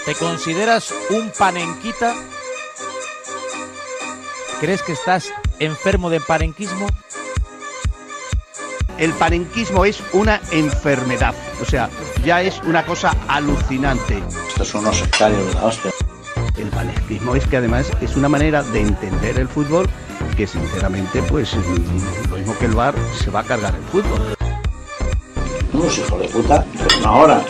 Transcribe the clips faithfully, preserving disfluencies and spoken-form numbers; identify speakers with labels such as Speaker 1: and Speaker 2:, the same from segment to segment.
Speaker 1: ¿Te consideras un panenquita? ¿Crees que estás enfermo de panenquismo?
Speaker 2: El panenquismo es una enfermedad, o sea, ya es una cosa alucinante.
Speaker 3: Estos son unos sectarios de la hostia.
Speaker 2: El panenquismo es que además es una manera de entender el fútbol que sinceramente, pues, lo mismo que el V A R, se va a cargar el fútbol.
Speaker 3: Unos hijos de puta, pero no ahora.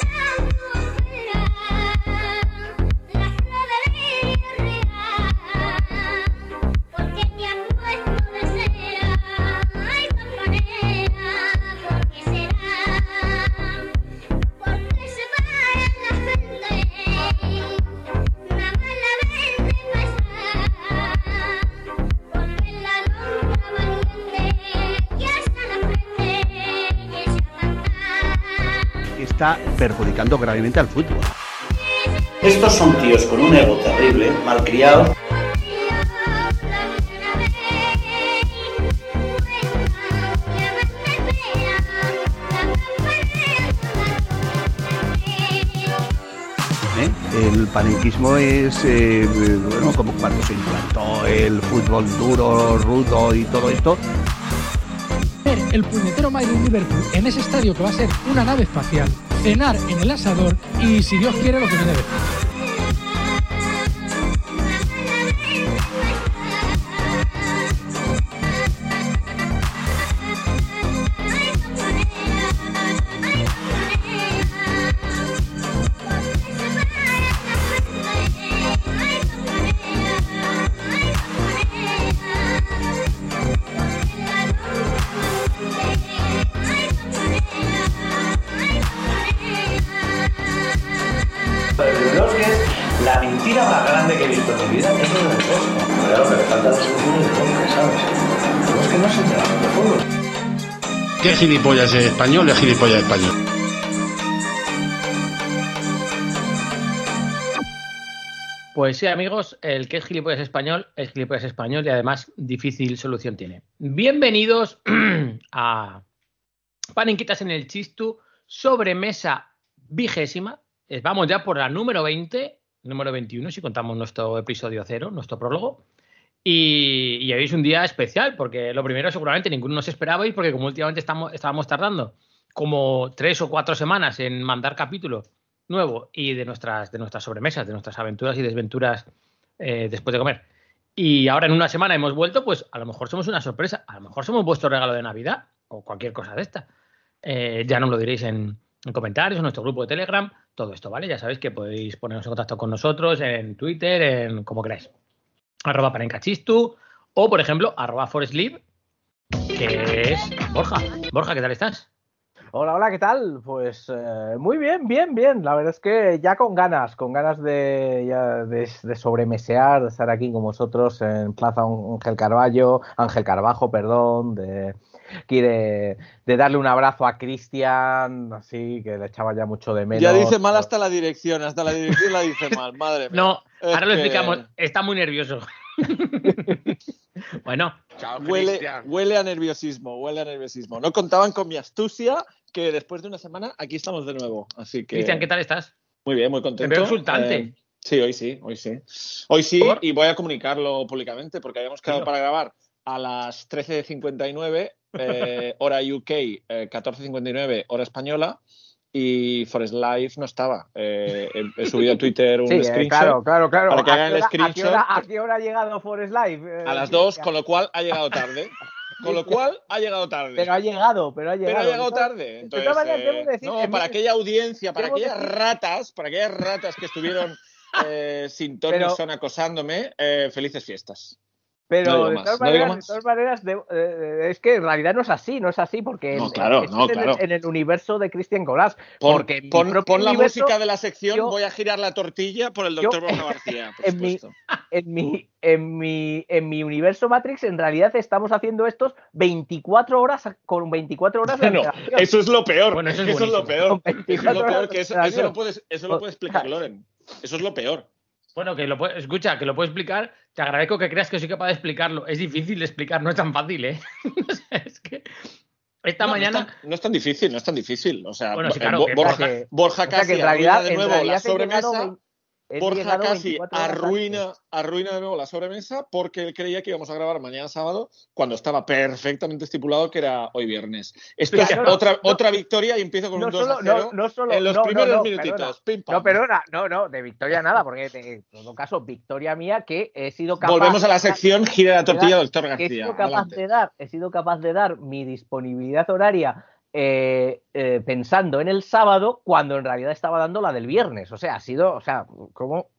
Speaker 2: Está perjudicando gravemente al fútbol.
Speaker 3: Estos son tíos con un ego terrible, malcriados.
Speaker 2: ¿Eh? El panenquismo es, eh, bueno, como cuando se implantó el fútbol duro, rudo y todo esto.
Speaker 4: El puñetero Madrid Liverpool en ese estadio que va a ser una nave espacial, cenar en el asador y, si Dios quiere, lo que viene después.
Speaker 3: La mentira más grande que he visto en mi vida es lo del Bosco. Claro, que le falta la solución del Bosco, ¿sabes? Pero es que no se enteran de fútbol.
Speaker 5: ¿Qué gilipollas es español? Es gilipollas español.
Speaker 6: Pues sí, amigos, el que es gilipollas español es gilipollas español y además difícil solución tiene. Bienvenidos a Panenquitas en el Chistu, sobremesa vigésima. Vamos ya por la número veinte, número veintiuno, si contamos nuestro episodio cero, nuestro prólogo. Y, y hoy es un día especial, porque lo primero seguramente ninguno nos esperabais, porque como últimamente estamos, estábamos tardando como tres o cuatro semanas en mandar capítulo nuevo y de nuestras, de nuestras sobremesas, de nuestras aventuras y desventuras eh, después de comer. Y ahora en una semana hemos vuelto, pues a lo mejor somos una sorpresa, a lo mejor somos vuestro regalo de Navidad o cualquier cosa de esta. Eh, ya nos lo diréis en, en comentarios, en nuestro grupo de Telegram. Todo esto, ¿vale? Ya sabéis que podéis poneros en contacto con nosotros en Twitter, en como queráis. Arroba panencachistu o, por ejemplo, arroba foresleep, que es Borja. Borja, ¿qué tal estás?
Speaker 7: Hola, hola, ¿qué tal? Pues eh, muy bien, bien, bien. La verdad es que ya con ganas, con ganas de, ya de, de sobremesear, de estar aquí con vosotros en Plaza Ángel Carballo, Ángel Carbajo, perdón, de... Quiere de darle un abrazo a Cristian, así que le echaba ya mucho de menos.
Speaker 8: Ya dice mal hasta la dirección, hasta la dirección la dice mal, madre mía.
Speaker 6: No,
Speaker 8: es
Speaker 6: ahora lo
Speaker 8: que...
Speaker 6: explicamos, está muy nervioso. Bueno,
Speaker 8: Chao, huele, huele a nerviosismo, huele a nerviosismo. No contaban con mi astucia, que después de una semana aquí estamos de nuevo. Así que.
Speaker 6: Cristian, ¿qué tal estás?
Speaker 8: Muy bien, muy contento.
Speaker 6: Te veo exultante.
Speaker 8: Eh, sí, hoy sí, hoy sí. Hoy sí, ¿por? Y voy a comunicarlo públicamente, porque habíamos quedado sí, para grabar a las trece cincuenta y nueve, eh, hora U K, eh, catorce cincuenta y nueve, hora española, y Forest Live no estaba. Eh, he, he subido a Twitter un
Speaker 7: sí,
Speaker 8: screenshot.
Speaker 7: Eh, claro, claro, claro.
Speaker 8: Para que hagan el
Speaker 7: hora,
Speaker 8: screenshot.
Speaker 7: ¿a qué, hora, ¿A qué hora ha llegado Forest Live? Eh,
Speaker 8: a las dos, con lo cual ha llegado tarde. Con lo cual ha llegado tarde.
Speaker 7: Pero ha llegado, pero ha llegado.
Speaker 8: Pero ha llegado tarde. Entonces,
Speaker 7: de todas maneras,
Speaker 8: eh,
Speaker 7: debo decir,
Speaker 8: no, para
Speaker 7: mí,
Speaker 8: aquella audiencia, para aquellas
Speaker 7: decir,
Speaker 8: ratas, para aquellas ratas que estuvieron eh, sin ton ni son acosándome, eh, felices fiestas.
Speaker 7: Pero
Speaker 8: no
Speaker 7: de,
Speaker 8: más,
Speaker 7: todas
Speaker 8: no
Speaker 7: maneras, de todas maneras, de, eh, es que en realidad no es así, no es así, porque
Speaker 8: no, claro,
Speaker 7: es
Speaker 8: no,
Speaker 7: en,
Speaker 8: claro.
Speaker 7: el, en el universo de Cristian Colás.
Speaker 8: Pon,
Speaker 7: Porque
Speaker 8: pon, pon la
Speaker 7: universo,
Speaker 8: música de la sección,
Speaker 7: yo,
Speaker 8: voy a girar la tortilla por el doctor Borja García, por
Speaker 7: en
Speaker 8: supuesto.
Speaker 7: Mi, en, mi, en, mi, en mi universo Matrix, en realidad estamos haciendo estos veinticuatro horas con veinticuatro horas de
Speaker 8: bueno, eso es lo peor.
Speaker 6: Bueno, eso es,
Speaker 8: eso es lo peor.
Speaker 7: Eso
Speaker 8: es lo peor, que eso, eso, lo puedes, eso lo puede explicar Loren. Eso es lo peor.
Speaker 6: Bueno, que lo puede, escucha, que lo puedo explicar. Te agradezco que creas que soy capaz de explicarlo. Es difícil de explicar, no es tan fácil, ¿eh? Es que esta
Speaker 8: no,
Speaker 6: mañana...
Speaker 8: No es, tan, no es tan difícil, no es tan difícil. O sea,
Speaker 6: bueno, sí, claro,
Speaker 8: Borja,
Speaker 6: que,
Speaker 8: Borja, Borja casi
Speaker 7: o sea, que en realidad,
Speaker 8: de nuevo
Speaker 7: en realidad
Speaker 8: la sobremesa...
Speaker 7: he
Speaker 8: Borja
Speaker 7: llegado
Speaker 8: casi
Speaker 7: veinticuatro horas
Speaker 8: arruina,
Speaker 7: antes.
Speaker 8: arruina de nuevo la sobremesa porque él creía que íbamos a grabar mañana sábado cuando estaba perfectamente estipulado que era hoy viernes. Esto
Speaker 7: Mira,
Speaker 8: es
Speaker 7: no, no,
Speaker 8: otra,
Speaker 7: no,
Speaker 8: otra victoria y empiezo con
Speaker 7: no
Speaker 8: un dos
Speaker 7: solo,
Speaker 8: a cero
Speaker 7: no, no solo,
Speaker 8: en los
Speaker 7: no,
Speaker 8: primeros
Speaker 7: no, no,
Speaker 8: minutitos. Pim, pam.
Speaker 7: No, perdona, no, no, de victoria nada, porque de- en todo caso, victoria mía que he sido capaz.
Speaker 8: Volvemos a la sección gira la tortilla,
Speaker 7: dar,
Speaker 8: doctor
Speaker 7: que he
Speaker 8: García.
Speaker 7: sido capaz
Speaker 8: Adelante.
Speaker 7: de dar, he sido capaz de dar mi disponibilidad horaria eh, eh, pensando en el sábado cuando en realidad estaba dando la del viernes. O sea, ha sido, o sea, ¿cómo?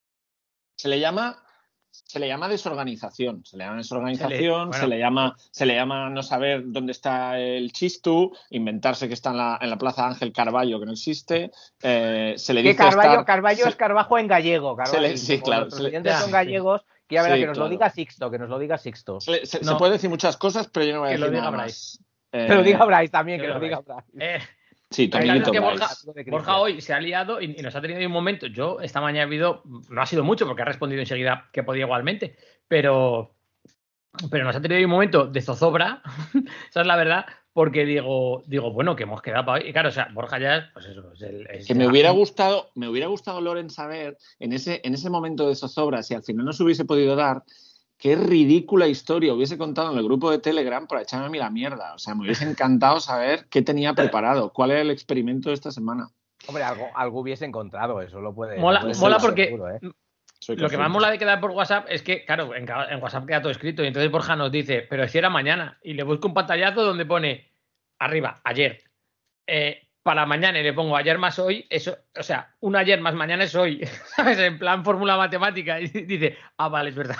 Speaker 8: Se le llama, se le llama desorganización, se le llama desorganización, se le, bueno, se le llama, se le llama no saber dónde está el chistu, inventarse que está en la, en la Plaza Ángel Carballo que no existe, eh, se le
Speaker 7: que
Speaker 8: dice
Speaker 7: Carballo,
Speaker 8: estar,
Speaker 7: Carballo
Speaker 8: se,
Speaker 7: es Carbajo en gallego, Carballo.
Speaker 8: Se le, sí, claro.
Speaker 7: Los
Speaker 8: Se le,
Speaker 7: oyentes
Speaker 8: ya,
Speaker 7: son gallegos, que ya verá
Speaker 8: sí,
Speaker 7: que nos
Speaker 8: claro.
Speaker 7: lo diga Sixto, que nos lo diga Sixto.
Speaker 8: Se, se,
Speaker 6: no.
Speaker 8: se puede decir muchas cosas, pero yo no voy a
Speaker 6: que
Speaker 8: decir
Speaker 6: lo diga
Speaker 8: nada
Speaker 6: Bryce.
Speaker 8: más. Eh,
Speaker 7: que lo diga Bryce también, que,
Speaker 6: que
Speaker 7: lo diga Bryce.
Speaker 6: Eh,
Speaker 8: Sí, tu amiguito
Speaker 6: que
Speaker 8: Bryce.
Speaker 6: Borja, Borja hoy se ha liado y, y nos ha tenido un momento. Yo esta mañana he habido, no ha sido mucho porque ha respondido enseguida que podía igualmente, pero, pero nos ha tenido un momento de zozobra, esa es la verdad, porque digo, digo bueno, que hemos quedado para hoy. Y claro, o sea, Borja ya, pues eso, es el, es
Speaker 8: que me hubiera gustado, me hubiera gustado, Loren, saber en ese, en ese momento de zozobra, si al final no se hubiese podido dar, qué ridícula historia hubiese contado en el grupo de Telegram para echarme a mí la mierda. O sea, me hubiese encantado saber qué tenía preparado, cuál era el experimento de esta semana.
Speaker 7: Hombre, algo, algo hubiese encontrado, eso lo puede.
Speaker 6: Mola,
Speaker 7: puede
Speaker 6: mola
Speaker 7: ser
Speaker 6: porque
Speaker 7: seguro, ¿eh?
Speaker 6: Lo que más mola de quedar por WhatsApp es que, claro, en, en WhatsApp queda todo escrito y entonces Borja nos dice, pero si era mañana, y le busco un pantallazo donde pone arriba, ayer. Eh, para mañana y le pongo ayer más hoy, eso, o sea, un ayer más mañana es hoy, ¿sabes? En plan fórmula matemática. Y dice, ah, vale, es verdad.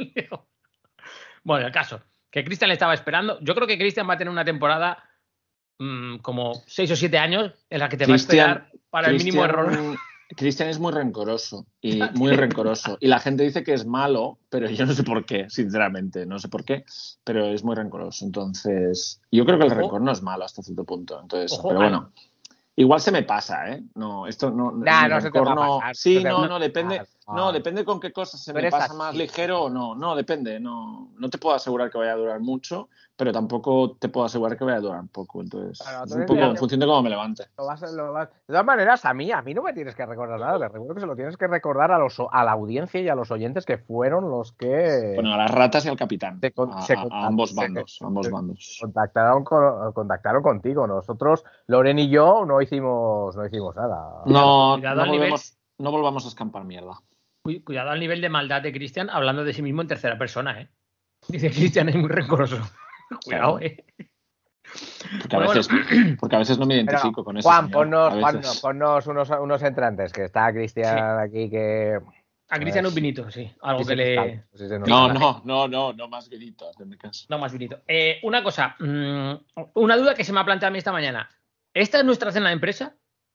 Speaker 6: Bueno, el caso, que Cristian le estaba esperando. Yo creo que Cristian va a tener una temporada mmm, como seis o siete años en la que te Christian, va a esperar para Christian, el mínimo error.
Speaker 8: Cristian es muy rencoroso y muy rencoroso. Y la gente dice que es malo, pero yo no sé por qué, sinceramente. No sé por qué, pero es muy rencoroso. Entonces, yo creo que el Ojo. rencor no es malo hasta cierto punto. Entonces, Ojo, pero bueno. Igual se me pasa, ¿eh? No, esto no.
Speaker 7: Nah, no se te va
Speaker 8: no,
Speaker 7: a pasar.
Speaker 8: Sí,
Speaker 7: no,
Speaker 8: no, no, depende. No, depende con qué cosas se me pasa así. Más ligero o no. No, depende. No, no te puedo asegurar que vaya a durar mucho, pero tampoco te puedo asegurar que vaya a durar poco. Entonces, claro, es un poco en función de cómo me levante.
Speaker 7: Lo vas, lo vas. De todas maneras, a mí, a mí no me tienes que recordar nada. Te recuerdo que se lo tienes que recordar a los, a la audiencia y a los oyentes que fueron los que.
Speaker 8: Bueno, a las ratas y al capitán.
Speaker 7: Se con,
Speaker 8: a,
Speaker 7: se
Speaker 8: a, a ambos bandos. A ambos bandos.
Speaker 7: Contactaron, con, contactaron contigo. Nosotros, Loren y yo, no hicimos, no hicimos nada.
Speaker 8: No, no, volvemos, no volvamos a escampar mierda.
Speaker 6: Cuidado al nivel de maldad de Cristian hablando de sí mismo en tercera persona, ¿eh? Dice Cristian es muy rencoroso. Cuidado, ¿eh?
Speaker 8: Porque a, bueno, veces, bueno. porque a veces no me identifico
Speaker 7: Pero,
Speaker 8: con eso.
Speaker 7: Juan, ponnos, Juan, ponnos unos, unos entrantes, que está Cristian sí. aquí que...
Speaker 6: A Cristian un vinito, sí. Algo sí, que le...
Speaker 8: Sí, no, no, no, no, no más vinito, hazme caso.
Speaker 6: No más vinito. Eh, una cosa, mmm, una duda que se me ha planteado a mí esta mañana. ¿Esta es nuestra cena de empresa?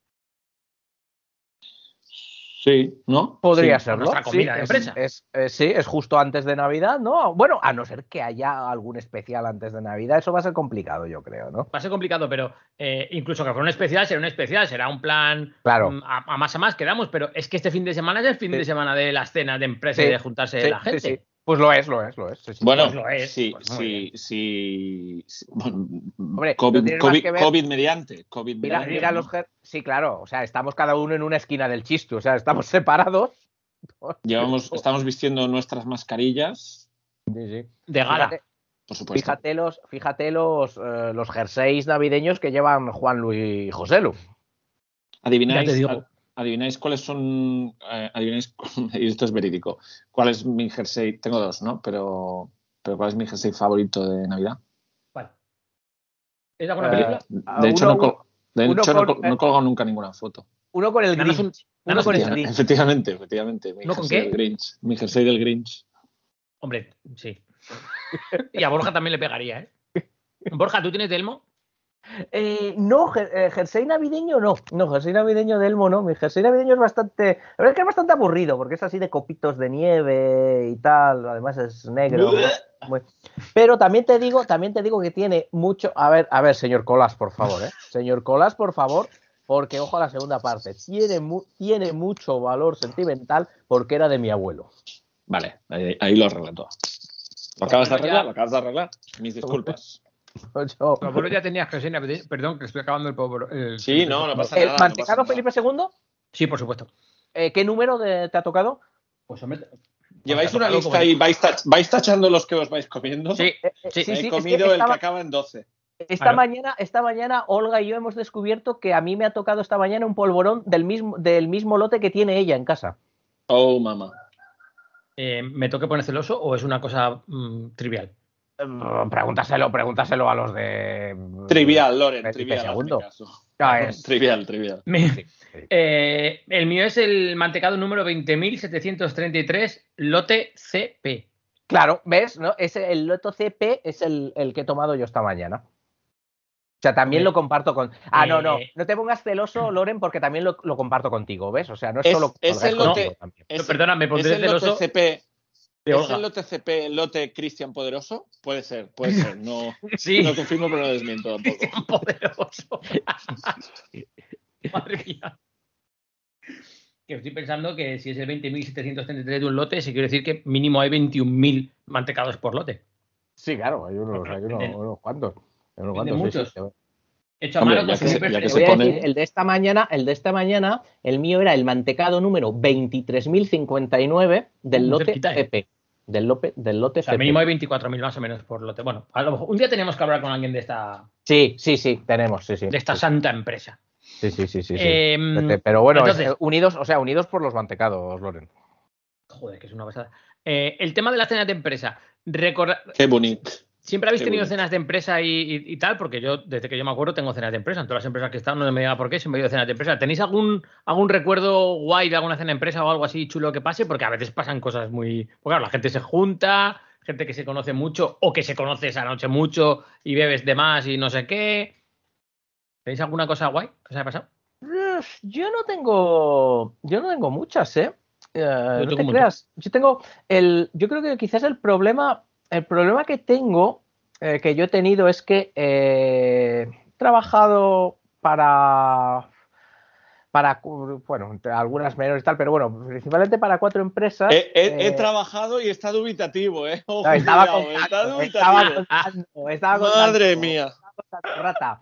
Speaker 8: Sí, ¿no?
Speaker 7: Podría
Speaker 6: sí,
Speaker 7: serlo.
Speaker 6: Nuestra comida
Speaker 7: sí,
Speaker 6: de empresa.
Speaker 7: Es, es, es, sí, es justo antes de Navidad, ¿no? Bueno, a no ser que haya algún especial antes de Navidad, eso va a ser complicado, yo creo, ¿no?
Speaker 6: Va a ser complicado, pero eh, incluso que fuera un especial, será un especial, será un plan
Speaker 7: claro.
Speaker 6: um, a, a más a más quedamos, pero es que este fin de semana es el fin sí. de semana de las cenas de empresa sí. y de juntarse
Speaker 7: sí,
Speaker 6: la gente.
Speaker 7: Sí, sí. Pues lo es, lo es, lo es. Sí, sí.
Speaker 8: Bueno,
Speaker 6: pues lo es.
Speaker 8: sí,
Speaker 6: pues
Speaker 8: sí, sí, sí. Bueno,
Speaker 7: Hombre,
Speaker 8: COVID,
Speaker 7: no
Speaker 8: COVID, COVID mediante. COVID
Speaker 7: mira,
Speaker 8: mediante
Speaker 7: mira
Speaker 8: ¿no?
Speaker 7: los sí, claro. O sea, estamos cada uno en una esquina del chistu. O sea, estamos separados.
Speaker 8: Llevamos, estamos vistiendo nuestras mascarillas.
Speaker 7: Sí, sí.
Speaker 6: De gala.
Speaker 7: Fíjate,
Speaker 8: por supuesto.
Speaker 7: Fíjate los, fíjate los, eh, los jerseys navideños que llevan Juan Luis y Joselu.
Speaker 8: Adivináis. Ya te digo. ¿Adivináis cuáles son? Eh, adivináis, y esto es verídico. ¿Cuál es mi jersey? Tengo dos, ¿no? Pero, pero ¿cuál es mi jersey favorito de Navidad?
Speaker 6: ¿Cuál? ¿Es alguna película?
Speaker 8: Eh, de hecho, uno, no, col de hecho con, no, no he colgado nunca ninguna foto.
Speaker 7: Uno con el Grinch.
Speaker 6: Un,
Speaker 7: uno con el
Speaker 8: Grinch. Efectivamente, efectivamente. Mi
Speaker 6: ¿No con
Speaker 8: jersey
Speaker 6: qué?
Speaker 8: Del Grinch. Mi jersey del Grinch.
Speaker 6: Hombre, sí. Y a Borja también le pegaría, ¿eh? Borja, ¿tú tienes de Elmo?
Speaker 7: Eh, no, jersey navideño no, no, jersey navideño de Elmo no, mi jersey navideño es bastante, la verdad es que es bastante aburrido porque es así de copitos de nieve y tal, además es negro, muy... pero también te digo, también te digo que tiene mucho, a ver, a ver, señor Colas, por favor, ¿eh? Señor Colas, por favor, porque ojo a la segunda parte, tiene, mu tiene mucho valor sentimental porque era de mi abuelo.
Speaker 8: Vale, ahí, ahí lo arregla todo. ¿Lo acabas de arreglar? ¿Lo acabas de arreglar? Mis disculpas.
Speaker 6: Yo... Tu abuelo ya tenía jersey navideño. Perdón, que estoy acabando el pobre. El...
Speaker 8: Sí, no, no pasa
Speaker 7: ¿El
Speaker 8: nada.
Speaker 7: mantecado
Speaker 8: no pasa
Speaker 7: Felipe segundo?
Speaker 6: Sí, por supuesto.
Speaker 7: Eh, ¿Qué número de, te ha tocado?
Speaker 6: Pues hombre...
Speaker 8: ¿Lleváis una lista y vais, tach- vais tachando los que os vais comiendo?
Speaker 6: Sí,
Speaker 7: sí,
Speaker 6: sí.
Speaker 8: He
Speaker 7: sí,
Speaker 8: comido
Speaker 7: es que
Speaker 8: el
Speaker 7: estaba-
Speaker 8: que acaba en doce.
Speaker 7: Esta
Speaker 6: Claro.
Speaker 7: mañana, esta mañana Olga y yo hemos descubierto que a mí me ha tocado esta mañana un polvorón del mismo, del mismo lote que tiene ella en casa.
Speaker 8: Oh, mamá.
Speaker 6: Eh, ¿Me toca poner celoso o es una cosa mm, trivial?
Speaker 7: Mm, Pregúntaselo, pregúntaselo a los de...
Speaker 8: Trivial, Loren,
Speaker 7: Veinticinco
Speaker 8: trivial. hazme
Speaker 7: segundo.
Speaker 8: caso.
Speaker 7: Ah, es-
Speaker 8: Trivial, trivial.
Speaker 6: Me-
Speaker 7: sí, sí.
Speaker 6: eh, el mío es el mantecado número veinte mil setecientos treinta y tres, lote C P.
Speaker 7: Claro, ¿ves? ¿No? Ese, el loto C P es el, el que he tomado yo esta mañana. O sea, también
Speaker 6: Hombre.
Speaker 7: lo comparto con... Ah, no, no.
Speaker 6: Eh.
Speaker 7: No te pongas celoso, Loren, porque también lo, lo comparto contigo, ¿ves? O sea, no es,
Speaker 8: Es-
Speaker 7: solo...
Speaker 8: es el
Speaker 7: contigo
Speaker 8: lote-
Speaker 7: también.
Speaker 8: Es,
Speaker 6: Perdona, me pondré
Speaker 8: ¿es el lote
Speaker 6: celoso
Speaker 8: C P,
Speaker 6: de
Speaker 8: ¿Es
Speaker 6: Olga.
Speaker 8: el lote C P, el lote Cristian Poderoso? Puede ser, puede ser. No,
Speaker 6: Sí,
Speaker 8: no confirmo, pero no desmiento tampoco.
Speaker 6: poderoso. Madre mía. Que estoy pensando que si es el veinte mil setecientos treinta y tres de un lote, se quiere decir que mínimo hay veintiún mil mantecados por lote.
Speaker 7: Sí, claro, hay unos, hay unos,
Speaker 6: Venden-
Speaker 7: unos cuantos. Hay unos
Speaker 6: venden
Speaker 7: cuantos, sí,
Speaker 6: muchos.
Speaker 7: sí.
Speaker 6: Hecho a
Speaker 8: Hombre,
Speaker 6: mano
Speaker 8: ya
Speaker 6: con
Speaker 8: que
Speaker 6: su
Speaker 8: se- ya que
Speaker 7: Te
Speaker 8: se
Speaker 7: voy a
Speaker 8: pone-
Speaker 7: decir, el de esta mañana, el de esta mañana, el mío era el mantecado número veintitrés mil cincuenta y nueve del
Speaker 6: Muy
Speaker 7: lote
Speaker 6: cerquita, ¿eh?
Speaker 7: C P. Del, lope, del lote
Speaker 6: O sea,
Speaker 7: C P.
Speaker 6: mínimo hay veinticuatro mil más o menos por lote. Bueno, a lo mejor un día tenemos que hablar con alguien de esta,
Speaker 7: Sí, sí, sí, tenemos, sí, sí.
Speaker 6: de esta
Speaker 7: sí,
Speaker 6: santa empresa.
Speaker 7: sí, sí, sí, sí, sí.
Speaker 6: Eh,
Speaker 7: Pero bueno, es,
Speaker 6: entonces-
Speaker 7: eh, unidos, o sea, unidos por los mantecados, Loren.
Speaker 6: Joder, que es una pasada. Eh, el tema de las cenas de empresa. Recorda-
Speaker 8: Qué bonito.
Speaker 6: ¿Siempre habéis
Speaker 8: Qué
Speaker 6: tenido
Speaker 8: bonito.
Speaker 6: cenas de empresa y, y- y tal? Porque yo, desde que yo me acuerdo, tengo cenas de empresa. En todas las empresas que he estado, no me diga por qué, siempre he ido a cenas de empresa. ¿Tenéis algún, algún recuerdo guay de alguna cena de empresa o algo así chulo que pase? Porque a veces pasan cosas muy... Pues claro, la gente se junta, gente que se conoce mucho o que se conoce esa noche mucho y bebes de más y no sé qué. ¿Tenéis alguna cosa guay que os haya pasado?
Speaker 7: Uf, Yo no tengo. Yo no tengo muchas, ¿eh? Eh, no
Speaker 6: tengo
Speaker 7: te
Speaker 6: un
Speaker 7: creas. Yo tengo el. Yo creo que quizás el problema. El problema que tengo, eh, que yo he tenido, es que eh, he trabajado para. Para, cu- bueno, entre algunas menores y tal, pero bueno, principalmente para cuatro empresas.
Speaker 8: He, he- he
Speaker 7: eh,
Speaker 8: trabajado y está dubitativo, ¿eh? Ojo,
Speaker 7: no, estaba
Speaker 8: cuidado, está
Speaker 7: contando, estaba
Speaker 8: dubitativo.
Speaker 7: contando, estaba contando.
Speaker 8: Madre mía.
Speaker 7: Rata.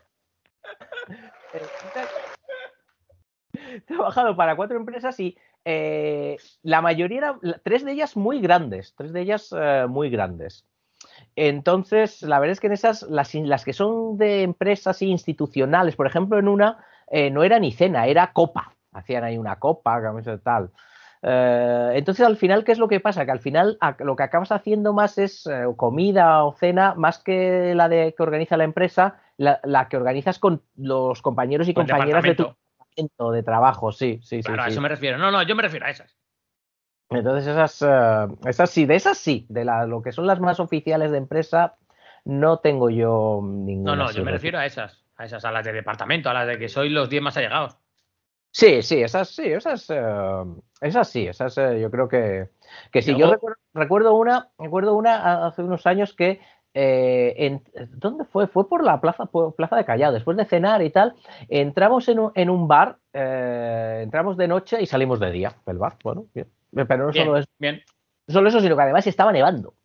Speaker 7: He trabajado para cuatro empresas y eh, la mayoría, era, tres de ellas muy grandes, tres de ellas eh, muy grandes. Entonces, la verdad es que en esas, las, las que son de empresas institucionales, por ejemplo, en una eh, no era ni cena, era copa. Hacían ahí una copa, camisa tal. Eh, entonces, al final, ¿qué es lo que pasa? Que al final a, lo que acabas haciendo más es eh, comida o cena, más que la de que organiza la empresa, la, la que organizas con los compañeros y
Speaker 6: Con el
Speaker 7: compañeras de tu
Speaker 6: departamento.
Speaker 7: departamento de trabajo. Sí, sí,
Speaker 6: Claro,
Speaker 7: sí.
Speaker 6: a
Speaker 7: sí.
Speaker 6: eso me refiero. No, no, yo me refiero a esas.
Speaker 7: Entonces, esas, eh, esas sí, de esas sí, de la, lo que son las más oficiales de empresa, no tengo yo ninguna.
Speaker 6: No, no,
Speaker 7: así
Speaker 6: yo me
Speaker 7: de-
Speaker 6: refiero a esas. A esas, a las de departamento, a las de que sois los diez más allegados.
Speaker 7: Sí, sí, esas sí, esas, eh, esas sí, esas eh, yo creo que, que sí.
Speaker 6: Y
Speaker 7: Yo
Speaker 6: luego-
Speaker 7: recuerdo, recuerdo una, recuerdo una hace unos años que eh, en, ¿dónde fue? Fue por la plaza, por Plaza de Callao, después de cenar y tal, entramos en un, en un bar, eh, entramos de noche y salimos de día del bar. Bueno, bien. Pero no
Speaker 6: Bien,
Speaker 7: solo eso,
Speaker 6: bien.
Speaker 7: no solo eso, sino que además estaba nevando.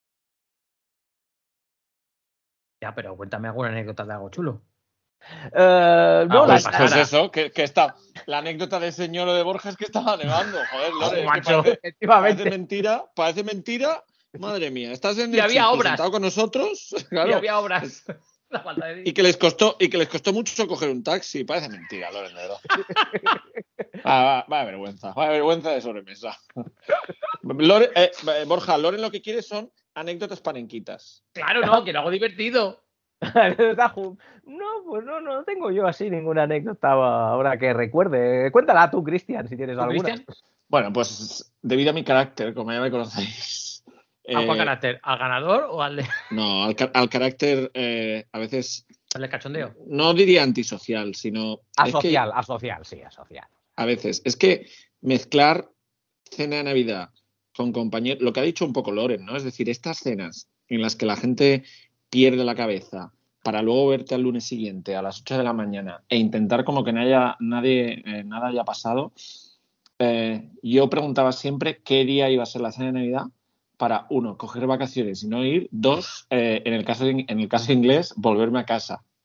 Speaker 6: Ya, pero cuéntame alguna anécdota de algo chulo.
Speaker 7: Eh, no,
Speaker 6: Ah,
Speaker 7: las-
Speaker 6: pues,
Speaker 8: Pues
Speaker 6: Ahora.
Speaker 8: eso, que, que está. La anécdota del señor de Borja es que estaba nevando. Joder, Lore, es que
Speaker 6: Macho.
Speaker 8: parece, parece
Speaker 7: efectivamente.
Speaker 8: mentira, parece mentira. Madre mía, estás en
Speaker 6: Y
Speaker 8: el
Speaker 6: había
Speaker 8: chico
Speaker 6: obras.
Speaker 8: sentado con nosotros,
Speaker 6: Y
Speaker 8: claro,
Speaker 6: había obras. La falta de
Speaker 8: y que les costó y que les costó mucho coger un taxi. Parece mentira, Loren, de verdad. Ah, va, vaya vergüenza, vaya vergüenza de sobremesa. Lore- eh, eh, Borja, Loren lo que quiere son anécdotas panenquitas.
Speaker 6: Claro, no, que lo hago divertido.
Speaker 7: No, pues no, no tengo yo así ninguna anécdota ahora que recuerde. Cuéntala tú, Cristian, si tienes
Speaker 6: ¿Tú,
Speaker 7: alguna.
Speaker 6: Cristian?
Speaker 8: Bueno, pues debido a mi carácter, como ya me conocéis.
Speaker 6: ¿A cuál
Speaker 8: eh,
Speaker 6: carácter? ¿Al ganador o al de,
Speaker 8: No, al, ca- al carácter eh, a veces
Speaker 6: al de cachondeo?
Speaker 8: no diría antisocial, sino es que
Speaker 7: Asocial, asocial, sí, asocial.
Speaker 8: a veces es que mezclar cena de Navidad con compañeros, lo que ha dicho un poco Loren, ¿no? Es decir, estas cenas en las que la gente pierde la cabeza para luego verte al lunes siguiente a las ocho de la mañana e intentar como que no haya, nadie, eh, nada haya pasado. Eh, yo preguntaba siempre qué día iba a ser la cena de Navidad para, uno, coger vacaciones y no ir, dos, eh, en, el caso de, en el caso inglés, volverme a casa.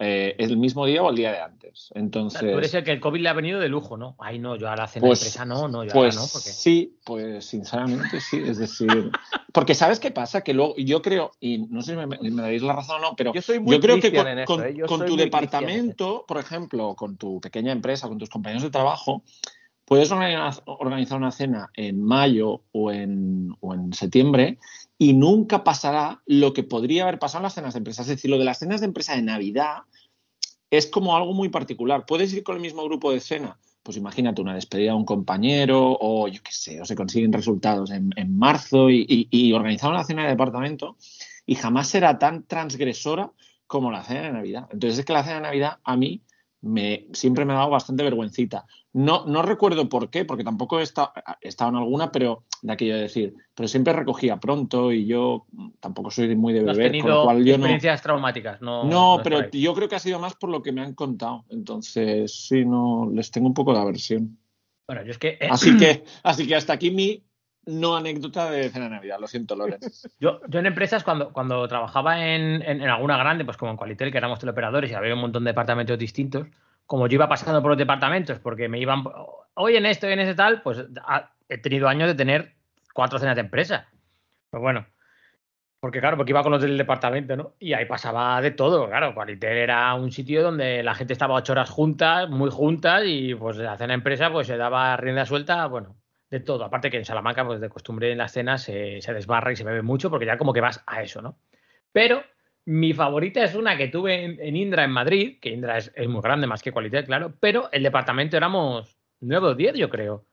Speaker 8: eh, el mismo día o el día de antes. Entonces,
Speaker 6: tú eres el que el COVID le ha venido de lujo, ¿no? Ay, no, yo a la cena
Speaker 8: pues,
Speaker 6: de empresa no, no, yo
Speaker 8: pues
Speaker 6: ahora no. Porque...
Speaker 8: sí, pues sinceramente sí, es decir, porque ¿sabes qué pasa? Que luego yo creo, y no sé si me, me dais la razón o no, pero
Speaker 7: yo, soy muy
Speaker 8: yo creo que con,
Speaker 7: en eso,
Speaker 8: con,
Speaker 7: ¿eh? yo
Speaker 8: con tu departamento, por ejemplo, con tu pequeña empresa, con tus compañeros de trabajo, puedes organizar una cena en mayo o en, o en septiembre y nunca pasará lo que podría haber pasado en las cenas de empresa. Es decir, lo de las cenas de empresa de Navidad es como algo muy particular. Puedes ir con el mismo grupo de cena. Pues imagínate una despedida de un compañero o yo qué sé, o se consiguen resultados en, en marzo y, y, y organizar una cena de departamento y jamás será tan transgresora como la cena de Navidad. Entonces es que la cena de Navidad a mí me, siempre me ha dado bastante vergüencita. No, no recuerdo por qué, porque tampoco he estado, he estado en alguna, pero de aquello de decir, pero siempre recogía pronto y yo tampoco soy muy de beber,
Speaker 6: no has tenido
Speaker 8: con lo cual yo
Speaker 6: experiencias
Speaker 8: no,
Speaker 6: traumáticas. No,
Speaker 8: no,
Speaker 6: no
Speaker 8: pero yo creo que ha sido más por lo que me han contado. Entonces, sí, no, les tengo un poco de aversión.
Speaker 6: Bueno, yo es que... Eh,
Speaker 8: así que, así que hasta aquí mi no anécdota de cena de Navidad. Lo siento, Loren.
Speaker 6: Yo, yo en empresas, cuando, cuando trabajaba en, en, en alguna grande, pues como en Qualitel, que éramos teleoperadores y había un montón de departamentos distintos, como yo iba pasando por los departamentos, porque me iban, hoy en esto, hoy en ese tal, pues ha, he tenido años de tener cuatro cenas de empresa. Pues bueno, porque claro, porque iba con los del departamento, ¿no? Y ahí pasaba de todo, claro. Qualitel era un sitio donde la gente estaba ocho horas juntas, muy juntas, y pues la cena de empresa pues se daba rienda suelta, bueno, de todo. Aparte que en Salamanca, pues de costumbre en las cenas se, se desbarra y se bebe mucho, porque ya como que vas a eso, ¿no? Pero mi favorita es una que tuve en, en Indra, en Madrid, que Indra es, es muy grande, más que Qualitel, claro, pero el departamento éramos nueve o diez, yo creo.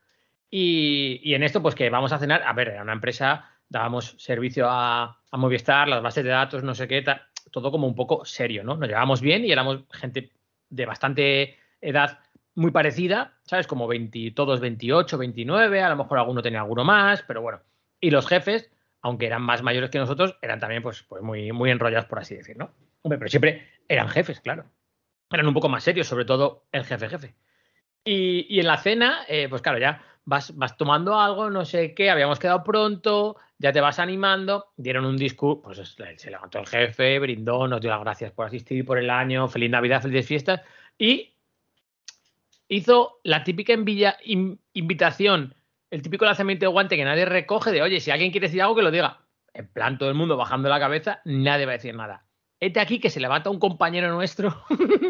Speaker 6: Y, y en esto, pues que vamos a cenar, a ver, era una empresa, dábamos servicio a, a Movistar, las bases de datos, no sé qué, ta, todo como un poco serio, ¿no? Nos llevábamos bien y éramos gente de bastante edad muy parecida, ¿sabes? Como veinte, todos veintiocho, veintinueve, a lo mejor alguno tenía alguno más, pero bueno. Y los jefes, aunque eran más mayores que nosotros, eran también pues, pues muy, muy enrollados, por así decir, ¿no? Hombre, pero siempre eran jefes, claro. Eran un poco más serios, sobre todo el jefe jefe. Y, y en la cena, eh, pues claro, ya vas, vas tomando algo, no sé qué, habíamos quedado pronto, ya te vas animando, dieron un discurso, pues se levantó el jefe, brindó, nos dio las gracias por asistir, por el año, feliz Navidad, felices fiestas, y hizo la típica envilla, in, invitación, el típico lanzamiento de guante que nadie recoge de, oye, si alguien quiere decir algo, que lo diga. En plan, todo el mundo bajando la cabeza, nadie va a decir nada. Este aquí que se levanta un compañero nuestro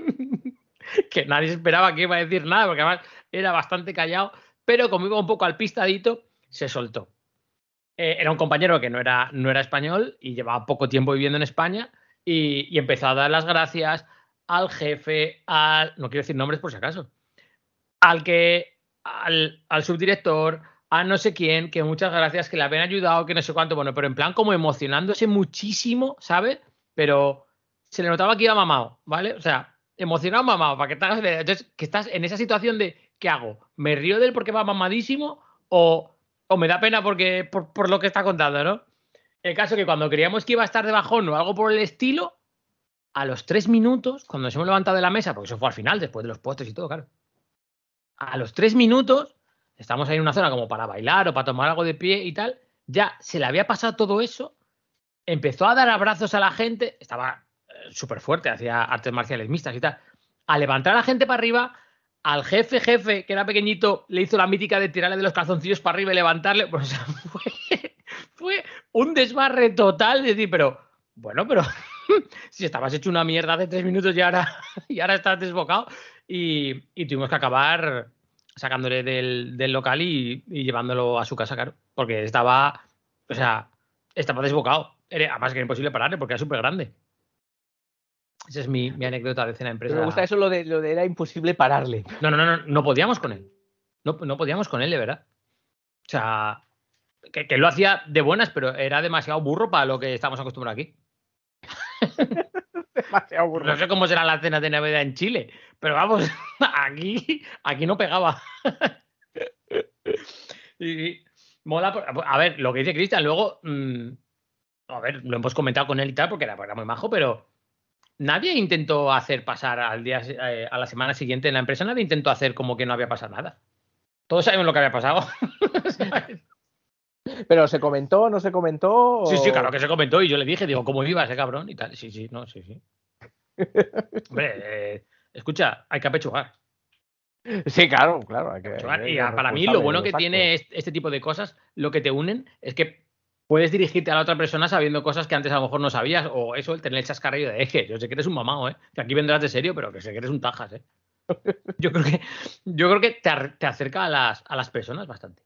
Speaker 6: que nadie esperaba que iba a decir nada, porque además era bastante callado, pero como iba un poco al pistadito, se soltó. Eh, era un compañero que no era, no era español y llevaba poco tiempo viviendo en España y, y empezó a dar las gracias al jefe, al... no quiero decir nombres por si acaso, al que... Al, al subdirector, a no sé quién, que muchas gracias, que le habían ayudado, que no sé cuánto, bueno, pero en plan como emocionándose muchísimo, ¿sabes? Pero se le notaba que iba mamado, ¿vale? O sea, emocionado, mamado, para que te hagas idea. Entonces, que estás en esa situación de, ¿qué hago? ¿Me río de él porque va mamadísimo o, o me da pena porque por, por lo que está contando, ¿no? El caso que cuando creíamos que iba a estar de bajón o algo por el estilo, a los tres minutos, cuando nos hemos levantado de la mesa, porque eso fue al final, después de los postres y todo, claro. A los tres minutos, estamos ahí en una zona como para bailar o para tomar algo de pie y tal, ya se le había pasado todo eso, empezó a dar abrazos a la gente, estaba eh, súper fuerte, hacía artes marciales mixtas y tal, a levantar a la gente para arriba, al jefe, jefe, que era pequeñito, le hizo la mítica de tirarle de los calzoncillos para arriba y levantarle, pues fue, fue un desbarre total, de decir, pero, bueno, pero si estabas hecho una mierda hace tres minutos y ahora, y ahora estás desbocado. Y, y tuvimos que acabar sacándole del, del local y, y llevándolo a su casa, claro. Porque estaba, o sea, estaba desbocado. Era, además que era imposible pararle porque era súper grande. Esa es mi, mi anécdota de cena de empresa.
Speaker 7: Me gusta eso, lo de, lo de era imposible pararle.
Speaker 6: No, no, no, no, no podíamos con él. No, no podíamos con él, de verdad. O sea, que, que lo hacía de buenas, pero era demasiado burro para lo que estamos acostumbrados aquí.
Speaker 7: Demasiado burro.
Speaker 6: No sé cómo será la cena de Navidad en Chile, pero vamos, aquí, aquí no pegaba. Y mola. A ver, lo que dice Cristian, luego, mmm, a ver, lo hemos comentado con él y tal, porque era, era muy majo, pero nadie intentó hacer pasar al día, eh, a la semana siguiente en la empresa, nadie intentó hacer como que no había pasado nada. Todos sabemos lo que había pasado.
Speaker 7: Pero se comentó, no se comentó.
Speaker 6: Sí, sí, claro que se comentó y yo le dije, digo, ¿cómo iba ese cabrón? Y tal, sí, sí, no, sí, sí. Hombre, eh, escucha, hay que apechugar.
Speaker 7: Sí, claro, claro. Hay que,
Speaker 6: apechugar.
Speaker 7: hay
Speaker 6: Y
Speaker 7: que
Speaker 6: a, para mí lo bueno que
Speaker 7: responsable,
Speaker 6: tiene
Speaker 7: exacto.
Speaker 6: este, este tipo de cosas, lo que te unen, es que puedes dirigirte a la otra persona sabiendo cosas que antes a lo mejor no sabías, o eso, el tener el chascarrillo de eje. Yo sé que eres un mamao, ¿eh? Que aquí vendrás de serio, pero que sé que eres un tajas, ¿eh? Yo creo que, yo creo que te, ar- te acerca a las, a las personas bastante.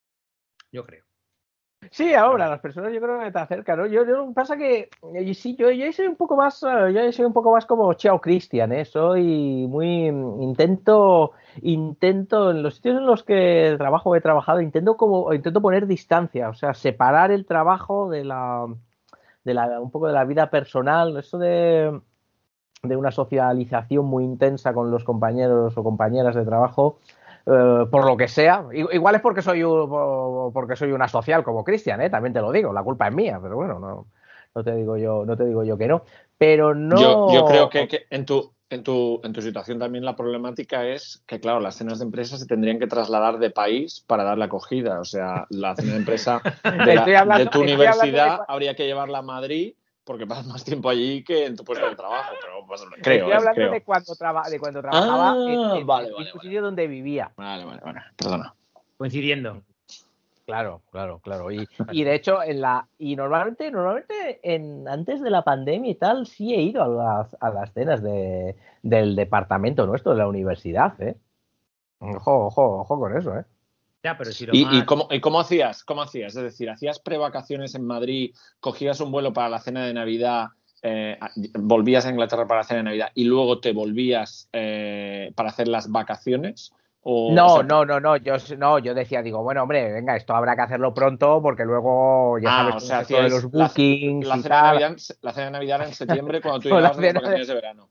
Speaker 6: Yo creo.
Speaker 7: Sí, ahora las personas yo creo que te acercan, ¿no? Yo, yo pasa que eh, sí, yo, yo soy un poco más, eh, yo soy un poco más como Chao Cristian, ¿eh? Soy muy mm, intento, intento en los sitios en los que trabajo he trabajado, intento como, intento poner distancia, o sea, separar el trabajo de la, de la, un poco de la vida personal, eso de, de una socialización muy intensa con los compañeros o compañeras de trabajo. Uh, por lo que sea, igual es porque soy un, porque soy una social como Cristian, ¿eh? También te lo digo, la culpa es mía, pero bueno, no, no te digo yo, no te digo yo que no, pero no.
Speaker 8: Yo, yo creo que, que en tu en tu en tu situación también la problemática es que, claro, las cenas de empresa se tendrían que trasladar de país para darle acogida. O sea, la cena de empresa de, la,
Speaker 7: hablando,
Speaker 8: de tu universidad
Speaker 7: de...
Speaker 8: habría que llevarla a Madrid porque pasas más tiempo allí que en tu puesto de trabajo. Pero pues, creo,
Speaker 7: Estoy hablando
Speaker 8: eh, creo.
Speaker 7: de cuando, traba, de cuando trabajaba
Speaker 8: ah,
Speaker 7: en, en
Speaker 8: vale,
Speaker 7: el
Speaker 8: vale,
Speaker 7: mismo
Speaker 8: vale.
Speaker 7: sitio donde vivía.
Speaker 8: Vale, vale, vale. Perdona.
Speaker 6: Coincidiendo.
Speaker 7: Claro, claro, claro. Y, y de hecho, en la y normalmente, normalmente en, antes de la pandemia y tal, sí he ido a las, a las cenas de, del departamento nuestro, de la universidad, ¿eh? Ojo, ojo, ojo con eso, ¿eh?
Speaker 6: Ya, pero si lo
Speaker 8: ¿Y,
Speaker 6: más...
Speaker 8: y, cómo, ¿Y cómo hacías? ¿Cómo hacías? Es decir, ¿hacías prevacaciones en Madrid, cogías un vuelo para la cena de Navidad, eh, volvías a Inglaterra para la cena de Navidad y luego te volvías eh, para hacer las vacaciones? O,
Speaker 7: No,
Speaker 8: o sea,
Speaker 7: no, no, no, yo no, yo decía, digo, bueno, hombre, venga, esto habrá que hacerlo pronto porque luego ya
Speaker 8: ah,
Speaker 7: sabes
Speaker 8: o
Speaker 7: cómo
Speaker 8: sea,
Speaker 7: es esto de los
Speaker 8: hacíais la,
Speaker 7: bookings
Speaker 8: la,
Speaker 7: y
Speaker 8: cena de
Speaker 7: tal.
Speaker 8: Navidad, la cena de Navidad era en septiembre cuando tú
Speaker 7: No, la
Speaker 8: llegabas de las
Speaker 7: cena de-
Speaker 8: vacaciones de verano.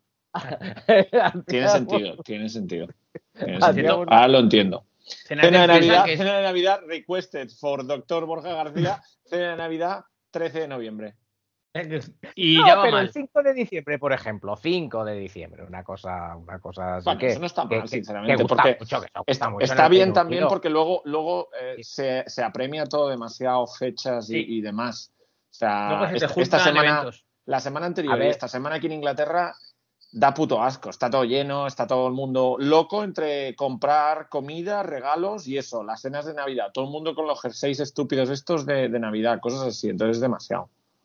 Speaker 8: Tiene sentido, tiene sentido. Tiene sentido.
Speaker 7: Hacíamos una-
Speaker 8: Ahora lo entiendo.
Speaker 6: Cenas
Speaker 8: Cena de
Speaker 6: empresa
Speaker 8: Navidad,
Speaker 6: que es-
Speaker 8: cena de Navidad requested for doctor Borja García, cena de Navidad trece de noviembre.
Speaker 6: Y
Speaker 7: No,
Speaker 6: ya va
Speaker 7: pero el
Speaker 6: mal.
Speaker 7: cinco de diciembre, por ejemplo, cinco de diciembre, una cosa, una cosa así
Speaker 8: Bueno,
Speaker 7: que,
Speaker 8: eso no está mal,
Speaker 7: que,
Speaker 8: sinceramente,
Speaker 7: que gusta
Speaker 8: porque
Speaker 7: mucho, que gusta
Speaker 8: está,
Speaker 7: mucho en
Speaker 8: está
Speaker 7: el
Speaker 8: bien
Speaker 7: Reino
Speaker 8: también
Speaker 7: Unido.
Speaker 8: porque luego, luego eh, se, se apremia todo demasiado, fechas y,
Speaker 6: Sí.
Speaker 8: y demás. O sea,
Speaker 6: Luego se te
Speaker 8: esta,
Speaker 6: juntan
Speaker 8: esta semana,
Speaker 6: eventos.
Speaker 8: la semana
Speaker 7: A
Speaker 8: anterior y
Speaker 7: ver.
Speaker 8: esta semana aquí en Inglaterra da puto asco. Está todo lleno, está todo el mundo loco entre comprar comida, regalos y eso, las cenas de Navidad. Todo el mundo con los jerseys estúpidos estos de, de Navidad, cosas así. Entonces es demasiado.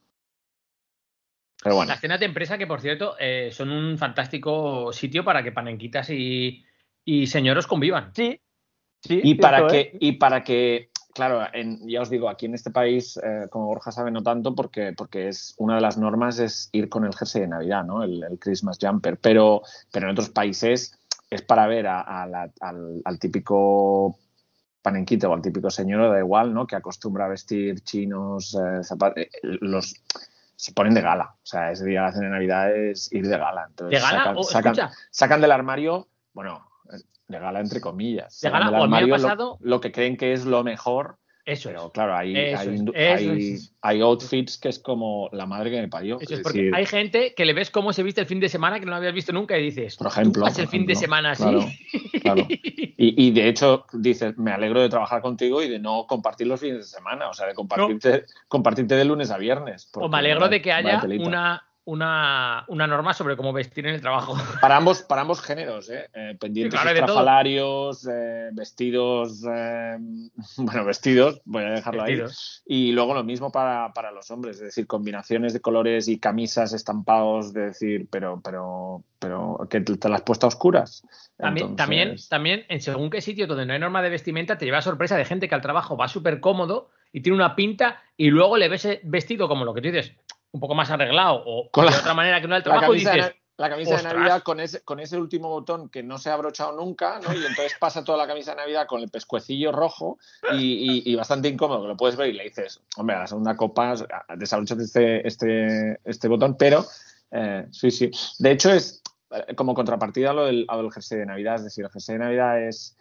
Speaker 8: Pero bueno.
Speaker 6: Las cenas de empresa, que por cierto, eh, son un fantástico sitio para que panenquitas y, y señoros convivan.
Speaker 7: Sí, sí,
Speaker 8: Y para
Speaker 7: cierto,
Speaker 8: que,
Speaker 7: ¿eh?
Speaker 8: y para que, claro, en, ya os digo, aquí en este país, eh, como Borja sabe, no tanto, porque, porque es una de las normas es ir con el jersey de Navidad, ¿no? El, el Christmas jumper. Pero, pero en otros países es para ver a, a la, al, al típico panenquita o al típico señor, da igual, ¿no? Que acostumbra a vestir chinos, eh, zapatos, eh, los se ponen de gala. O sea, ese día de la cena de Navidad es ir de gala. Entonces,
Speaker 6: ¿De gala?
Speaker 8: Sacan,
Speaker 6: O,
Speaker 8: sacan,
Speaker 6: escucha,
Speaker 8: sacan del armario, bueno, de gala entre comillas.
Speaker 6: de
Speaker 8: Sacan
Speaker 6: gala,
Speaker 8: del
Speaker 6: o a mí me ha
Speaker 8: armario
Speaker 6: pasado...
Speaker 8: lo, lo que creen que es lo mejor.
Speaker 6: Eso
Speaker 8: Pero
Speaker 6: es.
Speaker 8: claro, hay,
Speaker 6: Eso
Speaker 8: hay,
Speaker 6: es, eso
Speaker 8: hay,
Speaker 6: es.
Speaker 8: hay outfits que es como la madre que me parió.
Speaker 6: Eso es
Speaker 8: Es
Speaker 6: porque
Speaker 8: decir,
Speaker 6: hay gente que le ves cómo se viste el fin de semana que no lo habías visto nunca y dices,
Speaker 8: por ejemplo,
Speaker 6: ¿tú vas
Speaker 8: por
Speaker 6: el fin de
Speaker 8: ejemplo,
Speaker 6: semana así?
Speaker 8: Claro, claro. Y, y de hecho, dices, me alegro de trabajar contigo y de no compartir los fines de semana, o sea, de compartirte, no. compartirte de lunes a viernes.
Speaker 6: O me alegro de que haya una, una, una norma sobre cómo vestir en el trabajo.
Speaker 8: Para ambos, para ambos géneros, ¿eh? eh pendientes
Speaker 6: sí, claro,
Speaker 8: estrafalarios, eh, vestidos, eh, bueno, vestidos, voy a dejarlo vestidos. ahí. Y luego lo mismo para, para los hombres, es decir, combinaciones de colores y camisas estampados, de decir, pero, pero, pero, ¿que te, te las has puesto a oscuras?
Speaker 6: También,
Speaker 8: Entonces...
Speaker 6: también, también, en según qué sitio donde no hay norma de vestimenta, te lleva sorpresa de gente que al trabajo va súper cómodo y tiene una pinta y luego le ves vestido como lo que tú dices, un poco más arreglado o
Speaker 8: con la,
Speaker 6: de otra manera que no el trabajo y dices...
Speaker 8: De, la camisa ¡ostras! De Navidad con ese, con ese último botón que no se ha abrochado nunca, ¿no? Y entonces pasa toda la camisa de Navidad con el pescuecillo rojo y, y, y bastante incómodo, que lo puedes ver y le dices, hombre, a la segunda copa desabrochate este, este, este botón, pero eh, sí, sí. De hecho, es como contrapartida a lo del, a lo del jersey de Navidad, es decir, el jersey de Navidad es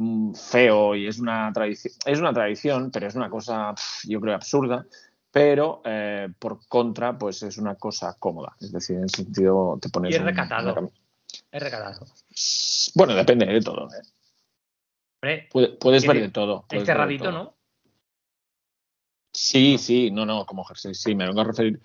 Speaker 8: feo y es una tradición, es una tradición, pero es una cosa, yo creo, absurda. Pero eh, por contra, pues es una cosa cómoda. Es decir, en el sentido te pones.
Speaker 6: Y es
Speaker 8: un,
Speaker 6: recatado. Es recatado.
Speaker 8: Bueno, depende de todo. ¿eh?
Speaker 6: Hombre,
Speaker 8: puedes puedes ver de todo.
Speaker 6: Es cerradito, ¿no?
Speaker 8: Sí, sí, no, no, como jersey, sí, me vengo a referir.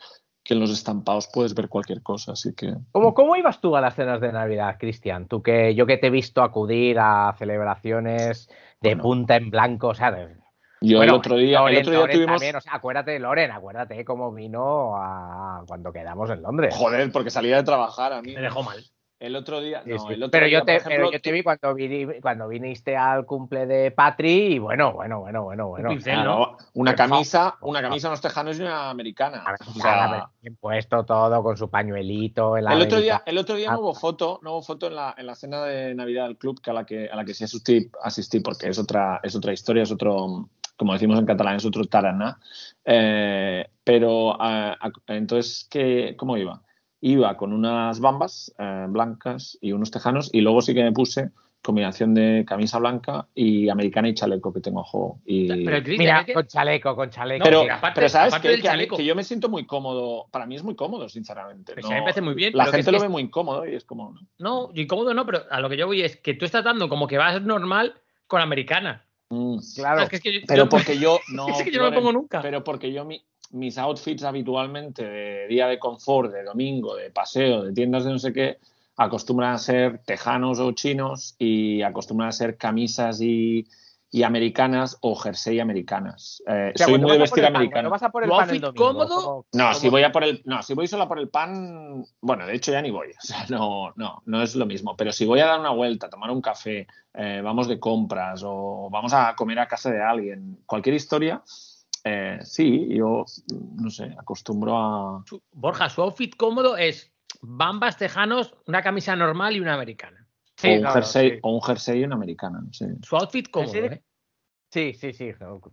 Speaker 8: que en los estampados puedes ver cualquier cosa, así que...
Speaker 7: ¿Cómo, cómo ibas tú a las cenas de Navidad, Cristian? Tú que yo que te he visto acudir a celebraciones de bueno. punta en blanco, o sea... De...
Speaker 8: Yo bueno, el otro día,
Speaker 7: Loren,
Speaker 8: el otro día
Speaker 7: Loren
Speaker 8: tuvimos...
Speaker 7: También, o sea, acuérdate de Loren, acuérdate cómo vino a... cuando quedamos en Londres.
Speaker 8: Joder, porque salía de trabajar a mí.
Speaker 6: Me dejó mal.
Speaker 8: El otro día,
Speaker 7: sí,
Speaker 8: no,
Speaker 7: sí.
Speaker 8: el otro
Speaker 7: pero
Speaker 8: día,
Speaker 7: yo te,
Speaker 8: por ejemplo,
Speaker 7: pero yo te vi cuando, vi cuando viniste al cumple de Patri y bueno, bueno, bueno, bueno, bueno.
Speaker 6: Un pincel,
Speaker 8: claro,
Speaker 6: ¿no?
Speaker 8: Una camisa, una camisa unos tejanos y una americana.
Speaker 7: Americana,
Speaker 8: o sea,
Speaker 7: bien puesto todo con su pañuelito. En la
Speaker 8: el otro día, el otro día no hubo foto, no hubo foto en la, en la cena de Navidad del club que a la que a la que sí asistí, asistí porque es otra, es otra historia, es otro, como decimos en catalán, es otro taraná. Eh, pero a, a, entonces, ¿qué, ¿cómo iba? Iba con unas bambas eh, blancas y unos tejanos y luego sí que me puse combinación de camisa blanca y americana y chaleco que tengo a juego. Y...
Speaker 7: Pero Cristian, mira, que... con chaleco, con chaleco.
Speaker 8: Pero,
Speaker 6: no, aparte,
Speaker 8: pero sabes que, que, que yo me siento muy cómodo. Para mí es muy cómodo, sinceramente.
Speaker 6: Pues
Speaker 8: no,
Speaker 6: a mí me parece muy bien.
Speaker 8: La
Speaker 6: pero
Speaker 8: gente
Speaker 6: que
Speaker 8: lo
Speaker 6: es
Speaker 8: ve
Speaker 6: que...
Speaker 8: muy incómodo y es como... No,
Speaker 6: no incómodo no, pero a lo que yo voy es que tú estás dando como que vas normal con americana.
Speaker 8: Mm,
Speaker 7: claro.
Speaker 6: Es que es que yo,
Speaker 8: pero
Speaker 6: yo...
Speaker 8: porque yo... No,
Speaker 6: es que yo no me pongo nunca.
Speaker 8: Pero porque yo... Mi... mis outfits habitualmente de día de confort, de domingo, de paseo, de tiendas de no sé qué, acostumbran a ser tejanos o chinos y acostumbran a ser camisas y, y americanas o jersey americanas. Eh, o sea, soy muy de vestir americano.
Speaker 7: ¿No vas a por el pan el domingo?
Speaker 6: ¿Cómodo?
Speaker 7: ¿Cómo,
Speaker 8: no,
Speaker 7: cómo?
Speaker 8: si voy a por el, no, si voy solo a por el pan, bueno, de hecho ya ni voy. O sea, no, no, no es lo mismo. Pero si voy a dar una vuelta, a tomar un café, eh, vamos de compras o vamos a comer a casa de alguien, cualquier historia. Eh, sí, yo, no sé, acostumbro a...
Speaker 6: Borja, su outfit cómodo es bambas, tejanos, una camisa normal y una americana.
Speaker 8: Sí, o, un no, jersey, sí. o un jersey y una americana, sí.
Speaker 6: Su outfit cómodo,
Speaker 7: ¿Sí?
Speaker 6: ¿eh?
Speaker 7: Sí, sí, sí.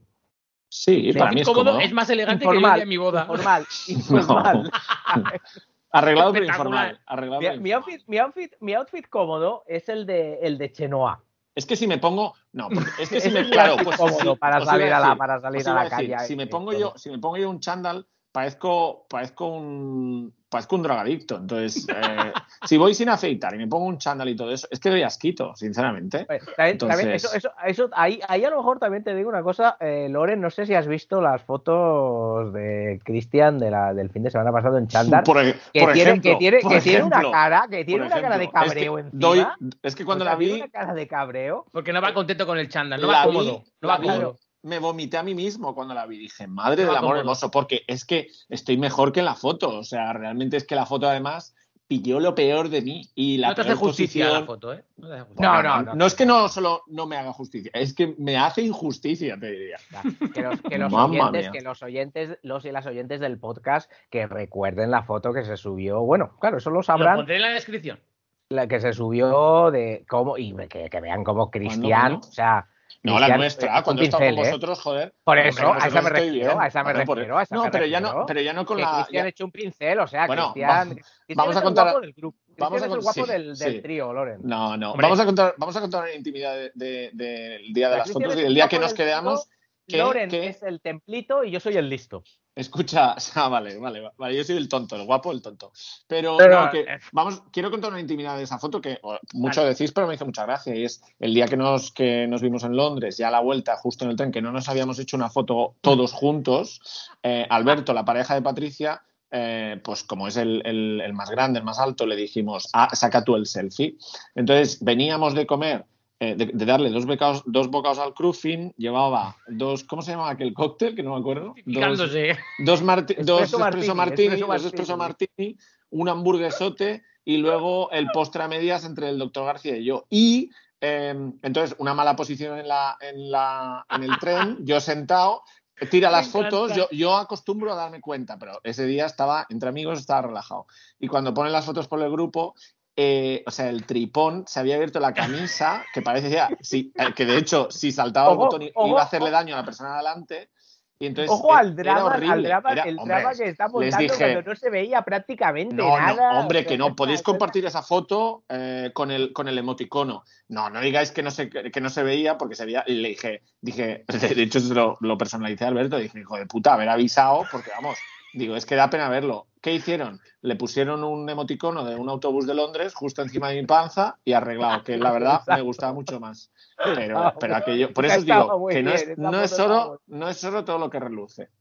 Speaker 8: Sí,
Speaker 6: su
Speaker 8: para mí es
Speaker 6: cómodo.
Speaker 8: cómodo.
Speaker 6: Es más elegante
Speaker 7: informal,
Speaker 6: que yo en mi boda.
Speaker 7: Informal, informal.
Speaker 8: No. Arreglado pero informal. Arreglado
Speaker 7: mi,
Speaker 8: pero
Speaker 7: mi, outfit, mi, outfit, mi outfit cómodo es el de, el de Chenoa.
Speaker 8: Es que si me pongo, no, es que si me claro, pues
Speaker 7: cómodo
Speaker 8: sí,
Speaker 7: para salir a la para salir a la
Speaker 8: decir,
Speaker 7: calle.
Speaker 8: Si me pongo yo, si me pongo yo un chándal, parezco parezco un parezco un drogadicto. Entonces, eh, si voy sin afeitar y me pongo un chándal y todo eso, es que doy asquito, sinceramente.
Speaker 7: Pues, también,
Speaker 8: Entonces...
Speaker 7: también eso, eso, eso ahí, ahí a lo mejor también te digo una cosa, eh, Loren, no sé si has visto las fotos de Cristian de la, del fin de semana pasado en chándal.
Speaker 8: Por,
Speaker 7: que,
Speaker 8: por
Speaker 7: tiene,
Speaker 8: ejemplo,
Speaker 7: que, tiene,
Speaker 8: por
Speaker 7: que tiene
Speaker 8: ejemplo,
Speaker 7: una cara, que tiene una
Speaker 8: ejemplo,
Speaker 7: cara de cabreo
Speaker 8: es que
Speaker 7: encima.
Speaker 8: Doy, es que cuando
Speaker 7: o sea,
Speaker 8: la vi...
Speaker 7: Tiene una cara de cabreo.
Speaker 6: Porque no va contento con el chándal, no
Speaker 8: la
Speaker 6: va
Speaker 8: vi,
Speaker 6: cómodo. No
Speaker 8: la
Speaker 6: va
Speaker 8: vi,
Speaker 6: cómodo.
Speaker 8: Me vomité a mí mismo cuando la vi. Dije, madre
Speaker 6: No
Speaker 8: del
Speaker 6: va
Speaker 8: amor
Speaker 6: cómodo.
Speaker 8: hermoso, porque es que estoy mejor que en la foto. O sea, realmente es que la foto además pilló lo peor de mí. Y la
Speaker 6: No te hace
Speaker 8: peor
Speaker 6: justicia
Speaker 8: posición...
Speaker 6: la foto, ¿eh? No, te hace justicia.
Speaker 7: No,
Speaker 8: no,
Speaker 7: no,
Speaker 8: no,
Speaker 7: no.
Speaker 8: no es que no solo no me haga justicia, es que me hace injusticia, te diría.
Speaker 7: Que los, que los
Speaker 8: Mamma
Speaker 7: oyentes,
Speaker 8: mía.
Speaker 7: que los oyentes, los y las oyentes del podcast que recuerden la foto que se subió. Bueno, claro, eso lo
Speaker 6: Lo
Speaker 7: sabrán.
Speaker 6: pondré en la descripción.
Speaker 7: La que se subió de cómo y que, que vean cómo Cristian,
Speaker 8: ¿Cuándo?
Speaker 7: o sea,
Speaker 8: No,
Speaker 7: Cristian,
Speaker 8: la nuestra,
Speaker 7: eh,
Speaker 8: cuando
Speaker 7: un
Speaker 8: he estado con
Speaker 7: pincel, ¿eh?
Speaker 8: vosotros, joder.
Speaker 7: Por
Speaker 8: Hombre,
Speaker 7: eso,
Speaker 8: con
Speaker 7: a esa me
Speaker 8: vosotros estoy
Speaker 7: refiero,
Speaker 8: bien.
Speaker 7: a esa me
Speaker 8: Bueno, por-
Speaker 7: refiero, a esa
Speaker 8: No,
Speaker 7: me
Speaker 8: pero ya no,
Speaker 7: refiero.
Speaker 8: pero ya no con
Speaker 7: Que
Speaker 8: la...
Speaker 7: Cristian
Speaker 8: ya-
Speaker 7: ha hecho un pincel, o sea,
Speaker 8: Bueno,
Speaker 7: Cristian,
Speaker 8: va-
Speaker 7: Cristian
Speaker 8: vamos
Speaker 7: es
Speaker 8: a
Speaker 7: el
Speaker 8: contar-
Speaker 7: guapo del grupo. Cristian
Speaker 8: vamos a
Speaker 7: es el
Speaker 8: con-
Speaker 7: guapo
Speaker 8: sí,
Speaker 7: del, del
Speaker 8: sí.
Speaker 7: trío, Loren.
Speaker 8: No, no.
Speaker 6: Hombre.
Speaker 8: Vamos a contar, vamos a contar una intimidad del de, de, del día de
Speaker 7: O sea,
Speaker 8: las
Speaker 7: Cristian
Speaker 8: fotos
Speaker 7: es
Speaker 8: y
Speaker 7: el
Speaker 8: del día
Speaker 7: guapo
Speaker 8: que nos
Speaker 7: del trío,
Speaker 8: quedamos. Que,
Speaker 7: Loren
Speaker 8: que-
Speaker 7: es el templito y yo soy el listo.
Speaker 8: Escucha, ah, vale, vale, vale, yo soy el tonto, el guapo, el tonto. Pero,
Speaker 7: Pero,
Speaker 8: no, que,
Speaker 7: eh.
Speaker 8: vamos, quiero contar una intimidad de esa foto que oh, mucho decís, pero me hizo mucha gracia. Y es el día que nos, que nos vimos en Londres, ya a la vuelta, justo en el tren, que no nos habíamos hecho una foto todos juntos. Eh, Alberto, la pareja de Patricia, eh, pues como es el, el, el más grande, el más alto, le dijimos, ah, saca tú el selfie. Entonces, veníamos de comer. De, de darle dos bocados, dos bocados al cruffin, llevaba dos, ¿cómo se llama aquel cóctel? Que no me acuerdo. Dos,
Speaker 6: Picándose.
Speaker 8: dos, marti, dos
Speaker 7: Espresso
Speaker 8: espresso
Speaker 7: martini,
Speaker 8: martini,
Speaker 7: espresso
Speaker 8: dos espresso martini, un hamburguesote y luego el postre a medias entre el doctor García y yo. Y eh, entonces una mala posición en, la, en, la, en el tren, yo sentado, tira las fotos, yo, yo acostumbro a darme cuenta, pero ese día estaba, entre amigos, estaba relajado. Y cuando ponen las fotos por el grupo... Eh, o sea, el tripón se había abierto la camisa, que parecía, sí, que de hecho, si saltaba
Speaker 7: Ojo,
Speaker 8: el botón
Speaker 7: ojo,
Speaker 8: iba a hacerle
Speaker 7: ojo.
Speaker 8: daño a la persona de adelante. Y entonces,
Speaker 7: Ojo al
Speaker 8: era
Speaker 7: drama,
Speaker 8: horrible.
Speaker 7: al drama,
Speaker 8: Era-
Speaker 7: el
Speaker 8: hombre,
Speaker 7: drama que está
Speaker 8: les
Speaker 7: montando
Speaker 8: dije,
Speaker 7: cuando no se veía prácticamente
Speaker 8: no,
Speaker 7: nada.
Speaker 8: no, hombre,
Speaker 7: O sea,
Speaker 8: que no, podéis
Speaker 7: esto-
Speaker 8: compartir esa foto eh, con, el, con el emoticono. No, no digáis que no se, que no se veía, porque se veía, y le dije, dije, de hecho se lo, lo personalicé a Alberto, dije, hijo de puta, haber avisado, porque vamos, digo, es que da pena verlo. ¿Qué hicieron? Le pusieron un emoticono de un autobús de Londres justo encima de mi panza y arreglado, que la verdad me gustaba mucho más. Pero, pero aquello, por eso os
Speaker 7: Estaba
Speaker 8: digo
Speaker 7: muy
Speaker 8: que no
Speaker 7: bien,
Speaker 8: es,
Speaker 7: esa
Speaker 8: no, es
Speaker 7: foto estaba
Speaker 8: oro, no es oro todo lo que reluce.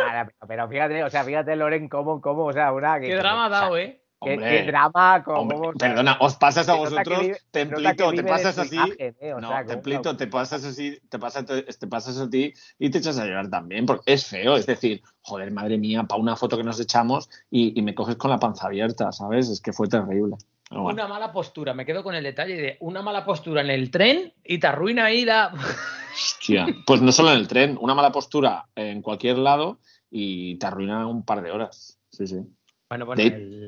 Speaker 7: Pero, pero fíjate, o sea, fíjate, Loren, cómo, cómo, o sea, una...
Speaker 6: Qué que, drama ha dado, ¿eh?
Speaker 7: Qué, qué drama, como...
Speaker 8: Hombre,
Speaker 7: o sea,
Speaker 8: perdona, os pasas a
Speaker 7: se nota
Speaker 8: vosotros,
Speaker 7: vive- se
Speaker 8: Templito,
Speaker 7: nota que
Speaker 8: te
Speaker 7: vive de
Speaker 8: pasas
Speaker 7: su
Speaker 8: así.
Speaker 7: imagen, eh, o
Speaker 8: No,
Speaker 7: sea, como
Speaker 8: Templito,
Speaker 7: una-
Speaker 8: te pasas así, te pasas, te, te pasas a ti y te echas a llorar también, porque es feo, es decir, joder, madre mía, para una foto que nos echamos y, y me coges con la panza abierta, ¿sabes? Es que fue terrible. Pero bueno.
Speaker 6: Una mala postura, me quedo con el detalle de una mala postura en el tren y te arruina ahí la...
Speaker 8: Hostia, pues no solo en el tren, una mala postura en cualquier lado y te arruina un par de horas. Sí, sí.
Speaker 6: Bueno, bueno,
Speaker 8: De-
Speaker 6: el...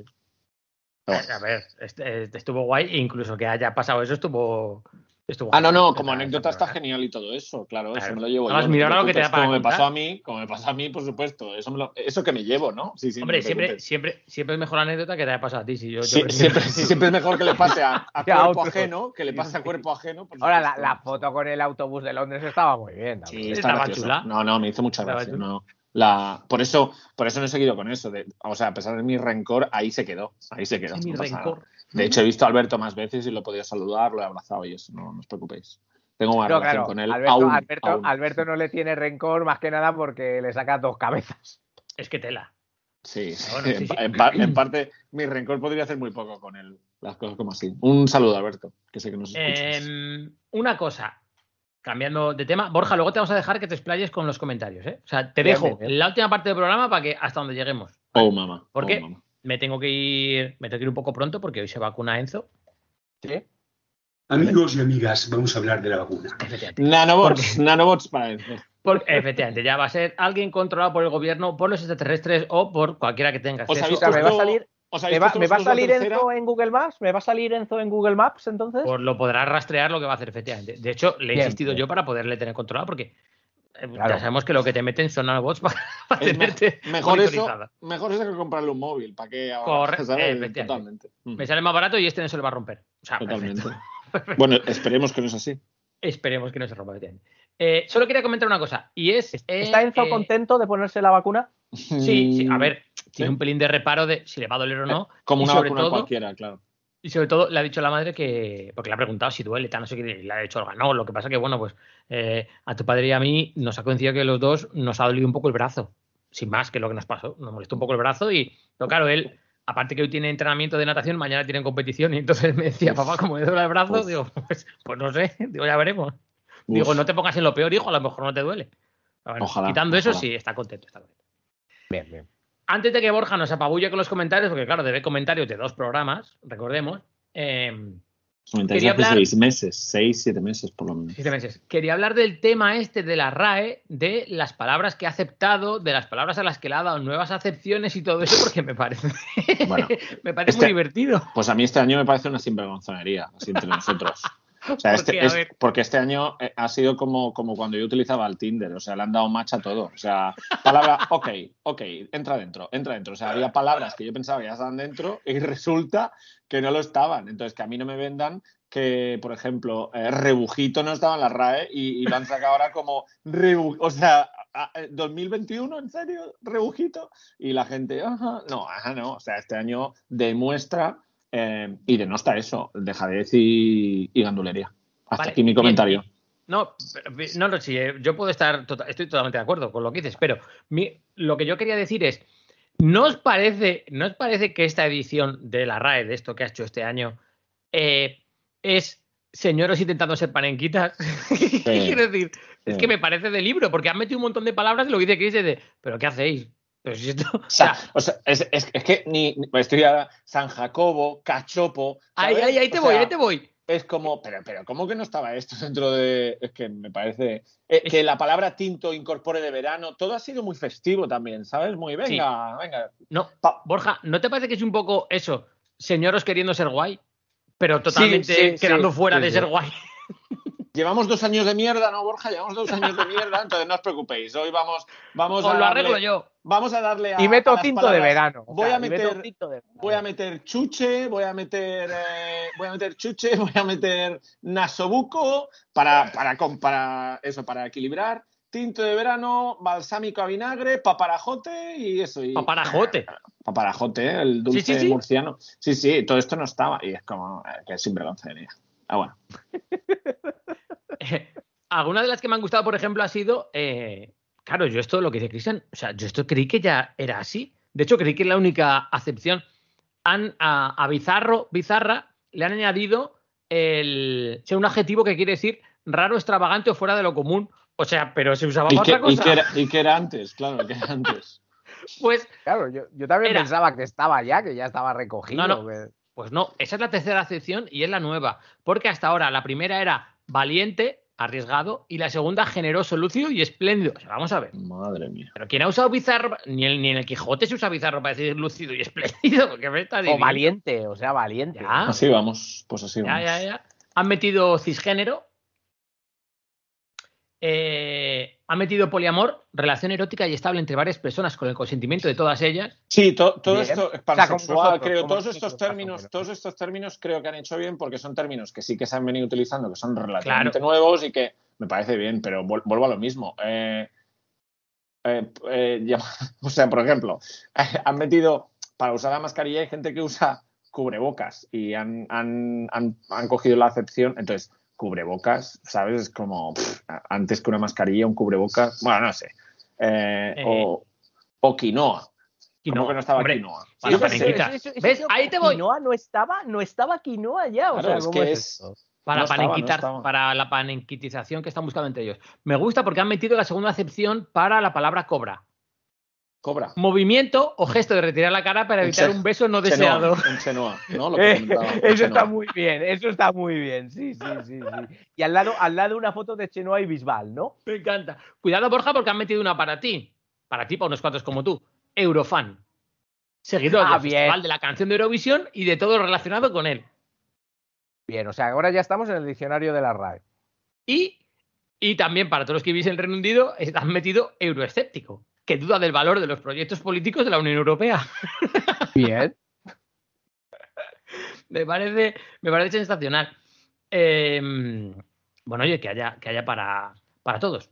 Speaker 6: A ver, este- este estuvo guay, incluso que haya pasado eso estuvo... estuvo
Speaker 8: Ah, no, no,
Speaker 6: guay.
Speaker 8: como
Speaker 6: Está-
Speaker 8: anécdota está
Speaker 6: está
Speaker 8: genial y todo eso, claro,
Speaker 6: Claro.
Speaker 8: eso me lo llevo
Speaker 6: Además,
Speaker 8: yo. no
Speaker 6: mira
Speaker 8: te
Speaker 6: ahora lo que te
Speaker 8: preocupes,
Speaker 6: da para
Speaker 8: como me pasó
Speaker 6: contar.
Speaker 8: a mí, como me pasó a mí, por supuesto, eso, me lo- eso que me llevo, ¿no? Sí, sí,
Speaker 6: Hombre,
Speaker 8: no te
Speaker 6: siempre,
Speaker 8: preocupes.
Speaker 6: siempre, siempre es mejor la anécdota que te haya pasado a ti. Si yo, yo
Speaker 8: Sí,
Speaker 6: prefiero-
Speaker 8: siempre, siempre es mejor que le pase a, a
Speaker 7: Que a
Speaker 8: cuerpo
Speaker 7: otro.
Speaker 8: ajeno, que le pase a cuerpo ajeno. por
Speaker 7: Ahora, la,
Speaker 8: supuesto.
Speaker 7: la foto con el autobús de Londres estaba muy bien.
Speaker 8: Sí,
Speaker 7: también.
Speaker 8: está
Speaker 6: Estaba
Speaker 8: gracioso.
Speaker 6: chula.
Speaker 8: No, no, me hizo mucha
Speaker 6: Estaba
Speaker 8: gracia.
Speaker 6: chula.
Speaker 8: No. La, por eso, por eso no he seguido con eso. De, o sea, a pesar de mi rencor, ahí se quedó. Ahí se quedó.
Speaker 6: Mi
Speaker 8: no pasa
Speaker 6: rencor.
Speaker 8: nada. De hecho, he visto a Alberto más veces y lo he podido saludar, lo he abrazado y eso, no, no os preocupéis. Tengo una
Speaker 7: No,
Speaker 8: relación
Speaker 7: claro,
Speaker 8: con él.
Speaker 7: Alberto,
Speaker 8: aún,
Speaker 7: Alberto,
Speaker 8: aún.
Speaker 7: Alberto no le tiene rencor más que nada porque le saca dos cabezas.
Speaker 6: Es que tela.
Speaker 8: Sí,
Speaker 6: Bueno, sí,
Speaker 8: en,
Speaker 6: sí.
Speaker 8: en pa- en parte mi rencor podría hacer muy poco con él. Las cosas como así. Un saludo, Alberto, que sé que nos escuchas.
Speaker 6: Eh, una cosa, cambiando de tema, Borja, luego te vamos a dejar que te explayes con los comentarios, ¿eh? O sea, te
Speaker 7: Bien,
Speaker 6: dejo
Speaker 7: bien, bien.
Speaker 6: la última parte del programa para que hasta donde lleguemos.
Speaker 8: Oh, mamá.
Speaker 6: Porque
Speaker 8: oh, mamá.
Speaker 6: me tengo que ir, me tengo que ir un poco pronto porque hoy se vacuna Enzo.
Speaker 7: ¿Sí?
Speaker 9: Amigos y amigas, vamos a hablar de la vacuna.
Speaker 6: Efectivamente.
Speaker 8: Nanobots, nanobots para él.
Speaker 6: Porque, efectivamente, ya va a ser alguien controlado por el gobierno, por los extraterrestres o por cualquiera que tenga
Speaker 8: ¿Os
Speaker 6: acceso.
Speaker 8: habéis
Speaker 7: O sea, me va a
Speaker 8: puesto-
Speaker 7: salir,
Speaker 8: os habéis
Speaker 7: ¿me va,
Speaker 8: puesto
Speaker 7: me va a
Speaker 8: vosotros la
Speaker 7: salir
Speaker 8: tercera?
Speaker 7: Enzo en Google Maps? ¿Me va a salir Enzo en Google Maps entonces?
Speaker 6: Pues lo podrás rastrear lo que va a hacer, efectivamente. De hecho, le he
Speaker 7: Bien,
Speaker 6: insistido
Speaker 7: bien.
Speaker 6: yo para poderle tener controlado porque eh,
Speaker 7: Claro.
Speaker 6: ya sabemos que lo que te meten son nanobots para, para
Speaker 8: Es me-
Speaker 6: tenerte
Speaker 8: mejor eso,
Speaker 6: monitorizada.
Speaker 8: mejor eso que comprarle un móvil. ¿Para qué ahora?
Speaker 6: Correcto,
Speaker 8: ¿Sabes?
Speaker 6: efectivamente.
Speaker 8: Totalmente. Mm,
Speaker 6: Me sale más barato y este no se lo va a romper. O sea,
Speaker 8: Totalmente.
Speaker 6: perfecto.
Speaker 8: Bueno, esperemos que no es así.
Speaker 6: Esperemos que no se rompa, efectivamente. Eh, solo quería comentar una cosa y es... eh,
Speaker 7: ¿Está Enzo
Speaker 6: eh,
Speaker 7: contento de ponerse la vacuna?
Speaker 6: Sí, sí, a ver, tiene
Speaker 8: Sí.
Speaker 6: un pelín de reparo de si le va a doler o no.
Speaker 8: Como
Speaker 6: y
Speaker 8: una
Speaker 6: sobre
Speaker 8: vacuna
Speaker 6: todo,
Speaker 8: cualquiera, claro.
Speaker 6: Y sobre todo le ha dicho a la madre que, porque le ha preguntado si duele, tal, no sé qué, y le ha dicho, no, lo que pasa que, bueno, pues eh, a tu padre y a mí nos ha coincidido que los dos nos ha dolido un poco el brazo, sin más que lo que nos pasó, nos molestó un poco el brazo y, pero claro, él, aparte que hoy tiene entrenamiento de natación, mañana tiene competición y entonces me decía, papá, como me duele el brazo,
Speaker 8: Uf.
Speaker 6: digo, pues, pues no sé, digo, ya veremos.
Speaker 8: Uf.
Speaker 6: Digo, no te pongas en lo peor, hijo, a lo mejor no te duele. Pero bueno,
Speaker 8: Ojalá,
Speaker 6: quitando eso,
Speaker 8: ojalá.
Speaker 6: sí, está contento, está contento.
Speaker 7: Bien, bien.
Speaker 6: Antes de que Borja nos apabulle con los comentarios, porque claro, debe comentarios de dos programas, recordemos. Eh,
Speaker 8: Comentarios
Speaker 6: Quería
Speaker 8: hace
Speaker 6: hablar-
Speaker 8: seis meses, seis, siete meses por lo menos.
Speaker 6: siete meses. Quería hablar del tema este de la R A E, de las palabras que ha aceptado, de las palabras a las que le ha dado nuevas acepciones y todo eso, porque me parece,
Speaker 8: Bueno,
Speaker 6: me parece
Speaker 8: este-
Speaker 6: muy divertido.
Speaker 8: Pues a mí este año me parece una sinvergonzonería, así entre nosotros. O sea,
Speaker 6: ¿Por
Speaker 8: este,
Speaker 6: qué? A
Speaker 8: es-
Speaker 6: ver.
Speaker 8: porque este año eh, ha sido como, como cuando yo utilizaba el Tinder, o sea, le han dado match a todo. O sea, palabra, ok, ok, entra dentro, entra dentro. O sea, había palabras que yo pensaba que ya estaban dentro y resulta que no lo estaban. Entonces, que a mí no me vendan que, por ejemplo, eh, rebujito no estaba en la R A E y, y lo han sacado ahora como rebu o sea, a- a- dos mil veintiuno, ¿en serio? ¿Rebujito? Y la gente, ajá, no, ajá, no. O sea, este año demuestra eh, y denota eso, dejadez y, y gandulería. Hasta
Speaker 6: Vale,
Speaker 8: aquí mi
Speaker 6: bien,
Speaker 8: comentario.
Speaker 6: bien. No, pero, no, no, sí, eh, yo puedo estar, tota- estoy totalmente de acuerdo con lo que dices, pero mi- lo que yo quería decir es, ¿no os parece, ¿no os parece que esta edición de la R A E, de esto que ha hecho este año, eh, es señoros intentando ser panenquitas? ¿Qué quiero decir? Es
Speaker 8: Sí.
Speaker 6: que me parece de libro, porque han metido un montón de palabras y lo que dice Chris es de, ¿pero qué hacéis? Pero si esto, o
Speaker 8: O sea,
Speaker 6: sea,
Speaker 8: o sea, es, es- es que ni, ni- estoy ahora San Jacobo, Cachopo.
Speaker 6: ahí,
Speaker 8: ¿sabes?
Speaker 6: ahí, ahí te
Speaker 8: O
Speaker 6: voy,
Speaker 8: sea,
Speaker 6: ahí te voy.
Speaker 8: Es como, pero, pero, ¿cómo que no estaba esto dentro de...? Es que me parece... eh, que la palabra tinto incorpore de verano, todo ha sido muy festivo también, ¿sabes? Muy, venga, venga.
Speaker 6: No,
Speaker 8: Pa-
Speaker 6: Borja, ¿no te parece que es un poco eso, señoros queriendo ser guay, pero totalmente
Speaker 8: sí,
Speaker 6: quedando
Speaker 8: sí,
Speaker 6: fuera
Speaker 8: sí,
Speaker 6: de
Speaker 8: sí.
Speaker 6: ser guay?
Speaker 8: Llevamos dos años de mierda, ¿no, Borja? Llevamos dos años de mierda, entonces no os preocupéis. Hoy vamos, vamos
Speaker 6: Os
Speaker 8: a
Speaker 6: lo
Speaker 8: darle,
Speaker 6: arreglo yo.
Speaker 8: Vamos a darle a
Speaker 7: Y meto
Speaker 8: a las
Speaker 7: tinto de
Speaker 8: palabras.
Speaker 7: verano. o
Speaker 8: Voy
Speaker 7: sea,
Speaker 8: a
Speaker 7: y meto
Speaker 8: meter...
Speaker 7: tinto de verano.
Speaker 8: Voy a meter chuche, voy a meter, eh, voy a meter chuche, voy a meter nasobuco para, para, com- para eso, para equilibrar. Tinto de verano, balsámico a vinagre, paparajote y eso. Y,
Speaker 6: Paparajote.
Speaker 8: Paparajote, ¿eh? El dulce
Speaker 6: Sí, sí, sí.
Speaker 8: murciano. Sí, sí, todo esto no estaba. Y es como eh, que es sinvergoncería. Ah, bueno.
Speaker 6: Alguna de las que me han gustado, por ejemplo, ha sido eh, claro, yo esto, lo que dice Cristian, o sea, yo esto creí que ya era así. De hecho, creí que es la única acepción. Han, a, a bizarro, bizarra, le han añadido el, o sea, un adjetivo que quiere decir raro, extravagante o fuera de lo común. O sea, pero se usaba
Speaker 8: ¿Y
Speaker 6: para
Speaker 8: qué,
Speaker 6: otra cosa.
Speaker 8: ¿y qué, era, ¿Y qué era antes? Claro, ¿qué era antes?
Speaker 6: Pues,
Speaker 7: claro, yo, yo también
Speaker 6: era,
Speaker 7: pensaba que estaba ya, que ya estaba recogido.
Speaker 6: No, no,
Speaker 7: que...
Speaker 6: Pues no, esa es la tercera acepción y es la nueva. Porque hasta ahora la primera era valiente, arriesgado, y la segunda generoso, lúcido y espléndido. O sea, vamos a ver.
Speaker 8: Madre mía.
Speaker 6: Pero ¿quién ha usado bizarro? Ni, el, ni en el Quijote se usa bizarro para decir lúcido y espléndido. ¿Qué me está diciendo?
Speaker 7: O valiente, o sea, valiente.
Speaker 6: ¿Ya?
Speaker 8: Así vamos, pues así vamos.
Speaker 6: Ya, ya, ya. Han metido cisgénero. Eh, han metido poliamor, relación erótica y estable entre varias personas con el consentimiento de todas ellas.
Speaker 8: Sí, to, todo
Speaker 7: bien.
Speaker 8: esto, pansexual, o sea, nosotros, creo, todos estos términos, todos estos términos creo que han hecho bien porque son términos que sí que se han venido utilizando, que son relativamente claro. nuevos y que me parece bien, pero vuelvo a lo mismo. Eh, eh, eh, ya, o sea, por ejemplo, eh, han metido, para usar la mascarilla hay gente que usa cubrebocas y han, han, han, han cogido la acepción, entonces cubrebocas, ¿sabes? Es como pff, antes que una mascarilla, un cubrebocas, bueno, no sé. Eh, eh. O, o quinoa.
Speaker 6: Quinoa.
Speaker 8: ¿Cómo que no estaba
Speaker 6: Hombre,
Speaker 8: quinoa?
Speaker 6: Sí, para eso, eso, eso, eso,
Speaker 7: ¿Ves? Ahí te voy. Quinoa no estaba, no estaba quinoa ya. O
Speaker 8: claro,
Speaker 7: sea,
Speaker 8: es
Speaker 7: ¿cómo
Speaker 8: que
Speaker 7: es
Speaker 8: es
Speaker 7: esto?
Speaker 6: Para,
Speaker 8: no
Speaker 6: panenquitar,
Speaker 8: estaba, no
Speaker 6: para la panenquitización que están buscando entre ellos. Me gusta porque han metido la segunda acepción para la palabra cobra.
Speaker 8: Cobra.
Speaker 6: Movimiento o gesto de retirar la cara para evitar un beso no deseado.
Speaker 8: En Chenoa, ¿no? Lo que
Speaker 7: eh, eso está muy bien, eso está muy bien. Sí, sí, sí, sí. Y al lado, al lado una foto de Chenoa y Bisbal, ¿no?
Speaker 6: Me encanta. Cuidado, Borja, porque han metido una para ti. Para ti, para unos cuantos como tú. Eurofan. Seguidor ah, del bien. Festival de la Canción de Eurovisión y de todo lo relacionado con él.
Speaker 7: Bien, o sea, ahora ya estamos en el diccionario de la R A E.
Speaker 6: Y, y también para todos los que vivís en el Reino Unido, han metido euroescéptico, que duda del valor de los proyectos políticos de la Unión Europea.
Speaker 7: Bien.
Speaker 6: me parece, me parece sensacional. Eh, bueno, oye, que haya, que haya para, para todos.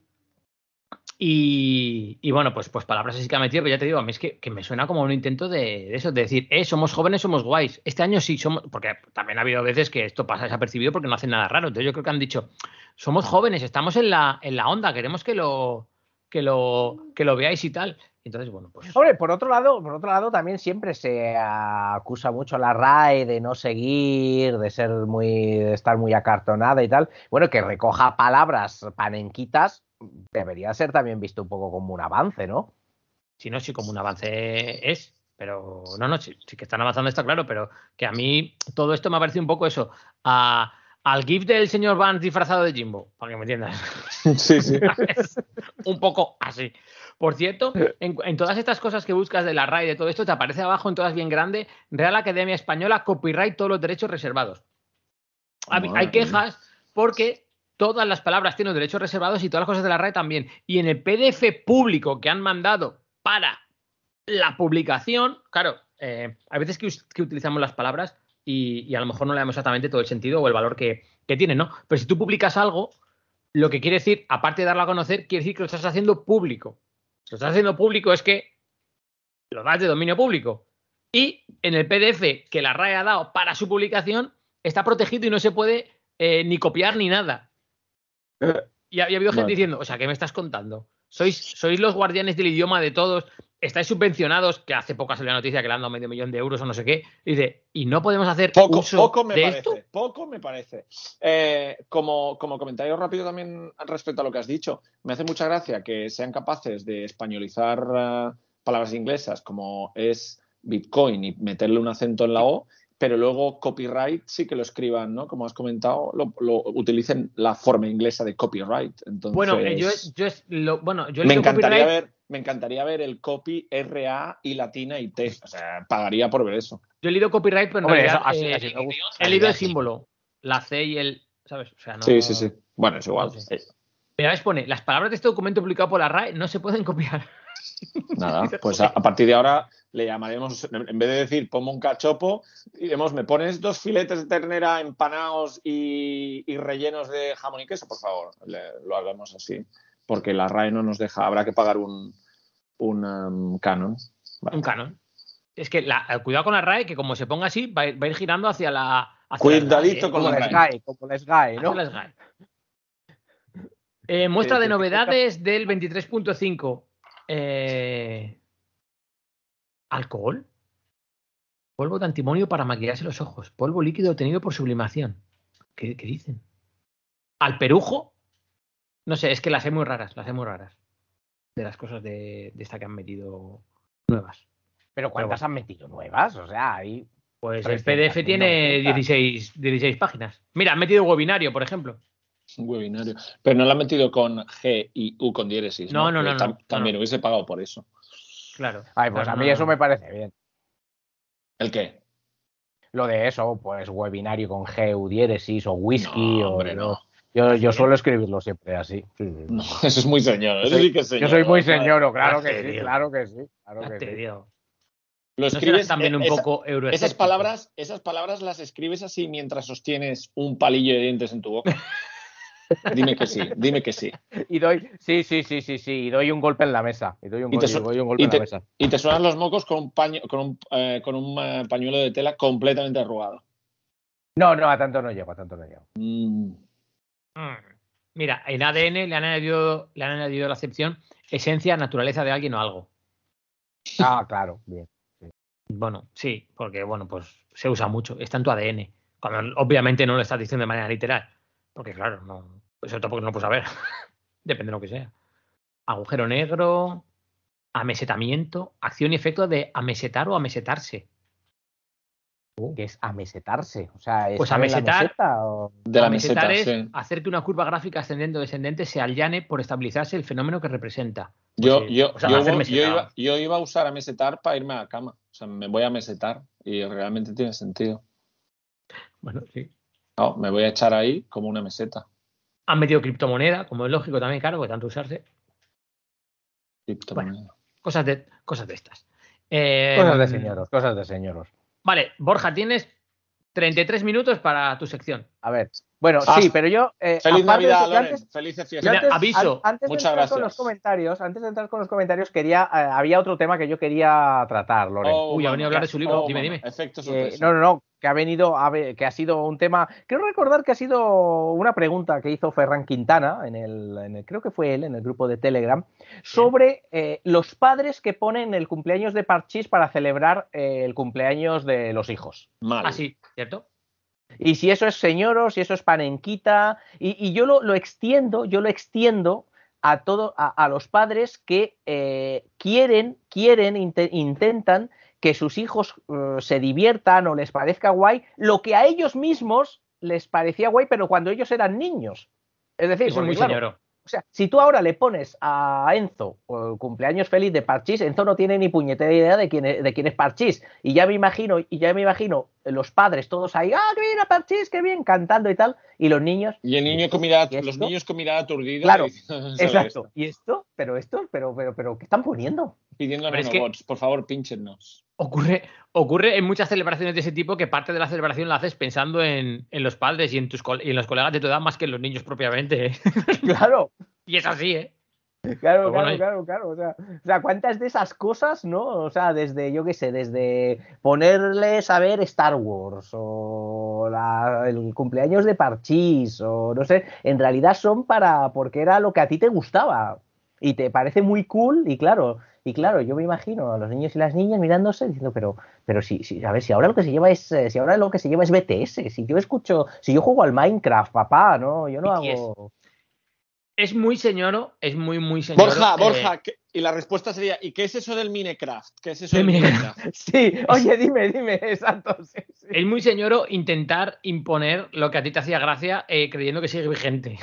Speaker 6: Y, y bueno, pues, pues palabras así que ha metido, que ya te digo, a mí es que, que me suena como un intento de, de eso, de decir, eh, somos jóvenes, somos guays. Este año sí somos, porque también ha habido veces que esto pasa desapercibido porque no hacen nada raro. Entonces yo creo que han dicho, somos jóvenes, estamos en la, en la onda, queremos que lo, que lo, que lo veáis y tal. Entonces, bueno, pues.
Speaker 7: Hombre, por otro lado, por otro lado, también siempre se acusa mucho a la R A E de no seguir, de ser muy, de estar muy acartonada y tal. Bueno, que recoja palabras panenquitas debería ser también visto un poco como un avance, ¿no?
Speaker 6: Sí, no, sí, como un avance es, pero no, no, sí, sí que están avanzando, está claro, pero que a mí todo esto me ha parecido un poco eso, a, al gif del señor Vance disfrazado de Jimbo, para que me entiendas.
Speaker 8: Sí, sí.
Speaker 6: Un poco así. Por cierto, en, en todas estas cosas que buscas de la R A E y de todo esto, te aparece abajo en todas bien grande, Real Academia Española, copyright, todos los derechos reservados. Hay, hay quejas porque todas las palabras tienen derechos reservados y todas las cosas de la R A E también. Y en el P D F público que han mandado para la publicación, claro, eh, hay veces que, que utilizamos las palabras y, y a lo mejor no le damos exactamente todo el sentido o el valor que, que tienen, ¿no? Pero si tú publicas algo, lo que quiere decir, aparte de darlo a conocer, quiere decir que lo estás haciendo público. Si lo estás haciendo público es que lo das de dominio público. Y en el P D F que la R A E ha dado para su publicación está protegido y no se puede eh, ni copiar ni nada. Y ha, y ha habido gente vale. diciendo, o sea, ¿qué me estás contando? ¿Sois, sois los guardianes del idioma de todos, estáis subvencionados, que hace poco salió la noticia que le han dado medio millón de euros o no sé qué, y dice, y no podemos hacer
Speaker 8: poco,
Speaker 6: uso
Speaker 8: poco me
Speaker 6: de
Speaker 8: parece,
Speaker 6: esto.
Speaker 8: Poco me parece. Eh, como, como comentario rápido también respecto a lo que has dicho, me hace mucha gracia que sean capaces de españolizar uh, palabras inglesas como es Bitcoin y meterle un acento en la O, pero luego copyright sí que lo escriban, ¿no? Como has comentado, lo, lo utilicen la forma inglesa de copyright. Entonces,
Speaker 6: bueno, yo, yo, lo, bueno, yo
Speaker 8: me encantaría copyright... ver, me encantaría ver el copy R A y latina y T. O sea, pagaría por ver eso.
Speaker 6: Yo he leído copyright, pero en
Speaker 7: Hombre,
Speaker 6: realidad
Speaker 7: eso, así,
Speaker 6: eh,
Speaker 7: así me gusta.
Speaker 6: he leído el símbolo, la C y el, ¿sabes? O sea, no.
Speaker 8: Sí, sí, sí. Bueno, es igual.
Speaker 6: No sé. Mira, ves, pone, las palabras de este documento publicado por la R A E no se pueden copiar.
Speaker 8: Nada, pues a, a partir de ahora le llamaremos, en vez de decir ponme un cachopo, diremos, ¿me pones dos filetes de ternera empanados y, y rellenos de jamón y queso? Por favor, le, lo hagamos así, porque la R A E no nos deja, habrá que pagar un, un um, canon. Vale.
Speaker 6: Un canon. Es que la, cuidado con la R A E, que como se ponga así, va a ir, va a ir girando hacia la... Hacia
Speaker 8: Cuidadito
Speaker 6: la R A E,
Speaker 8: con
Speaker 7: como
Speaker 8: la
Speaker 7: la
Speaker 8: R A E.
Speaker 7: SGAE, como la SGAE, ¿no?
Speaker 6: Hacia la SGAE. Eh, muestra
Speaker 7: Sí,
Speaker 6: de
Speaker 7: sí,
Speaker 6: novedades del veintitrés punto cinco. Eh... ¿Alcohol? Polvo de antimonio para maquillarse los ojos. Polvo líquido obtenido por sublimación. ¿Qué, qué dicen? ¿Al perujo? No sé, es que las hay muy raras, las hay muy raras. De las cosas de, de esta que han metido nuevas.
Speaker 7: Pero ¿cuántas han metido nuevas? O sea, hay...
Speaker 6: Pues el P D F tiene dieciséis, dieciséis páginas. Mira, han metido webinario, por ejemplo.
Speaker 8: Un webinario. Pero no lo han metido con G y U con diéresis.
Speaker 6: No, no,
Speaker 8: no,
Speaker 6: no.
Speaker 8: Tam-
Speaker 6: no,
Speaker 8: también
Speaker 6: no.
Speaker 8: hubiese pagado por eso.
Speaker 6: Claro.
Speaker 7: Ay, pues
Speaker 6: claro,
Speaker 7: a mí
Speaker 6: no,
Speaker 7: eso
Speaker 6: no.
Speaker 7: me parece bien.
Speaker 8: ¿El qué?
Speaker 7: Lo de eso, pues webinario con G, U diéresis o whisky.
Speaker 8: No,
Speaker 7: o,
Speaker 8: hombre, no.
Speaker 7: Yo, yo suelo escribirlo siempre así. Sí, sí.
Speaker 8: No, eso es muy señor. Eso
Speaker 7: Yo soy-
Speaker 8: sí que es señor.
Speaker 7: Yo soy muy señoro, claro
Speaker 6: Ya te
Speaker 7: que sí,
Speaker 6: digo.
Speaker 7: claro que sí. Claro
Speaker 6: Ya
Speaker 7: que
Speaker 6: te
Speaker 7: sí.
Speaker 6: digo.
Speaker 8: Lo
Speaker 6: ¿No serás
Speaker 8: escribes
Speaker 6: también un
Speaker 8: esa-
Speaker 6: poco euroescéptico?
Speaker 8: esas palabras, esas palabras las escribes así mientras sostienes un palillo de dientes en tu boca. Dime que sí, dime que sí.
Speaker 7: Y doy, sí, sí, sí, sí, sí, y doy un golpe en la mesa. Y doy un,
Speaker 8: Y te,
Speaker 7: gol- y
Speaker 8: su-
Speaker 7: doy un golpe
Speaker 8: y
Speaker 7: en
Speaker 8: te-
Speaker 7: la mesa.
Speaker 8: y te suenan los mocos con un paño, con un, eh, con un eh, pañuelo de tela completamente arrugado.
Speaker 7: No, no, a tanto no llego, a tanto no llego.
Speaker 8: Mm.
Speaker 6: Mm. Mira, en A D N le han añadido, le han añadido la acepción esencia, naturaleza de alguien o algo.
Speaker 7: Ah, claro, bien.
Speaker 6: Bueno, sí, porque bueno, pues se usa mucho. Está en tu A D N. Cuando obviamente no lo estás diciendo de manera literal. Porque claro, no, eso tampoco no lo puedes saber. Depende de lo que sea. Agujero negro, amesetamiento, acción y efecto de amesetar o amesetarse.
Speaker 7: Que es amesetarse. O sea, ¿es
Speaker 6: Pues
Speaker 7: en la
Speaker 6: amesetar-
Speaker 7: meseta o-
Speaker 8: De la
Speaker 6: Amesetar
Speaker 8: meseta,
Speaker 6: es
Speaker 8: sí.
Speaker 6: hacer que una curva gráfica ascendente o descendente se allane por estabilizarse el fenómeno que representa. Pues
Speaker 8: Yo,
Speaker 6: sí,
Speaker 8: yo,
Speaker 6: o sea,
Speaker 8: yo,
Speaker 6: hacer
Speaker 8: yo
Speaker 6: mesetado.
Speaker 8: iba, yo iba a usar a mesetar para irme a la cama. O sea, me voy a mesetar y realmente tiene sentido.
Speaker 6: Bueno, sí.
Speaker 8: No, me voy a echar ahí como una meseta.
Speaker 6: Han metido criptomoneda, como es lógico también, claro, porque tanto usarse.
Speaker 8: Criptomoneda.
Speaker 6: Cosas de, cosas de estas. Eh,
Speaker 7: Cosas de señoros, cosas de señoros.
Speaker 6: Vale, Borja, tienes treinta y tres minutos para tu sección.
Speaker 7: A ver. Bueno,
Speaker 8: Ah,
Speaker 7: sí, pero yo. eh,
Speaker 8: Feliz
Speaker 7: aparte de
Speaker 8: Navidad,
Speaker 7: eso, yo
Speaker 8: Loren.
Speaker 7: antes-
Speaker 8: Felices
Speaker 7: yo
Speaker 8: fiestas.
Speaker 6: Mira,
Speaker 7: antes-
Speaker 6: aviso.
Speaker 7: an- antes de
Speaker 8: Muchas
Speaker 7: entrar con
Speaker 8: gracias.
Speaker 7: los comentarios, antes de entrar con los comentarios, quería, eh, había otro tema que yo quería tratar, Loren.
Speaker 8: Oh,
Speaker 6: Uy, ha
Speaker 8: mama.
Speaker 6: venido a hablar de su libro.
Speaker 8: Oh,
Speaker 6: Dime,
Speaker 8: mama.
Speaker 6: dime.
Speaker 8: Efecto
Speaker 7: Eh,
Speaker 8: sorpresa.
Speaker 7: no, no, no, que ha venido, a ver, que ha sido un tema. Quiero recordar que ha sido una pregunta que hizo Ferran Quintana, en el, en el- creo que fue él, en el grupo de Telegram, sobre eh, los padres que ponen el cumpleaños de Parchís para celebrar eh, el cumpleaños de los hijos.
Speaker 8: Mal.
Speaker 6: Así, ¿cierto?
Speaker 7: Y si eso es señoro, si eso es panenquita, y, y yo lo, lo extiendo, yo lo extiendo a todo, a, a los padres que eh, quieren, quieren, inte- intentan que sus hijos eh, se diviertan o les parezca guay, lo que a ellos mismos les parecía guay, pero cuando ellos eran niños. Es decir,
Speaker 6: Eso es
Speaker 7: porque,
Speaker 6: muy
Speaker 7: claro,
Speaker 6: señoro.
Speaker 7: o sea, si tú ahora le pones a Enzo o el cumpleaños feliz de Parchís, Enzo no tiene ni puñetera idea de quién es, de quién es Parchís. Y ya me imagino, y ya me imagino los padres todos ahí, ¡ah, qué bien a Parchís, qué bien! Cantando y tal. Y los niños.
Speaker 8: Y el niño con mirada,
Speaker 7: ¿Y esto?
Speaker 8: los niños con mirada aturdida.
Speaker 7: Claro,
Speaker 8: y diciendo,
Speaker 7: exacto. ¿Y esto? ¿Pero esto? ¿Pero, pero, pero qué están poniendo?
Speaker 8: Pidiendo a
Speaker 6: Pero es que-
Speaker 8: nanobots, por favor, pínchennos.
Speaker 6: Ocurre, ocurre en muchas celebraciones de ese tipo que parte de la celebración la haces pensando en, en los padres y en, tus, col- y en los colegas de tu edad más que en los niños propiamente. ¿eh?
Speaker 7: Claro.
Speaker 6: Y es así, ¿eh?
Speaker 7: Claro,
Speaker 6: Pero bueno,
Speaker 7: claro,
Speaker 6: ahí-
Speaker 7: claro, claro. O sea, o sea, ¿cuántas de esas cosas, no? O sea, desde, yo qué sé, desde ponerles a ver Star Wars o la- el cumpleaños de Parchís o no sé, en realidad son para, porque era lo que a ti te gustaba y te parece muy cool y claro, y claro, yo me imagino a los niños y las niñas mirándose diciendo, pero, pero si, si, a ver, si ahora lo que se lleva es, eh, si ahora lo que se lleva es B T S, si yo escucho, si yo juego al Minecraft, papá, ¿no? Yo no
Speaker 6: B T S.
Speaker 7: hago...
Speaker 6: Es muy señoro, es muy, muy señoro.
Speaker 8: Borja,
Speaker 6: eh,
Speaker 8: Borja, ¿qué- y la respuesta sería, ¿y qué es eso del Minecraft? ¿Qué es eso
Speaker 6: Del
Speaker 8: del
Speaker 6: Minecraft.
Speaker 8: Minecraft?
Speaker 7: Sí, oye, dime, dime, exacto, sí, sí.
Speaker 6: Es muy señoro intentar imponer lo que a ti te hacía gracia eh, creyendo que sigue vigente.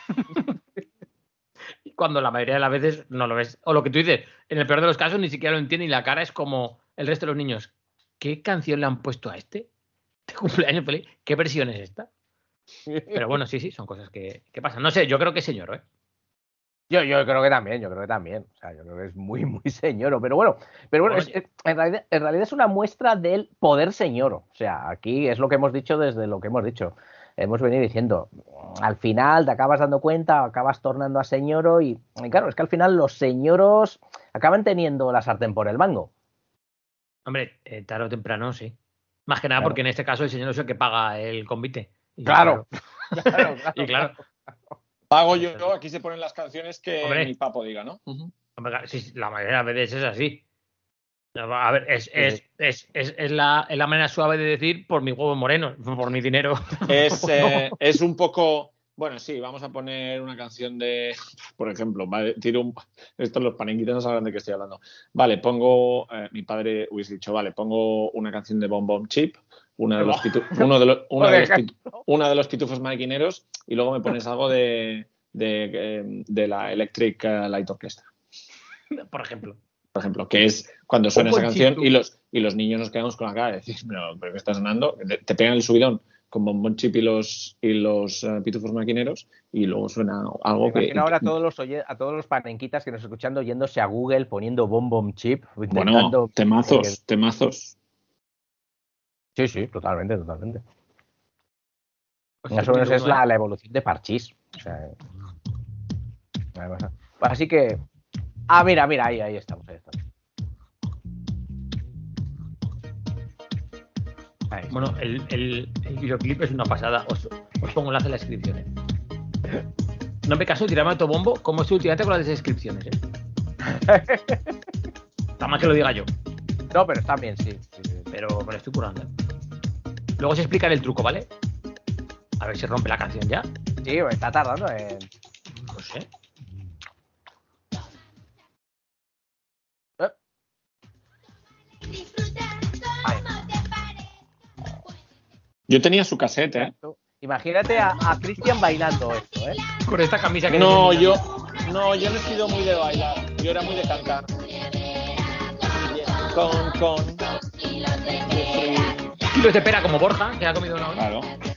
Speaker 6: Cuando la mayoría de las veces no lo ves. O lo que tú dices, en el peor de los casos ni siquiera lo entiende y la cara es como el resto de los niños. ¿Qué canción le han puesto a este? ¿De cumpleaños feliz? ¿Qué versión es esta? Pero bueno, sí, sí, son cosas que, que pasan. No sé, yo creo que es señor, ¿eh?
Speaker 7: Yo, yo creo que también, yo creo que también. O sea, yo creo que es muy, muy señoro. Pero bueno, pero bueno, es-
Speaker 6: Oye.
Speaker 7: es- en, realidad, en realidad es una muestra del poder señoro. O sea, aquí es lo que hemos dicho desde lo que hemos dicho. Hemos venido diciendo, al final te acabas dando cuenta, acabas tornando a señoro y, y claro, es que al final los señoros acaban teniendo la sartén por el mango.
Speaker 6: Hombre, eh, tarde o temprano, sí. Más que nada
Speaker 7: Claro.
Speaker 6: porque en este caso el señor es el que paga el convite. Y
Speaker 7: Claro.
Speaker 6: claro.
Speaker 7: Claro, claro,
Speaker 6: Y claro.
Speaker 8: Pago yo, aquí se ponen las canciones que
Speaker 6: Hombre.
Speaker 8: mi papo diga, ¿no? Uh-huh.
Speaker 6: Hombre, sí, la mayoría de las veces es así. A ver, es, es, es, es, es, la, es la manera suave de decir por mis huevos morenos, por mi dinero.
Speaker 8: Es, eh, es un poco... Bueno, sí, vamos a poner una canción de... Por ejemplo, vale, tiro un... Estos los panenquitas no sabrán de qué estoy hablando. Vale, pongo... Eh, mi padre hubiese dicho, vale, pongo una canción de Bom Bom Chip, una de los, pitu... uno de los, una de los, pitu... una de los pitufos mariquineros, y luego me pones algo de, de, de la Electric Light Orchestra.
Speaker 6: Por ejemplo.
Speaker 8: Por ejemplo, que es cuando suena esa canción y los, y los niños nos quedamos con la cara de decir, pero, pero ¿qué está sonando? Te, te pegan el subidón con Bom Bom Chip y los, y los uh, pitufos maquineros y luego suena algo
Speaker 7: Me
Speaker 8: que...
Speaker 7: ahora a todos los oye, a todos los panenquitas que nos escuchando yéndose a Google poniendo Bom Bom Chip.
Speaker 8: Bueno, temazos, eh, temazos.
Speaker 7: Sí, sí, totalmente, totalmente. Pues más o menos es la, la evolución de Parchís. O sea, así que... Ah, mira, mira, ahí, ahí estamos, ahí estamos.
Speaker 6: Ahí. Bueno, el, el, el videoclip es una pasada. Os, os pongo enlace en la descripción. ¿eh? No me caso, tirarme autobombo como estoy últimamente con las descripciones. ¿eh? Está mal que lo diga yo.
Speaker 7: No, pero está bien, sí. sí, sí.
Speaker 6: Pero me lo estoy curando. ¿eh? Luego os explicaré el truco, ¿vale? A ver si rompe la canción ya.
Speaker 7: Sí, está tardando en...
Speaker 6: No sé.
Speaker 8: Yo tenía su cassette, ¿eh?
Speaker 7: Imagínate a, a Cristian bailando esto, ¿eh?
Speaker 6: Con esta camisa que...
Speaker 8: No, yo no, yo no he sido muy de bailar. Yo era muy de cantar. Con, con...
Speaker 6: Kilos de pera como Borja, que ha comido una hora.
Speaker 8: Claro.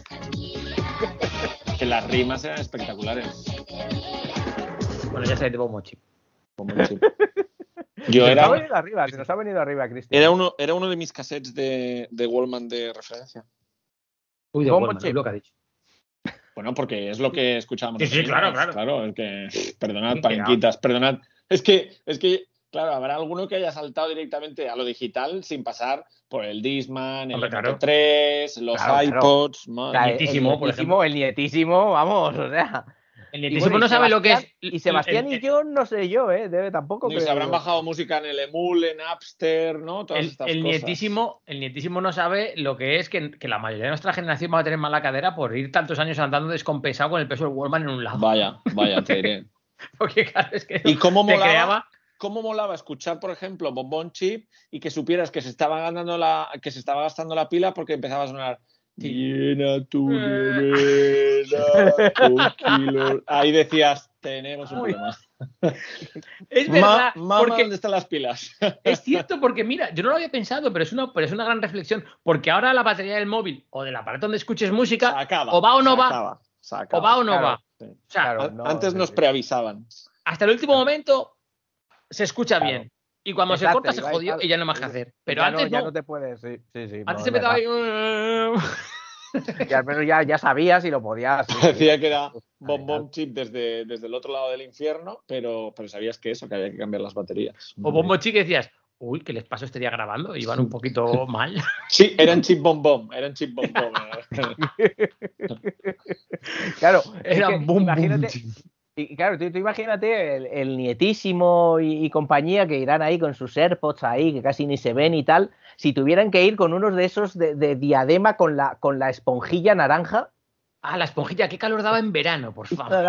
Speaker 8: Que las rimas eran espectaculares.
Speaker 6: Bueno, ya sabéis de Bombo Chip.
Speaker 8: Bombo Chip. Yo
Speaker 7: se
Speaker 8: era...
Speaker 7: nos ha venido arriba, se nos ha venido arriba, Cristian.
Speaker 8: Era uno, era uno de mis cassettes de, de Wallman de referencia.
Speaker 6: Uy, de Wallman, es lo que ha dicho.
Speaker 8: Bueno, porque es lo que escuchábamos.
Speaker 6: Sí, sí, claro, claro.
Speaker 8: Claro, es que... Perdonad, palenquitas, perdonad. Es que, es que, claro, habrá alguno que haya saltado directamente a lo digital sin pasar por el Discman, el
Speaker 6: Hombre,
Speaker 8: M P tres,
Speaker 6: claro.
Speaker 8: los
Speaker 7: claro,
Speaker 8: iPods...
Speaker 7: Claro.
Speaker 8: Madre.
Speaker 7: El nietísimo, por ejemplo. El nietísimo, vamos, o sea...
Speaker 6: El nietísimo bueno, no sabe lo que es...
Speaker 7: Y Sebastián el, el, y yo, no sé yo, ¿eh? Debe tampoco...
Speaker 8: No, se habrán bajado música en el Emul, en Napster, ¿no? Todas
Speaker 6: el,
Speaker 8: estas
Speaker 6: el
Speaker 8: cosas.
Speaker 6: Nietísimo, el nietísimo no sabe lo que es que, que la mayoría de nuestra generación va a tener mala cadera por ir tantos años andando descompensado con el peso del Wallman en un lado.
Speaker 8: Vaya, vaya, te diré.
Speaker 6: Porque claro, es que...
Speaker 8: ¿Y cómo molaba,
Speaker 6: creaba...
Speaker 8: cómo molaba escuchar, por ejemplo, Bom Bom Chip y que supieras que se estaba ganando la, que se estaba gastando la pila porque empezaba a sonar... Llena tu nevera con kilos. Ahí decías, tenemos un problema.
Speaker 6: Es verdad.
Speaker 8: Ma, mamá,
Speaker 6: porque
Speaker 8: ¿dónde están las pilas?
Speaker 6: Es cierto, porque mira, yo no lo había pensado, pero es una, pero es una gran reflexión. Porque ahora la batería del móvil o del aparato donde escuches música,
Speaker 8: se acaba,
Speaker 6: o va o no
Speaker 8: se
Speaker 6: va.
Speaker 8: acaba, se acaba.
Speaker 6: O va o no
Speaker 7: claro,
Speaker 6: va.
Speaker 8: Sí.
Speaker 6: O sea,
Speaker 7: claro, no,
Speaker 8: antes
Speaker 7: sí,
Speaker 8: nos
Speaker 7: sí.
Speaker 8: preavisaban.
Speaker 6: hasta el último momento se escucha
Speaker 7: Claro.
Speaker 6: bien. Y cuando
Speaker 7: Exacto,
Speaker 6: se corta se
Speaker 7: iba a
Speaker 6: jodió
Speaker 7: estar-
Speaker 6: y ya no hay más que hacer. Pero
Speaker 7: ya
Speaker 6: antes
Speaker 7: no, ya
Speaker 6: no.
Speaker 7: no te puedes, sí, sí, sí.
Speaker 6: Antes
Speaker 7: no,
Speaker 6: se
Speaker 7: es
Speaker 6: empezaba
Speaker 7: verdad.
Speaker 6: ahí...
Speaker 7: Y al menos ya, ya sabías y lo podías. Sí,
Speaker 8: Decía
Speaker 7: sí.
Speaker 8: que era Bom Bom Chip desde, desde el otro lado del infierno, pero, pero sabías que eso, que había que cambiar las baterías.
Speaker 6: O Bombo Chip que decías, uy, ¿qué les pasó este día grabando? Iban un poquito mal.
Speaker 8: Sí, eran Chip Bom Bom, eran Chip Bom Bom.
Speaker 7: Claro,
Speaker 6: Eran
Speaker 7: es que
Speaker 6: boom,
Speaker 7: imagínate,
Speaker 6: boom, chip.
Speaker 7: y claro, tú, tú imagínate el, el nietísimo y, y compañía que irán ahí con sus AirPods ahí, que casi ni se ven y tal, si tuvieran que ir con unos de esos de, de diadema con la, con la esponjilla naranja.
Speaker 6: Ah, la esponjilla, qué calor daba en verano, por favor.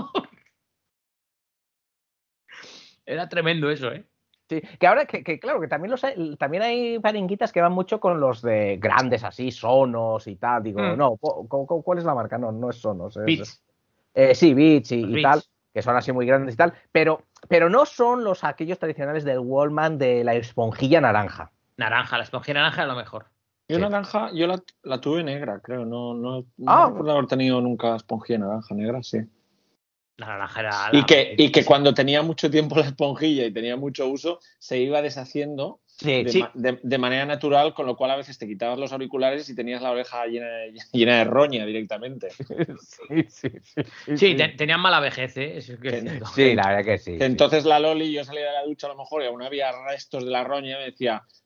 Speaker 6: Era tremendo eso, ¿eh?
Speaker 7: Sí, que ahora, que, que claro, que también, los hay, también hay parenquitas que van mucho con los de grandes así, Sonos y tal. Digo,
Speaker 6: Mm.
Speaker 7: no, ¿cu- cu- ¿cuál es la marca? No, no es Sonos. Es,
Speaker 6: Beats.
Speaker 7: Eh, sí, Beats y,
Speaker 6: Los
Speaker 7: y
Speaker 6: Beats.
Speaker 7: tal, que son así muy grandes y tal, pero, pero no son los aquellos tradicionales del Wallman de la esponjilla naranja.
Speaker 6: Naranja, la esponjilla naranja era lo mejor.
Speaker 8: Yo
Speaker 7: Sí.
Speaker 8: naranja, yo la, la tuve negra, creo. No, no, no
Speaker 7: Ah.
Speaker 8: recuerdo haber tenido nunca esponjilla naranja negra, sí.
Speaker 6: La naranja era...
Speaker 8: Y
Speaker 6: la-
Speaker 8: que, y que cuando tenía mucho tiempo la esponjilla y tenía mucho uso, se iba deshaciendo
Speaker 7: Sí,
Speaker 8: de,
Speaker 7: sí.
Speaker 8: ma- de- de manera natural, con lo cual a veces te quitabas los auriculares y tenías la oreja llena de, llena de roña directamente.
Speaker 7: Sí, sí, sí.
Speaker 6: Sí, te- tenían mala vejez, ¿eh? Eso es que es cierto.
Speaker 7: Sí, la verdad que sí.
Speaker 8: Que
Speaker 7: sí.
Speaker 8: entonces la Loli, yo salía de la ducha a lo mejor y aún había restos de la roña y me decía,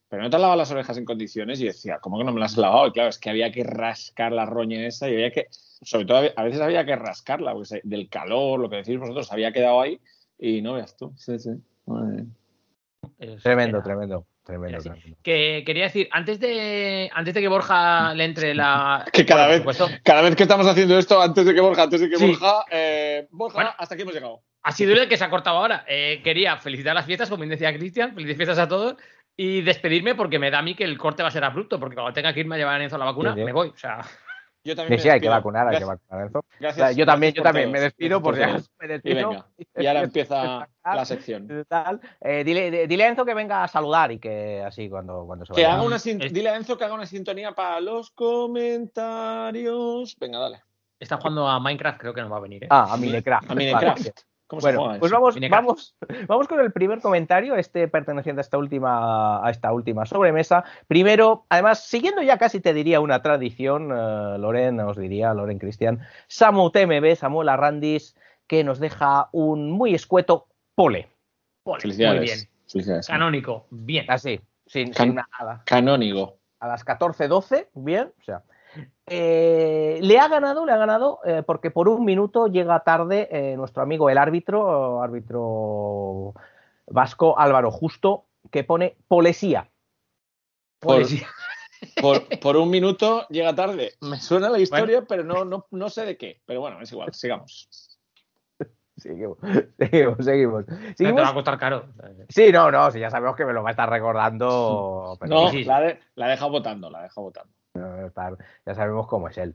Speaker 8: pero no te has lavado las orejas en condiciones. Y decía, ¿cómo que no me las has lavado? Y claro, es que había que rascar la roña esa y había que, sobre todo a veces había que rascarla, porque del calor, lo que decís vosotros, había quedado ahí y no veas tú. Sí, sí. Muy
Speaker 7: bien. Tremendo, tremendo. Tremendo,
Speaker 6: tremendo. Que quería decir, antes de antes de que Borja le entre la...
Speaker 8: Que cada, bueno, vez, cada vez que estamos haciendo esto, antes de que Borja, antes de que
Speaker 6: sí.
Speaker 8: Borja, eh, Borja,
Speaker 6: bueno,
Speaker 8: hasta aquí hemos llegado.
Speaker 6: Ha sido el que se ha cortado ahora. Eh, quería felicitar las fiestas, como bien decía Cristian, felices fiestas a todos, y despedirme porque me da a mí que el corte va a ser abrupto, porque cuando tenga que irme a llevar a Enzo a la vacuna, sí, sí. me voy. O sea...
Speaker 8: Yo también
Speaker 7: sí, sí, hay que vacunar, hay que vacunar a Enzo. Gracias, o sea, yo también, yo también me despido por si me despido.
Speaker 8: Y venga, y ahora empieza la sección.
Speaker 7: Eh, dile, dile a Enzo que venga a saludar y que así cuando, cuando se
Speaker 8: que
Speaker 7: vaya.
Speaker 8: Haga una dile a Enzo que haga una sintonía para los comentarios. Venga, dale.
Speaker 6: Está jugando a Minecraft, creo que no va a venir. ¿eh?
Speaker 7: Ah, a Minecraft.
Speaker 8: A Minecraft. Vale.
Speaker 7: ¿Cómo se bueno, juega pues vamos, vamos, vamos con el primer comentario, este perteneciente a esta última, a esta última sobremesa. Primero, además, siguiendo ya casi te diría una tradición, uh, Loren, os diría, Loren Cristian, Samu T M B, Samuel Arrandis, que nos deja un muy escueto pole.
Speaker 6: Pole.
Speaker 8: Felicidades.
Speaker 6: Muy bien.
Speaker 8: Felicidades.
Speaker 6: Canónico, bien.
Speaker 7: Así, sin,
Speaker 8: Can-
Speaker 7: sin nada.
Speaker 8: Canónigo.
Speaker 7: A las catorce doce, bien, o sea... Eh, le ha ganado, le ha ganado eh, porque por un minuto llega tarde eh, nuestro amigo el árbitro, árbitro vasco Álvaro Justo, que pone polesía.
Speaker 8: Polesía. Por, por, por un minuto llega tarde. Me suena la historia, bueno. pero no, no, no sé de qué. Pero bueno, es igual, sigamos.
Speaker 7: Seguimos, seguimos, seguimos.
Speaker 6: ¿Seguimos? Te va a costar caro.
Speaker 7: Sí, no, no, sí, ya sabemos que me lo va a estar recordando.
Speaker 8: Pero no, sí, sí. La, de, la deja votando, la deja votando.
Speaker 7: Ya sabemos cómo es él.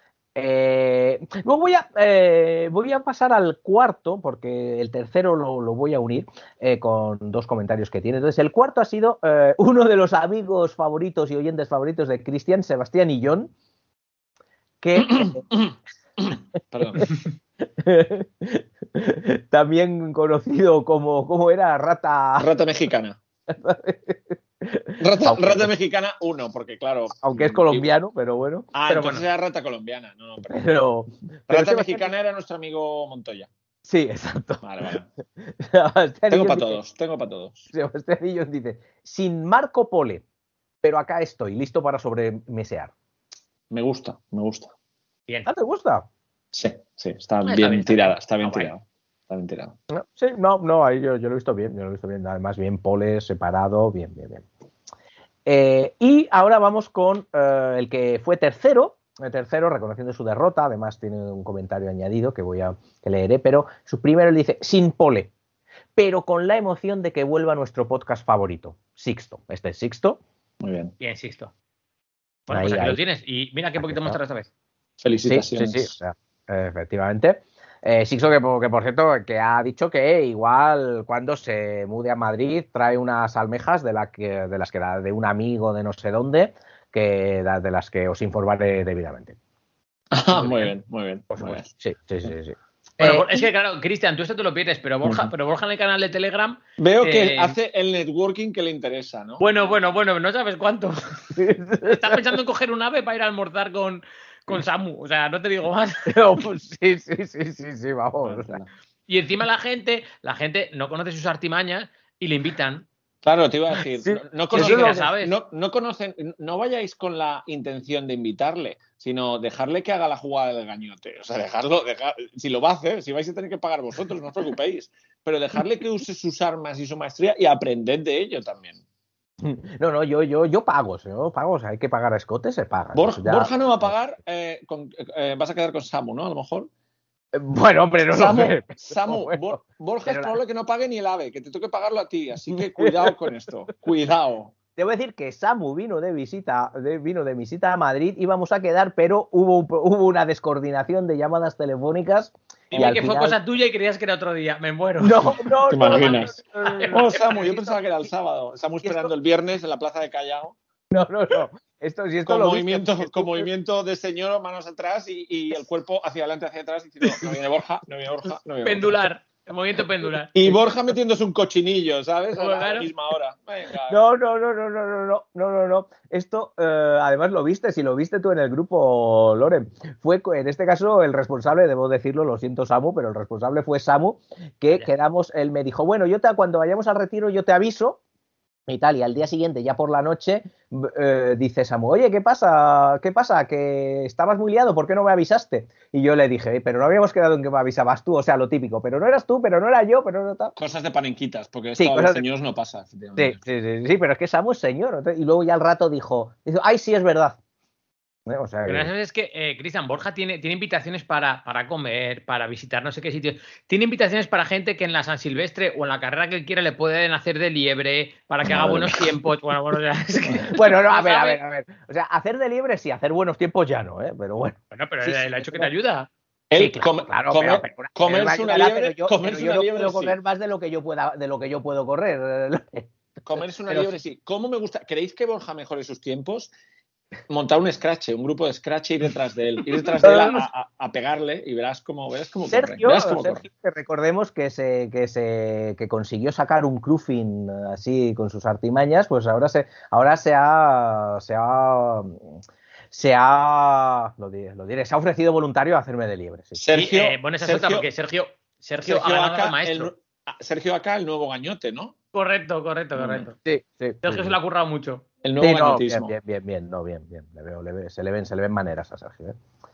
Speaker 7: Eh, luego voy a, eh, voy a pasar al cuarto, porque el tercero lo, lo voy a unir eh, con dos comentarios que tiene. Entonces, el cuarto ha sido eh, uno de los amigos favoritos y oyentes favoritos de Cristian, Sebastián y John, que...
Speaker 8: Perdón.
Speaker 7: También conocido como, ¿cómo era? Rata...
Speaker 8: Rata mexicana. Rata, aunque, rata mexicana uno, porque claro...
Speaker 7: Aunque es colombiano, pero bueno.
Speaker 8: Ah,
Speaker 7: pero
Speaker 8: entonces
Speaker 7: bueno.
Speaker 8: era rata colombiana. No, no, pero,
Speaker 7: pero,
Speaker 8: rata pero mexicana que... era nuestro amigo Montoya.
Speaker 7: Sí, exacto.
Speaker 8: Vale, vale. tengo para todos, tengo para todos.
Speaker 7: Sebastián Illón dice, sin Marco Pole, pero acá estoy, listo para sobremesear.
Speaker 8: Me gusta, me gusta.
Speaker 7: Bien. ¿Ah, te gusta?
Speaker 8: Sí, sí, está, está bien, bien tirada, está bien tirada. Está bien tirado.
Speaker 7: No, sí, no, no, ahí yo, yo lo he visto bien, yo lo he visto bien, además bien pole, separado, bien, bien, bien. Eh, y ahora vamos con eh, el que fue tercero, el tercero reconociendo su derrota, además tiene un comentario añadido que voy a que leeré, pero su primero le dice, sin pole, pero con la emoción de que vuelva nuestro podcast favorito, Sixto. Este es Sixto.
Speaker 8: Muy bien.
Speaker 6: Bien, Sixto. Bueno, ahí, pues aquí ahí lo tienes, y mira qué poquito más tarde esta vez.
Speaker 8: Felicitaciones.
Speaker 7: Sí, sí, sí, o sea, efectivamente. Eh, Sixto, que, que por cierto, que ha dicho que igual cuando se mude a Madrid trae unas almejas de, la que, de las que da de un amigo de no sé dónde, que de las que os informaré debidamente.
Speaker 8: Ah, muy bien, muy bien. Muy bien.
Speaker 7: Sí, sí, sí, sí.
Speaker 6: Bueno,
Speaker 7: eh,
Speaker 6: es que claro, Cristian, tú esto te lo pierdes, pero Borja, uh-huh. pero Borja en el canal de Telegram...
Speaker 8: Veo eh, que hace el networking que le interesa, ¿no?
Speaker 6: Bueno, bueno, bueno, no sabes cuánto. Estás pensando en coger un ave para ir a almorzar con... Con Samu, o sea, no te digo más.
Speaker 7: No, pues sí, sí, sí, sí, sí, vamos. O sea.
Speaker 6: Y encima la gente, la gente no conoce sus artimañas y le invitan.
Speaker 8: Claro, te iba a decir, sí, no, no, conocen,
Speaker 6: ya sabes.
Speaker 8: No, no conocen, no vayáis con la intención de invitarle, sino dejarle que haga la jugada del gañote. O sea, dejarlo, dejar, si lo va a hacer, si vais a tener que pagar vosotros, no os preocupéis. Pero dejarle que use sus armas y su maestría y aprended de ello también.
Speaker 7: No, no, yo, yo, yo pago, yo pago, o sea, hay que pagar a escote, se paga.
Speaker 8: Borja,
Speaker 7: ya...
Speaker 8: Borja no va a pagar, eh, con, eh, vas a quedar con Samu, ¿no? A lo mejor.
Speaker 7: Bueno, hombre, no
Speaker 8: Samu,
Speaker 7: lo sé.
Speaker 8: Samu,
Speaker 7: bueno,
Speaker 8: Borja
Speaker 7: pero
Speaker 8: es probable la... que no pague ni el ave, que te toque pagarlo a ti, así que cuidado con esto, cuidado.
Speaker 7: Debo decir que Samu vino de visita, de, vino de visita a Madrid, íbamos a quedar, pero hubo, hubo una descoordinación de llamadas telefónicas.
Speaker 6: Y, y que final... fue cosa tuya y creías que era otro día, me muero.
Speaker 7: No, no,
Speaker 8: ¿Te
Speaker 7: no.
Speaker 8: imaginas? No, no, no, no, oh, Samu, yo pensaba que era el sábado. Samu esperando esto... el viernes en la plaza de Callao.
Speaker 7: No, no, no. Esto, si esto
Speaker 8: con
Speaker 7: lo
Speaker 8: movimiento,
Speaker 7: viste,
Speaker 8: con movimiento de señor, manos atrás y, y el cuerpo hacia adelante, hacia atrás, diciendo, no viene Borja, no viene Borja, no viene
Speaker 6: pendular,
Speaker 8: Borja.
Speaker 6: El movimiento pendular.
Speaker 8: Y Borja metiéndose un cochinillo, ¿sabes? A la claro. misma hora. Venga.
Speaker 7: No, no, no, no, no, no, no, no, no, no. Esto, eh, además lo viste, si lo viste tú en el grupo, Loren. Fue, en este caso, el responsable, debo decirlo, lo siento, Samu, pero el responsable fue Samu, que Vaya. quedamos, él me dijo, bueno, yo te, cuando vayamos al retiro yo te aviso, y tal, y al día siguiente, ya por la noche, eh, dice Samu, oye, ¿qué pasa? ¿Qué pasa? Que estabas muy liado, ¿por qué no me avisaste? Y yo le dije, pero no habíamos quedado en que me avisabas tú, o sea, lo típico, pero no eras tú, pero no era yo, pero no tal.
Speaker 8: Cosas de panenquitas, porque esto
Speaker 7: Sí,
Speaker 8: a los
Speaker 7: cosas de-
Speaker 8: señores no pasa.
Speaker 7: Sí,
Speaker 8: efectivamente.
Speaker 7: sí, sí, sí, pero es que Samu es señor. Y luego ya al rato dijo, dijo ay, sí, es verdad. ¿Eh? O sea,
Speaker 6: Pero
Speaker 7: que-
Speaker 6: eso es que, eh, Cristian, Borja tiene, tiene invitaciones para, para comer, para visitar no sé qué sitios. Tiene invitaciones para gente que en la San Silvestre o en la carrera que él quiera le pueden hacer de liebre, para que haga
Speaker 8: Madre
Speaker 6: buenos tiempos. Bueno, bueno, o sea, es que-
Speaker 7: Bueno, no, a
Speaker 6: no
Speaker 7: ver, a
Speaker 6: sabe.
Speaker 7: ver, a ver. O sea, hacer de liebre sí, hacer buenos tiempos ya no, ¿eh? Pero bueno.
Speaker 6: Bueno, pero
Speaker 7: Sí,
Speaker 6: él
Speaker 7: sí,
Speaker 6: ha hecho que
Speaker 7: pero-
Speaker 6: te ayuda.
Speaker 8: Él
Speaker 7: Sí, claro,
Speaker 8: come-
Speaker 7: claro,
Speaker 8: come-
Speaker 7: pero- pero- pero
Speaker 8: comerse
Speaker 7: me
Speaker 8: una
Speaker 7: ayudará,
Speaker 8: liebre,
Speaker 7: pero yo,
Speaker 8: comerse
Speaker 7: pero yo
Speaker 8: una
Speaker 7: no
Speaker 8: liebre,
Speaker 7: puedo
Speaker 8: sí.
Speaker 7: correr más de lo que yo pueda, de lo que yo puedo correr.
Speaker 8: Comerse una
Speaker 7: Pero-
Speaker 8: liebre, sí. ¿Cómo me gusta? ¿Creéis que Borja mejore sus tiempos? Montar un scratch, un grupo de scratch y ir detrás de él. Ir detrás de él a, a- a pegarle y verás cómo, verás cómo corre.
Speaker 7: Sergio,
Speaker 8: Verás cómo
Speaker 7: Sergio,
Speaker 8: corre.
Speaker 7: que recordemos que se, que se que consiguió sacar un Clufin así con sus artimañas, pues ahora se, ahora se ha, se ha, se ha, lo diré, lo diré, se ha ofrecido voluntario a hacerme de liebre. Sí.
Speaker 8: Sergio,
Speaker 6: Y, eh, bueno, esa es otra,
Speaker 8: Sergio-
Speaker 6: porque Sergio, Sergio,
Speaker 8: Sergio
Speaker 6: ha ganado
Speaker 8: acá,
Speaker 6: al maestro.
Speaker 8: el, ah, Sergio acá, el nuevo gañote, ¿no?
Speaker 6: Correcto, correcto,
Speaker 8: Mm.
Speaker 6: correcto.
Speaker 7: Sí, sí,
Speaker 6: Sergio
Speaker 7: sí.
Speaker 6: se lo ha currado mucho.
Speaker 8: El nuevo
Speaker 7: Sí, no, bien,
Speaker 8: gañotismo.
Speaker 7: bien, bien, bien, no, bien, bien, le veo, le veo, se le ven, se le ven maneras a Sergio. ¿eh?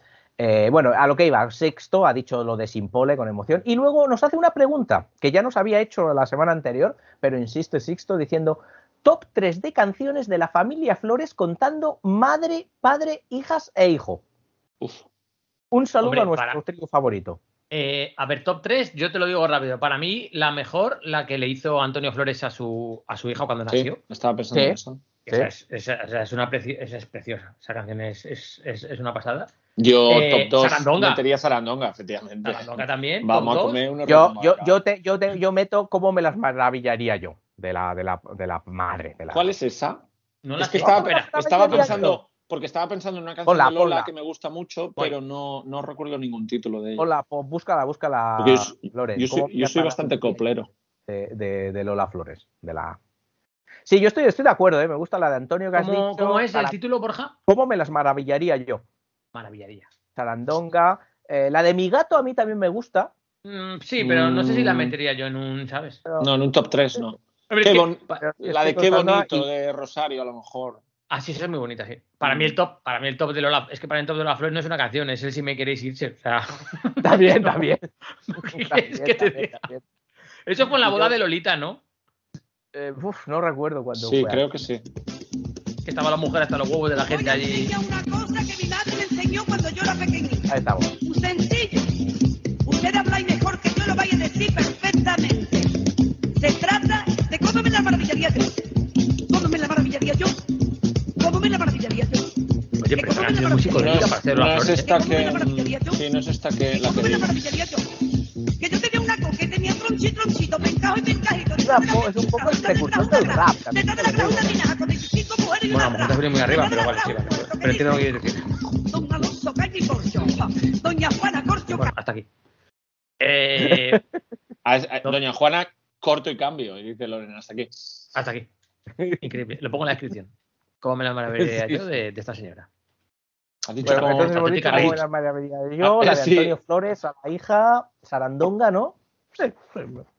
Speaker 7: Eh, bueno, a lo que iba, Sexto ha dicho lo de Simpole con emoción y luego nos hace una pregunta que ya nos había hecho la semana anterior, pero insiste Sixto diciendo top tres de canciones de la familia Flores contando madre, padre, hijas e hijo.
Speaker 8: Uf.
Speaker 7: Un saludo
Speaker 6: Hombre,
Speaker 7: a nuestro
Speaker 6: para-
Speaker 7: trío favorito.
Speaker 6: Eh, a ver, top tres, yo te lo digo rápido. Para mí, la mejor, la que le hizo Antonio Flores a su, a su hija cuando
Speaker 8: Sí,
Speaker 6: nació.
Speaker 8: estaba pensando
Speaker 7: Sí.
Speaker 8: en eso.
Speaker 6: Esa, es, esa- esa es una preci- esa es preciosa. Esa canción es, es, es, es una pasada.
Speaker 8: Yo,
Speaker 6: Eh,
Speaker 8: top dos,
Speaker 6: Sarandonga.
Speaker 8: metería Sarandonga, efectivamente.
Speaker 6: Sarandonga también.
Speaker 8: Vamos
Speaker 6: top
Speaker 8: a
Speaker 6: dos.
Speaker 8: comer una
Speaker 7: Yo,
Speaker 8: retomada.
Speaker 7: yo, yo, te, yo, te, yo meto cómo me las maravillaría yo de la, de la, de la madre. De la...
Speaker 8: ¿Cuál es esa?
Speaker 6: No la
Speaker 8: Es que
Speaker 6: sé.
Speaker 8: estaba,
Speaker 6: Espera.
Speaker 8: estaba
Speaker 7: Maravillaría
Speaker 8: pensando, porque estaba pensando en una canción
Speaker 7: Ponla,
Speaker 8: de Lola
Speaker 7: ponla.
Speaker 8: que me gusta mucho,
Speaker 6: Voy.
Speaker 8: pero no, no recuerdo ningún título de ella.
Speaker 7: Hola, pues búscala, búscala,
Speaker 8: Porque yo,
Speaker 7: Loren.
Speaker 8: yo
Speaker 7: ¿Cómo
Speaker 8: soy,
Speaker 7: me
Speaker 8: yo soy
Speaker 7: las
Speaker 8: bastante
Speaker 7: maravillaría?
Speaker 8: coplero.
Speaker 7: De, de, de Lola Flores, de la... Sí, yo estoy, estoy de acuerdo, ¿eh? Me gusta la de Antonio que has
Speaker 6: ¿Cómo,
Speaker 7: dicho,
Speaker 6: cómo es el
Speaker 7: Sara-
Speaker 6: título, Borja?
Speaker 7: ¿Cómo me las maravillaría yo?
Speaker 6: Maravillaría.
Speaker 7: Sarandonga. Eh, la de mi gato a mí también me gusta.
Speaker 6: Mm, sí, pero no sé si la
Speaker 8: Mm.
Speaker 6: metería yo en un, ¿sabes?
Speaker 7: Pero,
Speaker 8: No, en un top tres, no.
Speaker 6: Hombre,
Speaker 8: Qué
Speaker 6: es que-
Speaker 8: bon-
Speaker 6: pa-
Speaker 7: pero
Speaker 8: La de
Speaker 7: estoy
Speaker 8: Qué
Speaker 7: pensando
Speaker 8: bonito,
Speaker 7: y-
Speaker 8: de Rosario, a lo mejor.
Speaker 6: Ah, sí, esa es muy bonita, sí. Para mí el top, para mí el top de Lola, es que para mí el top de Lola Flores no es una canción, es el Si me queréis irse. O sea,
Speaker 7: También, también.
Speaker 6: ¿qué
Speaker 7: También,
Speaker 6: quieres que te
Speaker 7: también,
Speaker 6: diga?
Speaker 7: también.
Speaker 6: Eso fue en la
Speaker 7: Y
Speaker 6: boda
Speaker 7: yo-
Speaker 6: de Lolita, ¿no?
Speaker 7: Eh, uf, no recuerdo cuándo
Speaker 8: Sí,
Speaker 7: fue.
Speaker 8: creo que sí.
Speaker 6: Que estaba la mujer hasta los huevos de la gente allí.
Speaker 10: Una cosa que mi madre me enseñó cuando yo era pequeñita.
Speaker 7: Ahí estamos.
Speaker 10: Un sencillo. Usted habláis mejor que yo lo vaya a decir perfectamente. Se trata de cómo me la maravillaría yo. ¿Cómo me la maravillaría yo? ¿Cómo me la maravillaría yo?
Speaker 6: Oye, pero esta canción es muy
Speaker 8: No
Speaker 6: psicológica para
Speaker 8: es,
Speaker 6: hacer
Speaker 8: no
Speaker 6: Lola
Speaker 8: es
Speaker 6: Flores.
Speaker 8: esta
Speaker 10: ¿Cómo me
Speaker 8: que.
Speaker 10: la maravillaría yo?
Speaker 8: mm, Sí, no es esta que la
Speaker 10: ¿Cómo
Speaker 8: que
Speaker 10: me la
Speaker 8: digo.
Speaker 10: maravillaría yo? Que yo tenía una co que tenía tronchito, tronchito, pencajo y pencajito.
Speaker 7: Es un poco- es un poco el precursor del rap, también
Speaker 10: Detrás de
Speaker 7: te
Speaker 10: la
Speaker 7: lo digo.
Speaker 10: causa de nada, con veinticinco mujeres y
Speaker 6: Bueno, a
Speaker 10: una
Speaker 6: lo mejor te has venido muy arriba, pero vale,
Speaker 10: Detrás
Speaker 6: sí,
Speaker 10: de la
Speaker 6: vale.
Speaker 10: causa,
Speaker 6: Pero entiendo lo que quieres decir.
Speaker 10: Don Alonso Caña y Corcho. Doña Juana Corcho.
Speaker 6: Bueno, hasta aquí. Eh,
Speaker 8: Ah, es- ah, Doña Juana, corto y cambio. Y dice Lorena, hasta aquí.
Speaker 6: hasta aquí. Increíble. Lo pongo en la descripción. ¿Cómo me la maravillaría yo de, de esta señora?
Speaker 8: Has dicho
Speaker 7: Bueno,
Speaker 8: como-
Speaker 7: entonces hemos
Speaker 6: auténtica
Speaker 7: dicho cómo
Speaker 6: raíz.
Speaker 7: me las maravillaría yo,
Speaker 8: Ah,
Speaker 7: la de
Speaker 8: sí.
Speaker 7: Antonio Flores, a la hija, Sarandonga, ¿no? Sí, sí.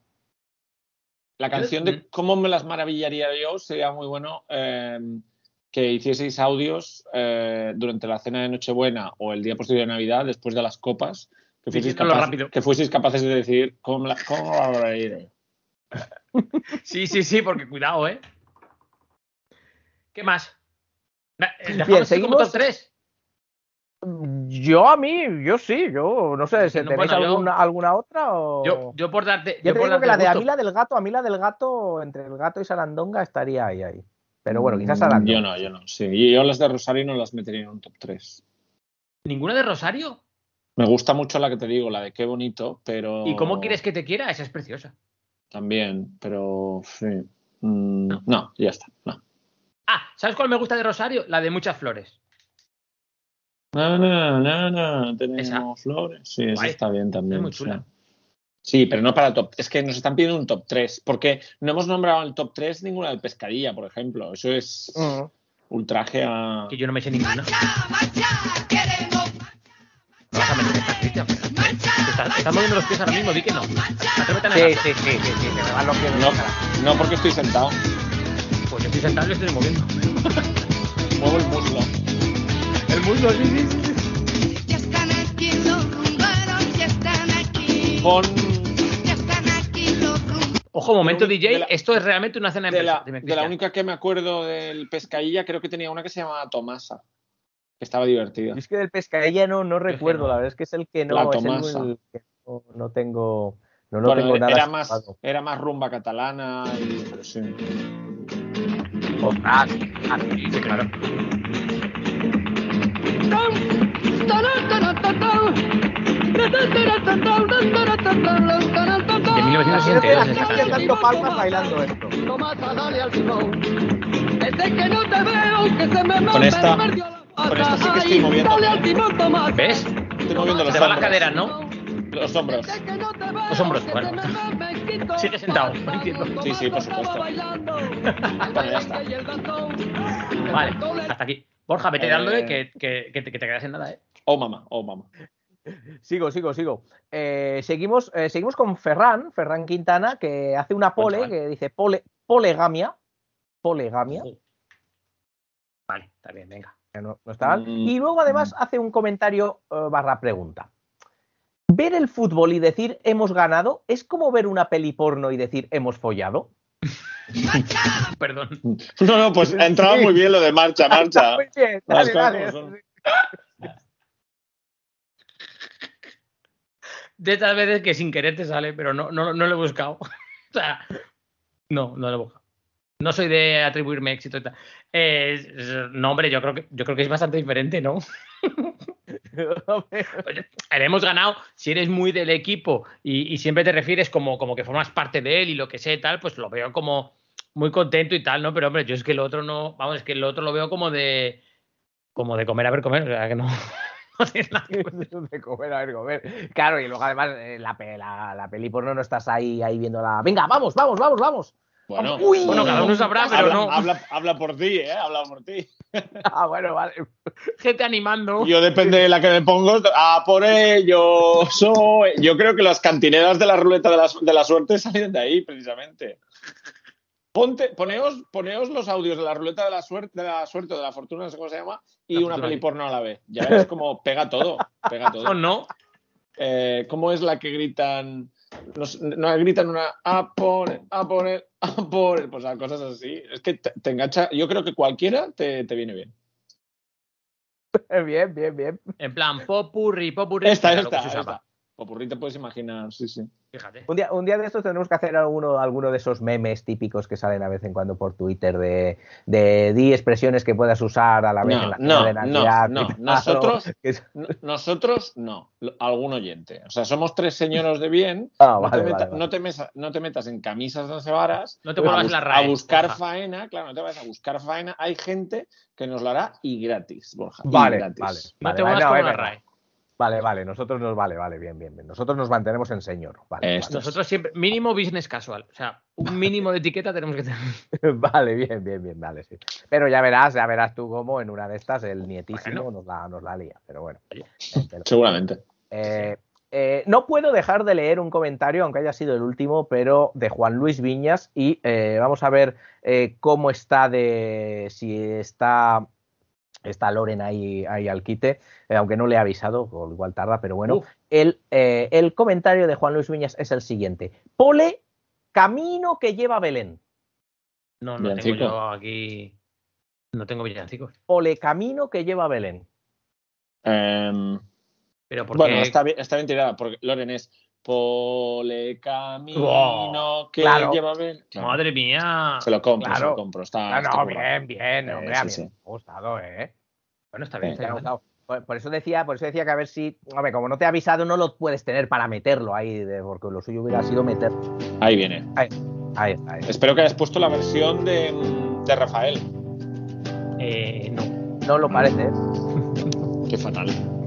Speaker 8: La canción de Cómo me las maravillaría yo sería muy bueno eh, que hicieseis audios eh, durante la cena de Nochebuena o el día posterior de Navidad, después de las copas, que fueseis,
Speaker 6: Diciéndolo
Speaker 8: capaz-
Speaker 6: rápido.
Speaker 8: que fueseis capaces de decir cómo me la, cómo me la maravillaría.
Speaker 6: Sí, sí, sí, porque cuidado, ¿eh? ¿Qué más? Va, eh,
Speaker 7: Bien,
Speaker 6: ¿Dejamos esto como
Speaker 7: seguimos.
Speaker 6: top tres?
Speaker 7: Yo a mí, yo sí, yo no sé,
Speaker 6: Sí, no,
Speaker 7: ¿tenéis
Speaker 6: bueno, yo-
Speaker 7: alguna, alguna otra? O...
Speaker 6: Yo, yo por darte.
Speaker 7: Yo
Speaker 6: Yo
Speaker 7: te
Speaker 6: por
Speaker 7: digo que
Speaker 6: darte
Speaker 7: la de a
Speaker 6: gusto-
Speaker 7: mí la del gato, a mí la del gato, entre el gato y Sarandonga estaría ahí, ahí. Pero bueno, quizás
Speaker 8: Mm,
Speaker 7: Sarandonga.
Speaker 8: Yo no, yo no. Sí, y yo las de Rosario no las metería en un top tres.
Speaker 6: ¿Ninguna de Rosario?
Speaker 8: Me gusta mucho la que te digo, la de Qué bonito, pero...
Speaker 6: ¿Y cómo quieres que te quiera? Esa es preciosa.
Speaker 8: También, pero... Sí. Mm, no, ya está. No.
Speaker 6: Ah, ¿sabes cuál me gusta de Rosario? La de Muchas Flores.
Speaker 8: No, no, no, no, tenemos
Speaker 6: Esa.
Speaker 8: flores. Sí, esa
Speaker 6: Guay.
Speaker 8: está bien también.
Speaker 6: Es muy
Speaker 8: sí.
Speaker 6: chula.
Speaker 8: Sí, pero no para el top. Es que nos están pidiendo un top tres. Porque no hemos nombrado en el top tres ninguna del Pescadilla, por ejemplo. Eso es
Speaker 7: Mm.
Speaker 8: ultraje a.
Speaker 6: Que yo no me sé ninguna.
Speaker 10: Marcha, marcha, queremos
Speaker 6: No vas a meter esta, Cristian. Te estás, estás moviendo los pies ahora mismo, di que no. Atrévete a
Speaker 7: Sí,
Speaker 6: negar.
Speaker 7: sí, sí, sí, sí, que me van los pies.
Speaker 8: No, no porque estoy sentado.
Speaker 6: estoy sentado y lo estoy moviendo.
Speaker 8: Muevo el muslo.
Speaker 6: El muslo, sí, sí, sí.
Speaker 10: Ya están aquí los rumberos, ya están aquí.
Speaker 8: Con...
Speaker 10: Ya están aquí los rumberos.
Speaker 6: Ojo, momento D J,
Speaker 8: de la-
Speaker 6: esto es realmente una cena
Speaker 8: De
Speaker 6: empresa.
Speaker 8: la,
Speaker 6: Dime,
Speaker 8: de la
Speaker 6: Cristian.
Speaker 8: única que me acuerdo del Pescadilla, creo que tenía una que se llamaba Tomasa, que estaba divertida.
Speaker 7: Yo es que del Pescadilla no, no recuerdo,
Speaker 6: no.
Speaker 7: la verdad es que es el que no,
Speaker 8: La
Speaker 7: es el,
Speaker 8: Tomasa.
Speaker 7: el que no, no tengo, no, no
Speaker 8: Bueno,
Speaker 7: tengo nada.
Speaker 8: era más,
Speaker 7: situado.
Speaker 8: era más rumba catalana, y, pero sí.
Speaker 7: Ah, ah,
Speaker 6: Sí, sí, claro. De mil novecientos sesenta y dos es esta
Speaker 7: Imagínate
Speaker 6: canción.
Speaker 7: dando palmas bailando esto.
Speaker 8: Con esta, con esta sí que estoy moviendo.
Speaker 6: ¿Ves?
Speaker 8: Estoy moviendo los
Speaker 6: Te va la
Speaker 8: hombros.
Speaker 6: cadera, ¿no?
Speaker 8: Los hombros.
Speaker 6: Los hombros, bueno. Sigue sentado, no entiendo.
Speaker 8: Sí, sí, por supuesto. Bueno, ya está.
Speaker 6: Vale, hasta aquí. Borja, vete
Speaker 8: Eh,
Speaker 6: dándole que, que, que, te, que te quedas en nada, ¿eh?
Speaker 8: Oh, mamá, oh, mamá.
Speaker 7: Sigo, sigo, sigo. Eh, seguimos, eh, seguimos con Ferran, Ferran Quintana, que hace una pole
Speaker 6: chaval.
Speaker 7: que dice pole, polegamia. Polegamia.
Speaker 6: Ojo. Vale, está bien, venga.
Speaker 7: que No, no está mal.
Speaker 8: Mm.
Speaker 7: Y luego además hace un comentario eh, barra pregunta. Ver el fútbol y decir hemos ganado es como ver una peli porno y decir hemos follado.
Speaker 6: Perdón.
Speaker 8: No, no, pues ha entrado
Speaker 7: Sí.
Speaker 8: muy bien lo de marcha, marcha.
Speaker 7: Muy bien,
Speaker 8: Las
Speaker 7: dale,
Speaker 8: cosas
Speaker 7: dale.
Speaker 8: como son.
Speaker 6: De estas veces que sin querer te sale, pero no, no, no lo he buscado. O sea, no, no lo he buscado. No soy de atribuirme éxito y tal. Eh, no, hombre, yo creo que yo creo que es bastante diferente, ¿no? Oye, hemos ganado. Si eres muy del equipo y, y siempre te refieres como, como que formas parte de él y lo que sé y tal, pues lo veo como muy contento y tal, ¿no? Pero hombre, yo es que el otro no, vamos, es que el otro lo veo como de como de comer a ver comer, o sea que no, no tiene nada que ver.
Speaker 7: De comer, a ver, comer. Claro, y luego además eh, la, pe- la, la peli porno no estás ahí, ahí viendo la. Venga, vamos, vamos, vamos, vamos.
Speaker 8: Bueno,
Speaker 7: Uy.
Speaker 6: Bueno, cada uno sabrá, pero
Speaker 8: habla,
Speaker 6: no.
Speaker 8: habla, habla por ti, ¿eh? Habla por ti.
Speaker 7: Ah, bueno, vale.
Speaker 6: Gente animando.
Speaker 8: Yo depende de la que me pongo, a por ello soy. Yo creo que las cantineras de la ruleta de la, de la suerte salen de ahí, precisamente. Ponte, poneos, poneos los audios de la ruleta de la suerte, de la suerte o de la fortuna, no sé cómo se llama, y
Speaker 6: La
Speaker 8: una
Speaker 6: fortuna.
Speaker 8: peli porno a la vez. Ya ves cómo pega todo, pega todo.
Speaker 6: ¿O no?
Speaker 8: Eh, ¿Cómo es la que gritan? No, no gritan una a por él, a por él, a por él, pues a cosas así. Es que te, te engancha. Yo creo que cualquiera te, te viene bien.
Speaker 7: Bien, bien, bien.
Speaker 6: En plan, popurri, popurri.
Speaker 8: Esta,
Speaker 6: era lo que
Speaker 8: esta,
Speaker 6: se usaba.
Speaker 8: esta. Popurrí te puedes imaginar, sí, sí.
Speaker 6: Fíjate.
Speaker 7: Un día, un día de estos tenemos que hacer alguno, alguno de esos memes típicos que salen a vez en cuando por Twitter de, de di expresiones que puedas usar a la vez
Speaker 8: No,
Speaker 7: en la
Speaker 8: no,
Speaker 7: cena de Navidad.
Speaker 8: no, no.
Speaker 7: y tal,
Speaker 8: Nosotros-
Speaker 7: que es-
Speaker 8: N- Nosotros no, lo- algún oyente. O sea, somos tres señoros de bien.
Speaker 7: Ah,
Speaker 8: no,
Speaker 7: vale,
Speaker 8: te meta-
Speaker 7: vale, vale.
Speaker 8: no te mesa- no te metas en camisas de once varas.
Speaker 6: No te
Speaker 8: a,
Speaker 6: vuelvas
Speaker 8: bus-
Speaker 6: la RAE,
Speaker 8: a buscar
Speaker 6: Borja.
Speaker 8: faena. Claro, no te vayas a buscar faena. Hay gente que nos lo hará y gratis, Borja. y
Speaker 7: Vale,
Speaker 8: gratis.
Speaker 7: vale.
Speaker 6: No
Speaker 7: Vale,
Speaker 6: te
Speaker 7: vale,
Speaker 6: vuelvas
Speaker 7: no,
Speaker 6: con
Speaker 7: es
Speaker 6: una
Speaker 7: verdad.
Speaker 6: RAE.
Speaker 7: Vale, vale, nosotros nos vale, vale, bien, bien, bien. Nosotros nos mantenemos en señor. Vale,
Speaker 8: Esto.
Speaker 6: Nosotros siempre, mínimo business casual. O sea, un mínimo de etiqueta tenemos que tener.
Speaker 7: vale. Vale, bien, bien, bien, vale, sí. Pero ya verás, ya verás tú cómo en una de estas el nietísimo
Speaker 6: Bueno.
Speaker 7: nos, la, nos la lía. Pero bueno.
Speaker 6: Oye.
Speaker 7: Pero-
Speaker 8: Seguramente.
Speaker 7: Eh, eh, no puedo dejar de leer un comentario, aunque haya sido el último, pero de Juan Luis Viñas. Y eh, vamos a ver eh, cómo está de. Si está. Está Loren ahí, ahí al quite, eh, aunque no le he avisado, o igual tarda, pero bueno.
Speaker 6: Uf.
Speaker 7: El, eh, el comentario de Juan Luis Viñas es el siguiente. Pole, camino que lleva a Belén.
Speaker 6: No, no tengo
Speaker 8: Villancico.
Speaker 6: yo aquí. No tengo villancicos.
Speaker 7: Pole, camino que lleva a Belén.
Speaker 8: Em,
Speaker 6: Pero porque.
Speaker 8: bueno, está bien, está bien tirada, porque Loren es Pole camino
Speaker 6: Oh,
Speaker 8: que
Speaker 7: claro.
Speaker 8: lleva bien. Claro.
Speaker 6: Madre mía.
Speaker 8: Se lo compro, se
Speaker 7: Claro.
Speaker 8: lo compro. Está,
Speaker 7: No,
Speaker 8: está
Speaker 7: no,
Speaker 8: currado.
Speaker 7: bien, bien,
Speaker 8: Eh,
Speaker 7: hombre,
Speaker 8: sí,
Speaker 7: a mí
Speaker 8: sí.
Speaker 7: me ha gustado, ¿eh?
Speaker 6: Bueno, está bien.
Speaker 8: Sí.
Speaker 6: Está
Speaker 7: Me ha
Speaker 6: bien.
Speaker 7: gustado. Por, por eso decía, por eso decía que a ver si, hombre, como no te he avisado, no lo puedes tener para meterlo ahí, de- porque lo suyo hubiera sido meter.
Speaker 8: Ahí viene.
Speaker 7: Ahí, ahí está. Ahí.
Speaker 8: Espero que hayas puesto la versión de, de Rafael.
Speaker 6: Eh, no.
Speaker 7: No lo parece, ¿eh?
Speaker 8: Qué fatal.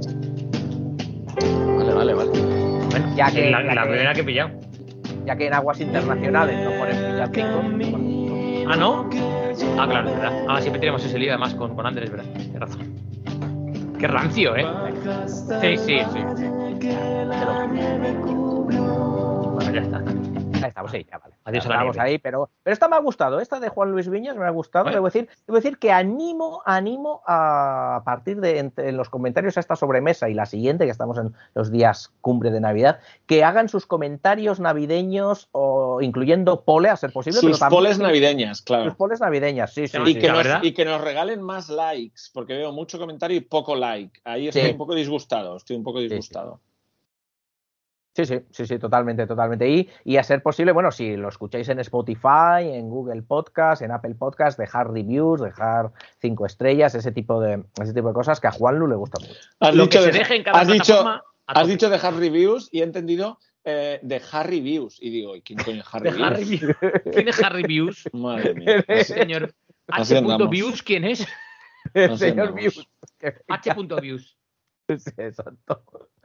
Speaker 8: Vale, vale, vale.
Speaker 6: Bueno,
Speaker 7: Ya que-
Speaker 6: la,
Speaker 7: ya
Speaker 6: la
Speaker 7: que-
Speaker 6: primera que he pillado.
Speaker 7: Ya que en aguas internacionales no ponen villancicos.
Speaker 6: Ah, ¿no? Ah, claro, es verdad. Ah, siempre tenemos ese lío además con, con Andrés, ¿verdad? Tienes razón. Qué rancio, ¿eh? Sí, sí, sí. Bueno, ya está.
Speaker 7: Ahí estamos, sí, ya vale.
Speaker 6: Adiós
Speaker 7: Ya
Speaker 6: a la
Speaker 7: estamos
Speaker 6: nieve.
Speaker 7: ahí, pero, pero esta me ha gustado. Esta de Juan Luis Viñas me ha gustado.
Speaker 6: Bueno.
Speaker 7: Debo decir, debo decir que animo, animo a, a partir de entre, en los comentarios a esta sobremesa y la siguiente, que estamos en los días cumbre de Navidad, que hagan sus comentarios navideños, o incluyendo pole, a ser posible.
Speaker 8: Sus
Speaker 7: pero también,
Speaker 8: poles navideñas, claro.
Speaker 7: Sus poles navideñas, sí, sí.
Speaker 8: Y,
Speaker 7: sí.
Speaker 8: que
Speaker 6: la
Speaker 8: nos,
Speaker 6: verdad.
Speaker 8: y que nos regalen más likes, porque veo mucho comentario y poco like. Ahí estoy
Speaker 7: Sí.
Speaker 8: un poco disgustado, estoy un poco disgustado.
Speaker 7: Sí, sí, sí, sí, totalmente, totalmente. Y, y a ser posible, bueno, si lo escucháis en Spotify, en Google Podcast, en Apple Podcast, dejar reviews, dejar cinco estrellas, ese tipo de, ese tipo de cosas que a Juanlu le gusta mucho.
Speaker 8: Has
Speaker 6: Lo
Speaker 8: dicho,
Speaker 6: que se
Speaker 8: de-
Speaker 6: deje en cada
Speaker 8: has dicho,
Speaker 6: plataforma, a
Speaker 8: has
Speaker 6: tope.
Speaker 8: dicho dejar reviews y he entendido eh, dejar reviews. Y digo, ¿y quién coño es Harry
Speaker 6: De Harry
Speaker 8: Views?
Speaker 6: Views. ¿Quién es Harry Views?
Speaker 8: Madre mía. Así,
Speaker 6: Señor
Speaker 8: así
Speaker 6: H.
Speaker 8: andamos.
Speaker 6: Views, ¿quién es?
Speaker 7: El
Speaker 8: Así
Speaker 7: señor
Speaker 8: andamos.
Speaker 7: Views.
Speaker 6: H. Views.
Speaker 7: Sí, exacto.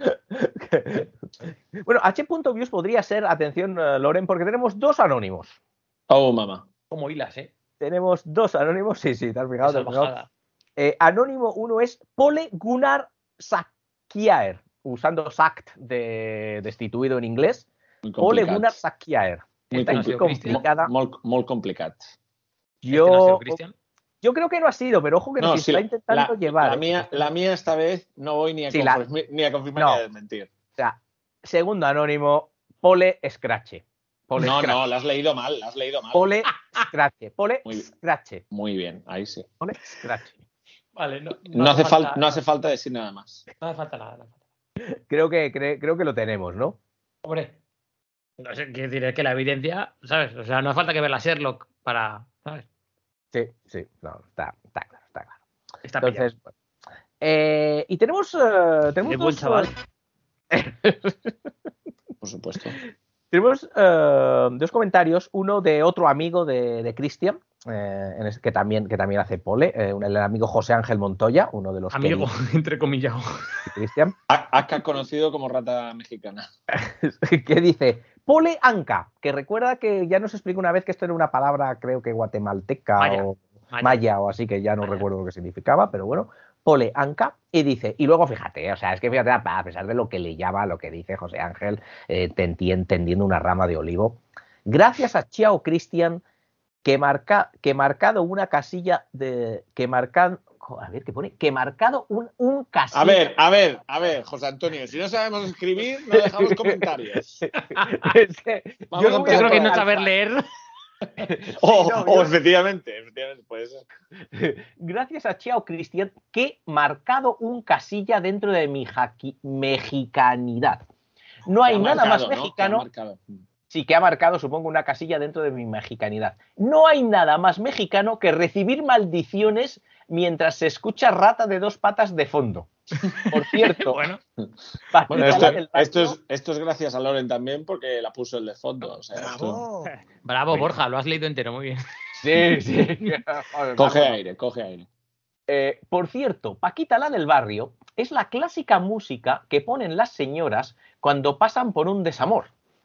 Speaker 7: Bueno, H. Views podría ser, atención, eh, Loren, porque tenemos dos anónimos.
Speaker 8: Oh, mamá.
Speaker 6: Como hilas, ¿eh?
Speaker 7: Tenemos dos anónimos, sí, sí, te has fijado,
Speaker 6: Esa
Speaker 7: te has fijado.
Speaker 6: bajada.
Speaker 7: Eh, anónimo uno es Pole Gunnar Sakiaer, usando Sakt de destituido en inglés.
Speaker 8: Muy
Speaker 7: Ole
Speaker 8: complicat.
Speaker 7: Gunnar Sakiaer.
Speaker 8: Muy
Speaker 6: Esta no ha sido Cristian.
Speaker 7: complicada.
Speaker 8: Molt, molt complicat.
Speaker 6: ¿Este no ha sido
Speaker 7: Yo,
Speaker 6: Cristian?
Speaker 7: yo creo que no ha sido, pero ojo que
Speaker 8: No,
Speaker 7: nos
Speaker 8: sí,
Speaker 7: está
Speaker 8: la,
Speaker 7: intentando
Speaker 8: la-
Speaker 7: llevar.
Speaker 8: la
Speaker 7: ¿eh?
Speaker 8: mía, la mía esta vez no voy ni a,
Speaker 7: Sí, la-
Speaker 8: confirmar, ni a confirmar
Speaker 7: No.
Speaker 8: ni a desmentir.
Speaker 7: O sea, segundo anónimo, Pole Scratch. Pole
Speaker 8: No,
Speaker 7: Scratch.
Speaker 8: no, la has leído mal, la has leído mal.
Speaker 7: Pole Scratch. Pole
Speaker 8: Muy bien.
Speaker 7: Scratch.
Speaker 8: Muy bien, ahí sí.
Speaker 7: Pole Scratch.
Speaker 6: Vale, no,
Speaker 8: No, hace, falta, no hace falta decir nada más.
Speaker 6: No hace falta nada. No hace falta.
Speaker 7: Creo que, cre- creo que lo tenemos, ¿no?
Speaker 6: Hombre, no sé, quiero decir, es que la evidencia, ¿sabes? O sea, no hace falta que ver la Sherlock para, ¿sabes?
Speaker 7: Sí, sí, no, está, está claro, está claro.
Speaker 6: Está
Speaker 7: Entonces, bueno. Eh, y tenemos, eh, tenemos
Speaker 6: Qué buen
Speaker 7: dos,
Speaker 6: chaval.
Speaker 8: Por supuesto.
Speaker 7: Tenemos eh, dos comentarios, uno de otro amigo de, de Cristian, eh, en es- que, también, que también hace pole, eh, un- el amigo José Ángel Montoya, uno de los
Speaker 6: Amigo, entre comillas.
Speaker 7: de Cristian,
Speaker 8: A- Acá conocido como rata mexicana.
Speaker 7: que dice pole anca, que recuerda que ya nos explicó una vez que esto era una palabra, creo que guatemalteca
Speaker 6: Maya,
Speaker 7: o
Speaker 6: maya.
Speaker 7: maya o así, que ya no
Speaker 6: Maya.
Speaker 7: recuerdo lo que significaba, pero bueno, pole anca, y dice, y luego fíjate, o sea, es que fíjate, a pesar de lo que le llama, lo que dice José Ángel, eh, tendien- tendiendo una rama de olivo, gracias a Chiao Cristian, que marca, que marcado una casilla de, que marcan, a ver, ¿qué pone? Que marcado un, un casilla.
Speaker 8: A ver, a ver, a ver, José Antonio, si no sabemos escribir, no dejamos comentarios.
Speaker 7: Es que
Speaker 8: Vamos
Speaker 7: yo
Speaker 8: a
Speaker 7: no voy
Speaker 6: Yo
Speaker 8: empezar
Speaker 6: creo que
Speaker 8: por
Speaker 6: no
Speaker 8: alfa.
Speaker 6: saber leer.
Speaker 8: O,
Speaker 7: no,
Speaker 8: o
Speaker 7: yo-
Speaker 8: efectivamente, efectivamente, puede ser.
Speaker 7: Gracias a Chiao Cristian, que marcado un casilla dentro de mi jaqui- mexicanidad. No hay
Speaker 8: Que ha
Speaker 7: nada
Speaker 8: marcado,
Speaker 7: más
Speaker 8: ¿no?
Speaker 7: mexicano.
Speaker 8: Que ha marcado.
Speaker 7: Sí, que ha marcado, supongo, una casilla dentro de mi mexicanidad. No hay nada más mexicano que recibir maldiciones mientras se escucha Rata de dos patas de fondo. Por cierto,
Speaker 6: Bueno,
Speaker 7: Paquita
Speaker 8: Bueno,
Speaker 7: la
Speaker 8: esto,
Speaker 7: del barrio-
Speaker 8: esto, es, esto es gracias a Loren también porque la puso el de fondo. O sea, esto-
Speaker 6: bravo, Borja, lo has leído entero, muy bien.
Speaker 7: Sí, sí. Joder,
Speaker 8: Coge
Speaker 7: Marco.
Speaker 8: aire, coge aire.
Speaker 7: Eh, por cierto, Paquita la del barrio es la clásica música que ponen las señoras cuando pasan por un desamor.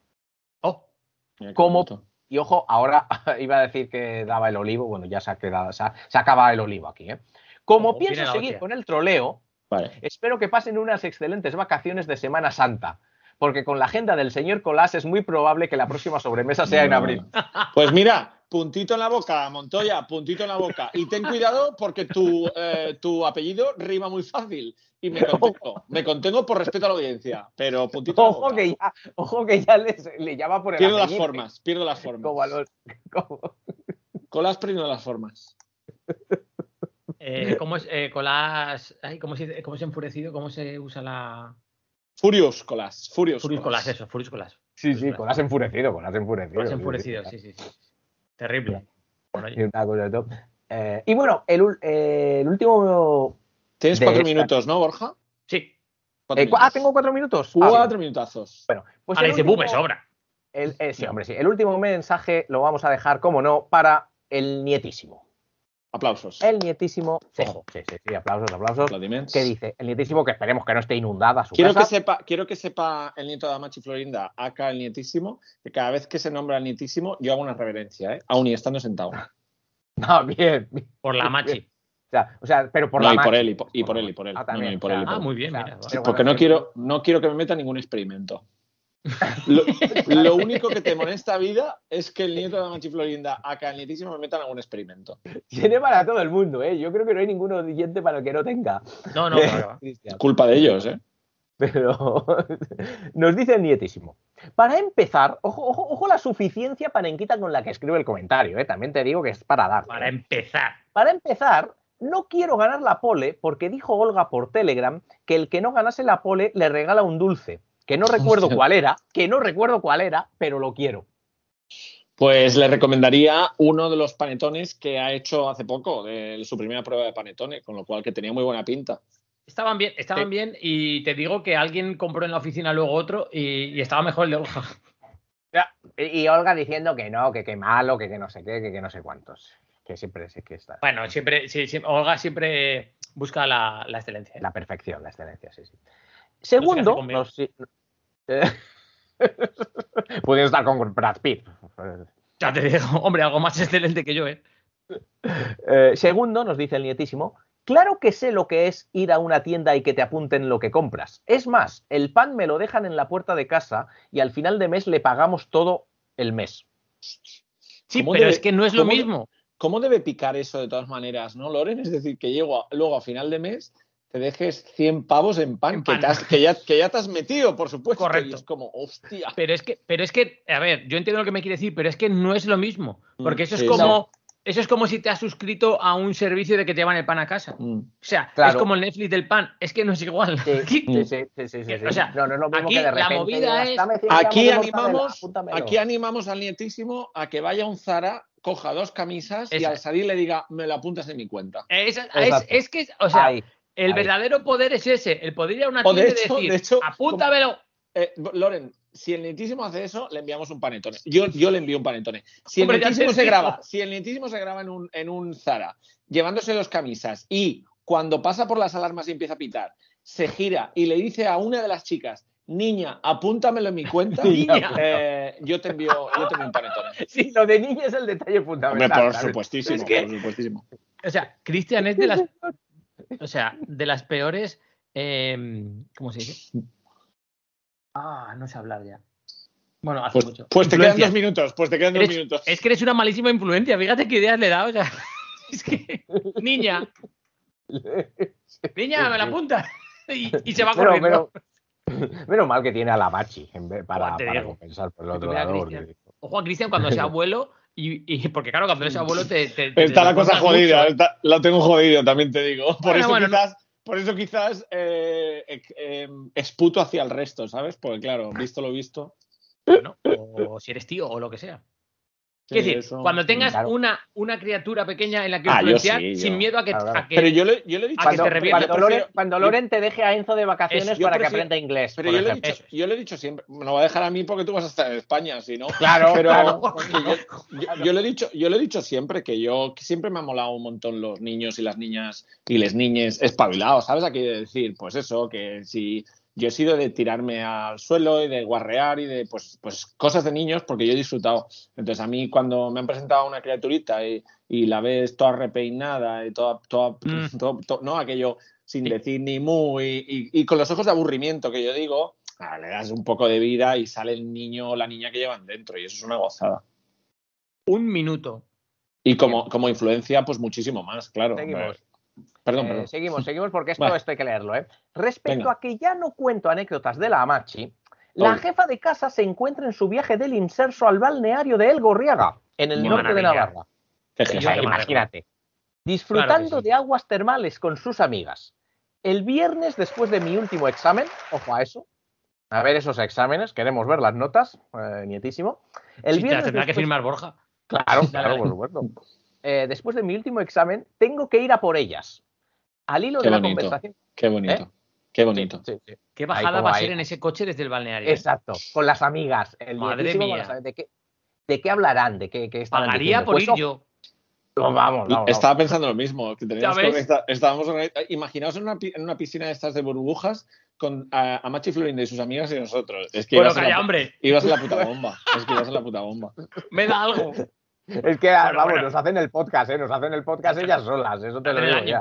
Speaker 6: Oh,
Speaker 8: Mira qué
Speaker 7: Como-
Speaker 8: bonito.
Speaker 7: Y ojo, ahora iba a decir que daba el olivo, bueno, ya se ha quedado, se, ha, se acaba el olivo aquí, ¿eh? Como
Speaker 6: Ojo, viene
Speaker 7: pienso
Speaker 6: la
Speaker 7: seguir
Speaker 6: hostia.
Speaker 7: con el troleo,
Speaker 8: Vale.
Speaker 7: espero que pasen unas excelentes vacaciones de Semana Santa, porque con la agenda del señor Colás es muy probable que la próxima sobremesa sea en
Speaker 8: No.
Speaker 7: abril.
Speaker 8: Pues mira, puntito en la boca, Montoya, puntito en la boca. Y ten cuidado porque tu, eh, tu apellido rima muy fácil. Y me contengo, me contengo por respeto a la audiencia. Pero puntito en la
Speaker 7: Ojo
Speaker 8: boca.
Speaker 7: que ya, ojo que ya les- le llama por el
Speaker 8: Pierdo las
Speaker 7: apellido,
Speaker 8: formas, pierdo las formas.
Speaker 7: como a los- como-
Speaker 8: Colas pierdo las formas.
Speaker 6: eh, ¿cómo es? Eh, con las. Ay, ¿cómo se, ¿Cómo se ha enfurecido? ¿Cómo se usa la.
Speaker 8: Furious Colas, Furious
Speaker 6: Furious
Speaker 8: Colas.
Speaker 6: Colas, eso, Furious Colas.
Speaker 7: Sí, sí, Colás enfurecido, Colás enfurecido.
Speaker 6: Colas
Speaker 7: sí, sí,
Speaker 6: enfurecido,
Speaker 7: sí.
Speaker 6: sí, sí, sí. Terrible. Bueno,
Speaker 7: Y una cosa de todo. Eh, y bueno, el, ul- eh, el último.
Speaker 8: Tienes
Speaker 7: de
Speaker 8: cuatro
Speaker 7: esta-
Speaker 8: minutos, ¿no, Borja?
Speaker 6: sí.
Speaker 8: Cuatro
Speaker 7: eh, cu- ah,
Speaker 8: minutos.
Speaker 7: tengo cuatro minutos. Ah,
Speaker 8: Cuatro
Speaker 7: bien.
Speaker 8: minutazos.
Speaker 7: Bueno, pues
Speaker 6: Ahora
Speaker 7: el
Speaker 6: dice,
Speaker 7: último-
Speaker 6: "Bu, me sobra".
Speaker 7: el- eh, sí, hombre, sí. El último mensaje lo vamos a dejar, como no, para el nietísimo.
Speaker 8: Aplausos.
Speaker 7: El nietísimo. Ojo, sí, sí, sí, aplausos, aplausos.
Speaker 8: Aplaudiments.
Speaker 7: ¿Qué dice? El nietísimo, que esperemos que no esté inundada su
Speaker 8: Quiero que,
Speaker 7: casa.
Speaker 8: sepa, quiero que sepa el nieto de Amachi Florinda, acá el nietísimo, que cada vez que se nombra el nietísimo, yo hago una reverencia, ¿eh? Aún y estando sentado.
Speaker 7: No, bien, bien.
Speaker 6: Por la machi.
Speaker 7: O sea, o sea, pero por
Speaker 8: no,
Speaker 7: la
Speaker 8: y por
Speaker 7: machi.
Speaker 8: él, y por, y por él, y por él.
Speaker 7: Ah,
Speaker 8: No,
Speaker 7: también,
Speaker 8: no, y por
Speaker 7: o sea,
Speaker 8: él, y por
Speaker 6: Ah,
Speaker 8: él.
Speaker 6: muy bien,
Speaker 7: O sea,
Speaker 6: mira.
Speaker 7: pero
Speaker 8: Porque
Speaker 7: bueno,
Speaker 8: no
Speaker 7: sí.
Speaker 8: quiero, no quiero que me meta ningún experimento. Lo, lo único que temo en esta vida es que el nieto de Amachi Florinda, acá el nietísimo, me metan algún experimento.
Speaker 7: Tiene para todo el mundo, ¿eh? Yo creo que no hay ningún oyente para el que no tenga.
Speaker 6: No, no, claro.
Speaker 8: Culpa de ellos, ¿eh?
Speaker 7: Pero nos dice el nietísimo. Para empezar, ojo, ojo, ojo la suficiencia panenquita con la que escribe el comentario, ¿eh? También te digo que es para dar.
Speaker 6: Para empezar.
Speaker 7: Para empezar, no quiero ganar la pole porque dijo Olga por Telegram que el que no ganase la pole le regala un dulce. Que no recuerdo
Speaker 8: Hostia.
Speaker 7: cuál era, que no recuerdo cuál era, pero lo quiero.
Speaker 8: Pues le recomendaría uno de los panetones que ha hecho hace poco, de su primera prueba de panetone, con lo cual que tenía muy buena pinta.
Speaker 6: Estaban bien, estaban
Speaker 8: Sí.
Speaker 6: bien y te digo que alguien compró en la oficina luego otro y, y estaba mejor el de Olga.
Speaker 7: Ya, Y, y Olga diciendo que no, que qué malo, que, que no sé qué, que, que no sé cuántos. Que siempre sé que está.
Speaker 6: Bueno, siempre, sí, sí, Olga siempre busca la, la excelencia.
Speaker 7: La perfección, la excelencia, sí, sí.
Speaker 6: No
Speaker 7: Segundo,
Speaker 6: se case conmigo.
Speaker 7: nos- eh, pudiendo estar con Brad Pitt.
Speaker 6: Ya te digo, hombre, algo más excelente que yo, ¿eh?
Speaker 7: Eh, segundo, nos dice el nietísimo, claro que sé lo que es ir a una tienda y que te apunten lo que compras. Es más, el pan me lo dejan en la puerta de casa y al final de mes le pagamos todo el mes.
Speaker 6: Sí,
Speaker 8: ¿Cómo
Speaker 6: pero
Speaker 8: debe-
Speaker 6: es que no es lo
Speaker 8: cómo de-
Speaker 6: mismo.
Speaker 8: ¿Cómo debe picar eso de todas maneras, no, Loren? Es decir, que llego a- luego a final de mes te dejes cien pavos en pan,
Speaker 6: En
Speaker 8: que,
Speaker 6: pan.
Speaker 8: te has- que ya, que ya te has metido, por supuesto.
Speaker 6: Correcto.
Speaker 8: Y es como, hostia.
Speaker 6: Pero es que, pero es que, a ver, yo entiendo lo que me quiere decir, pero es que no es lo mismo. Porque eso
Speaker 8: Mm, sí,
Speaker 6: es como,
Speaker 8: no.
Speaker 6: eso es como si te has suscrito a un servicio de que te llevan el pan a casa.
Speaker 8: Mm.
Speaker 6: O sea,
Speaker 7: Claro.
Speaker 6: es como el Netflix del pan, es que no es igual.
Speaker 7: Sí,
Speaker 6: Aquí-
Speaker 7: sí, sí, sí, sí, sí,
Speaker 6: O sea,
Speaker 7: no, no es lo mismo
Speaker 6: aquí
Speaker 7: que de
Speaker 6: la
Speaker 7: repente
Speaker 6: movida
Speaker 7: digas,
Speaker 6: es-
Speaker 7: "Dame cien
Speaker 8: Aquí
Speaker 7: gramos de mortadela,
Speaker 8: animamos,
Speaker 7: apúntamelo".
Speaker 8: aquí animamos al nietísimo a que vaya a un Zara, coja dos camisas y
Speaker 6: Esa.
Speaker 8: al salir le diga, me lo apuntas en mi cuenta.
Speaker 6: Es, es-
Speaker 7: Exacto.
Speaker 6: es que, o sea,
Speaker 7: Ahí,
Speaker 6: el
Speaker 7: ahí.
Speaker 6: verdadero poder es ese, el poder ir a una
Speaker 8: O de
Speaker 6: tienda y
Speaker 8: hecho-
Speaker 6: decir,
Speaker 8: de hecho,
Speaker 6: apúntamelo.
Speaker 8: Eh, Loren, si el nietísimo hace eso, le enviamos un panetone. Yo, yo le envío un panetone. Si el
Speaker 6: Hombre, ya
Speaker 8: nietísimo
Speaker 6: te
Speaker 8: se
Speaker 6: digo.
Speaker 8: graba, si el nietísimo se graba en un, en un Zara, llevándose dos camisas, y cuando pasa por las alarmas y empieza a pitar, se gira y le dice a una de las chicas, niña, apúntamelo en mi cuenta,
Speaker 6: Niña.
Speaker 8: eh, yo te envío, yo te envío un panetone.
Speaker 7: Sí, lo de niña es el detalle
Speaker 8: Hombre,
Speaker 7: fundamental.
Speaker 8: por
Speaker 7: ¿sabes?
Speaker 8: supuestísimo,
Speaker 6: Es que-
Speaker 8: por supuestísimo.
Speaker 6: O sea, Cristian es de las, o sea, de las peores, eh, ¿cómo se dice? Ah, no sé hablar ya. Bueno, hace
Speaker 8: Pues,
Speaker 6: mucho.
Speaker 8: pues te quedan
Speaker 6: Influencias.
Speaker 8: dos minutos, pues te quedan dos
Speaker 6: Eres-
Speaker 8: minutos.
Speaker 6: Es que eres una malísima influencia, fíjate qué ideas le he dado. O sea, es que, niña, niña, me la apunta. Y, y se va
Speaker 7: Pero,
Speaker 6: corriendo.
Speaker 7: pero, menos mal que tiene a la Machi en vez, para,
Speaker 6: Joder, te
Speaker 7: para
Speaker 6: digo.
Speaker 7: compensar por el
Speaker 6: Que
Speaker 7: otro
Speaker 6: tuviera
Speaker 7: lado.
Speaker 6: Cristian.
Speaker 7: porque-
Speaker 6: Ojo a Cristian cuando sea abuelo, y, y porque claro, cuando eres abuelo te. te- te
Speaker 8: Está la cosa
Speaker 6: desmontas
Speaker 8: jodida,
Speaker 6: mucho.
Speaker 8: está- lo tengo jodido, también te digo. Por
Speaker 6: Bueno,
Speaker 8: eso
Speaker 6: bueno,
Speaker 8: quizás, por eso quizás eh, eh, eh, esputo hacia el resto, ¿sabes? Porque claro, visto lo visto.
Speaker 6: Bueno, o si eres tío o lo que sea.
Speaker 8: Sí,
Speaker 6: Es decir,
Speaker 8: eso-
Speaker 6: cuando tengas
Speaker 7: claro.
Speaker 6: una, una criatura pequeña en la que
Speaker 8: Ah, yo
Speaker 6: influenciar,
Speaker 8: sí, yo.
Speaker 6: sin miedo a que,
Speaker 7: Claro, claro.
Speaker 6: a que-
Speaker 8: Pero yo le, yo le he dicho
Speaker 6: a que
Speaker 7: Cuando,
Speaker 6: te reviente.
Speaker 7: cuando,
Speaker 8: yo
Speaker 7: Loren,
Speaker 8: prefiero-
Speaker 7: cuando Loren te deje a Enzo de vacaciones
Speaker 6: Eso,
Speaker 8: yo
Speaker 7: para que
Speaker 8: prefiero-
Speaker 7: aprenda inglés.
Speaker 8: Pero
Speaker 7: por
Speaker 8: yo le, he
Speaker 7: ejemplo.
Speaker 8: dicho, yo le he dicho siempre, me lo va a dejar a mí porque tú vas a estar en España, si no.
Speaker 7: Claro,
Speaker 8: pero
Speaker 7: claro.
Speaker 8: porque yo, yo- yo le he dicho, yo le he dicho siempre que yo que siempre me ha molado un montón los niños y las niñas y les niñes espabilados, ¿sabes? Aquí de decir, pues eso, que si yo he sido de tirarme al suelo y de guarrear y de pues, pues cosas de niños porque yo he disfrutado. Entonces a mí cuando me han presentado una criaturita y, y la ves toda repeinada y toda, toda,
Speaker 6: Mm.
Speaker 8: todo- todo- no aquello sin
Speaker 6: Sí.
Speaker 8: decir ni mu y, y- y con los ojos de aburrimiento que yo digo, ah, le das un poco de vida y sale el niño o la niña que llevan dentro y eso es una gozada.
Speaker 6: un minuto.
Speaker 8: Y como, como influencia, pues muchísimo más, claro.
Speaker 7: Seguimos.
Speaker 8: Perdón,
Speaker 7: Eh,
Speaker 8: perdón.
Speaker 7: seguimos, seguimos porque esto,
Speaker 8: Vale.
Speaker 7: esto hay que leerlo. ¿eh? Respecto
Speaker 8: Venga.
Speaker 7: a que ya no cuento anécdotas de la Amachi, la
Speaker 8: Oye.
Speaker 7: jefa de casa se encuentra en su viaje del inserso al balneario de El Gorriaga, en el
Speaker 6: Qué
Speaker 7: norte de
Speaker 6: maravilla.
Speaker 7: Navarra.
Speaker 8: Qué
Speaker 7: O
Speaker 8: genial.
Speaker 7: sea,
Speaker 6: Qué maravilla.
Speaker 7: imagínate. Disfrutando
Speaker 6: Claro que sí.
Speaker 7: de aguas termales con sus amigas. El viernes, después de mi último examen, ojo a eso, a ver esos exámenes, queremos ver las notas, eh, nietísimo. El
Speaker 6: Sí, te la
Speaker 7: viernes
Speaker 6: tendrá que
Speaker 7: después-
Speaker 6: firmar Borja.
Speaker 7: Claro,
Speaker 6: Dale,
Speaker 7: claro,
Speaker 6: dale.
Speaker 7: por supuesto. Eh, después de mi último examen, tengo que ir a por ellas. Al hilo
Speaker 8: Qué
Speaker 7: de la
Speaker 8: bonito.
Speaker 7: conversación.
Speaker 8: Qué bonito.
Speaker 7: ¿Eh?
Speaker 8: Qué bonito.
Speaker 7: Sí, sí, sí.
Speaker 6: ¿Qué
Speaker 7: Ahí
Speaker 6: bajada
Speaker 7: como
Speaker 6: va a
Speaker 7: ahí.
Speaker 6: ser en ese coche desde el balneario? eh?
Speaker 7: Exacto, con las amigas. El
Speaker 6: Madre
Speaker 7: nietísimo con
Speaker 6: mía.
Speaker 7: las amigas. ¿De qué, ¿De qué hablarán? ¿De qué, qué estarán
Speaker 6: Pagaría
Speaker 7: diciendo?
Speaker 6: por
Speaker 7: Pues,
Speaker 6: ir
Speaker 7: ojo,
Speaker 6: yo.
Speaker 7: Vamos, vamos, vamos.
Speaker 8: Estaba pensando lo mismo. Que teníamos
Speaker 6: ¿Ya
Speaker 8: que
Speaker 6: ves?
Speaker 8: organizar- estábamos organiz- Imaginaos en una, pi- en una piscina de estas de burbujas con a, a Machi Florinda y sus amigas y nosotros. Es que
Speaker 6: Bueno,
Speaker 8: ibas, a
Speaker 6: calla,
Speaker 8: la,
Speaker 6: hombre.
Speaker 8: ibas a la puta bomba. Es que ibas a la puta bomba.
Speaker 6: Me da algo.
Speaker 7: Es que, ah,
Speaker 6: Bueno,
Speaker 7: vamos,
Speaker 6: bueno.
Speaker 7: nos hacen el podcast, ¿eh? Nos hacen el podcast
Speaker 6: Hacen-
Speaker 7: ellas solas, eso te lo
Speaker 6: hacen el
Speaker 7: digo
Speaker 6: año.
Speaker 7: ya. ¿eh?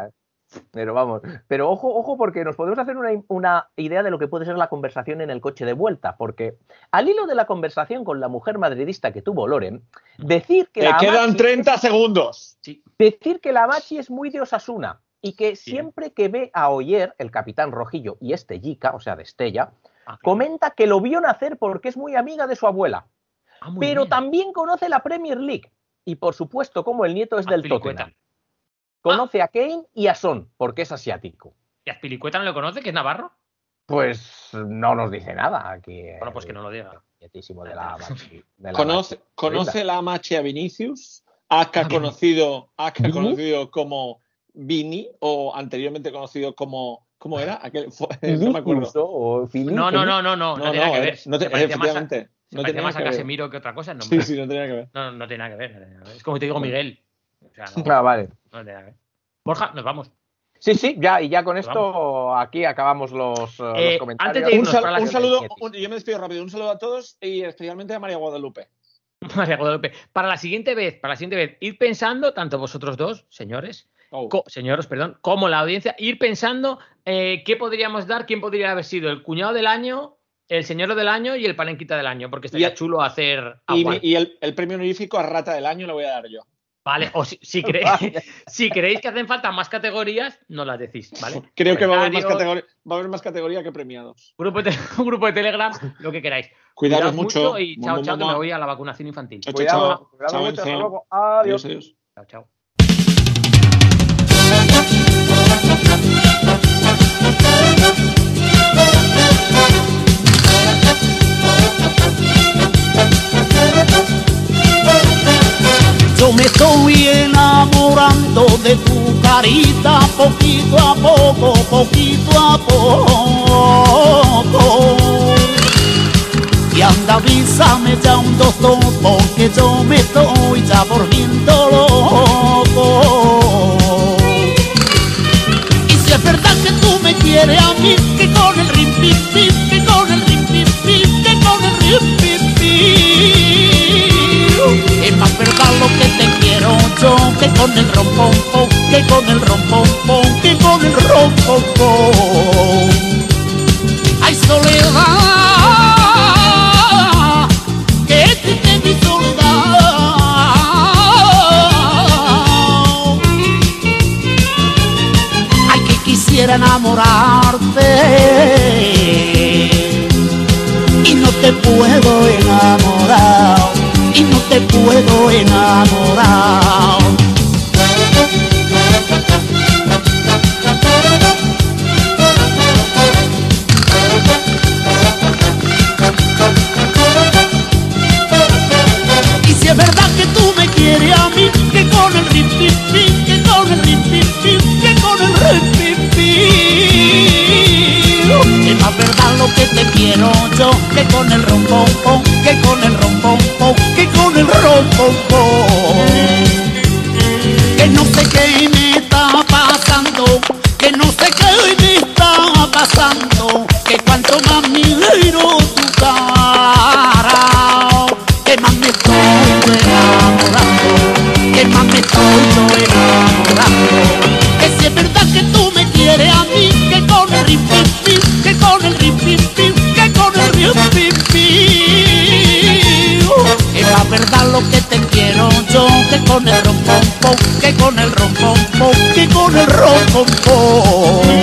Speaker 7: Pero vamos, pero ojo, ojo, porque nos podemos hacer una, una idea de lo que puede ser la conversación en el coche de vuelta, porque al hilo de la conversación con la mujer madridista que tuvo Loren, decir que
Speaker 8: Te
Speaker 7: la
Speaker 8: quedan
Speaker 7: Amachi,
Speaker 8: treinta segundos.
Speaker 6: Sí.
Speaker 7: decir que la Amachi es muy de Osasuna y que
Speaker 6: Bien.
Speaker 7: siempre que ve a Oyer, el capitán Rojillo y Estellica, o sea, de Estella,
Speaker 6: Ah, claro.
Speaker 7: comenta que lo vio nacer porque es muy amiga de su abuela,
Speaker 6: Ah, muy
Speaker 7: pero
Speaker 6: bien.
Speaker 7: también conoce la Premier League y por supuesto, como el nieto es del
Speaker 6: Azpilicueta.
Speaker 7: Tottenham, conoce a Kane y a Son porque es asiático.
Speaker 6: ¿Y Azpilicueta no lo conoce, que es navarro?
Speaker 7: Pues no nos dice nada aquí.
Speaker 6: Bueno, pues que no lo diga.
Speaker 7: Nietísimo de la, de la
Speaker 8: ¿Conoce,
Speaker 7: Amachi.
Speaker 8: ¿Conoce la Amachi a Vinicius? Acá conocido, acá
Speaker 7: ¿Vini?
Speaker 8: conocido como Vini o anteriormente conocido como ¿cómo era? Aquel, fue- no me acuerdo.
Speaker 7: Vinicius, o Filipe.
Speaker 6: No, no, no, no, no, no,
Speaker 8: No,
Speaker 6: tiene nada
Speaker 8: no,
Speaker 6: que
Speaker 8: eh,
Speaker 6: ver.
Speaker 8: no te-
Speaker 6: Se parecía más a-
Speaker 8: efectivamente,
Speaker 6: se
Speaker 8: no
Speaker 6: parecía
Speaker 8: tenía
Speaker 6: más a
Speaker 8: que ver.
Speaker 6: Casemiro que otra cosa. No,
Speaker 8: Sí, sí, no tenía que ver.
Speaker 6: no, no tiene nada que ver. no tiene nada que ver. Es como te digo Miguel. O sea, no,
Speaker 7: Ah, vale.
Speaker 6: no tiene nada que ver. Borja, nos vamos.
Speaker 7: Sí, sí, ya, y ya con esto aquí acabamos los, uh,
Speaker 6: Eh,
Speaker 7: los comentarios.
Speaker 6: antes de
Speaker 8: Un,
Speaker 6: irnos
Speaker 8: sal-
Speaker 6: para la
Speaker 8: un
Speaker 6: siguiente.
Speaker 8: saludo, un- yo me despido rápido. Un saludo a todos y especialmente a María Guadalupe.
Speaker 6: María Guadalupe. Para la siguiente vez, para la siguiente vez, ir pensando, tanto vosotros dos, señores,
Speaker 8: Oh.
Speaker 6: co- señores, perdón, como la audiencia, ir pensando eh, qué podríamos dar, quién podría haber sido el cuñado del año, el señor del año y el palenquita del año, porque estaría
Speaker 8: Y-
Speaker 6: chulo hacer
Speaker 8: Y,
Speaker 6: agua.
Speaker 8: mi- y el, el premio honorífico a Rata del Año lo voy a dar yo.
Speaker 6: Vale, o si, si, creéis, si creéis que hacen falta más categorías, nos las decís, ¿vale?
Speaker 8: Creo que va a haber más
Speaker 6: Comentarios,
Speaker 8: categoría, va a haber más categoría que premiados.
Speaker 6: Grupo de, un grupo de Telegram, lo que queráis.
Speaker 8: Cuidaros
Speaker 6: Cuidaos
Speaker 8: mucho.
Speaker 6: y chao,
Speaker 8: Mu, mu,
Speaker 6: chao, que
Speaker 8: mu.
Speaker 6: me voy a la vacunación infantil.
Speaker 8: Chao,
Speaker 7: Cuidado,
Speaker 8: chao.
Speaker 7: cuidado
Speaker 8: Chao,
Speaker 7: mucho, hasta
Speaker 8: Enzo.
Speaker 7: luego. Adiós.
Speaker 8: Adiós, adiós.
Speaker 6: Chao, chao.
Speaker 11: Yo me estoy enamorando de tu carita poquito a poco, poquito a poco. Y anda, avísame ya un doctor, porque yo me estoy ya volviendo loco. Y si es verdad que tú me quieres a mí, que con el rim pim pim, que con el rim pim pim, que con el rim pim pim. Es más verdad lo que te quiero yo, que con el rom pom pom, que con el rom pom pom, que con el rom pom pom. Ay, soledad, que triste mi soledad. Ay, que quisiera enamorarte y no te puedo enamorar, y no te puedo enamorar. Y si es verdad que tú me quieres a mí, que con el rim pim pim, que con el rim pim pim, que con el rim pim pim. Es más verdad lo que te quiero yo, que con el rom pom pom, que con el rom pom pom, que con el rom pom pom. Que no sé qué me está pasando, que no sé qué me está pasando, que cuanto más miro tu cara, que más me estoy enamorando, que más me estoy yo enamorando. Que si es verdad que tú me quieres a mí, que con el rim pim pim, que con el rim pim pim, que con el rim pim pim. Es la verdad lo que te quiero yo, que con el rom pom pom, que con el rom pom pom, que con el rom pom pom.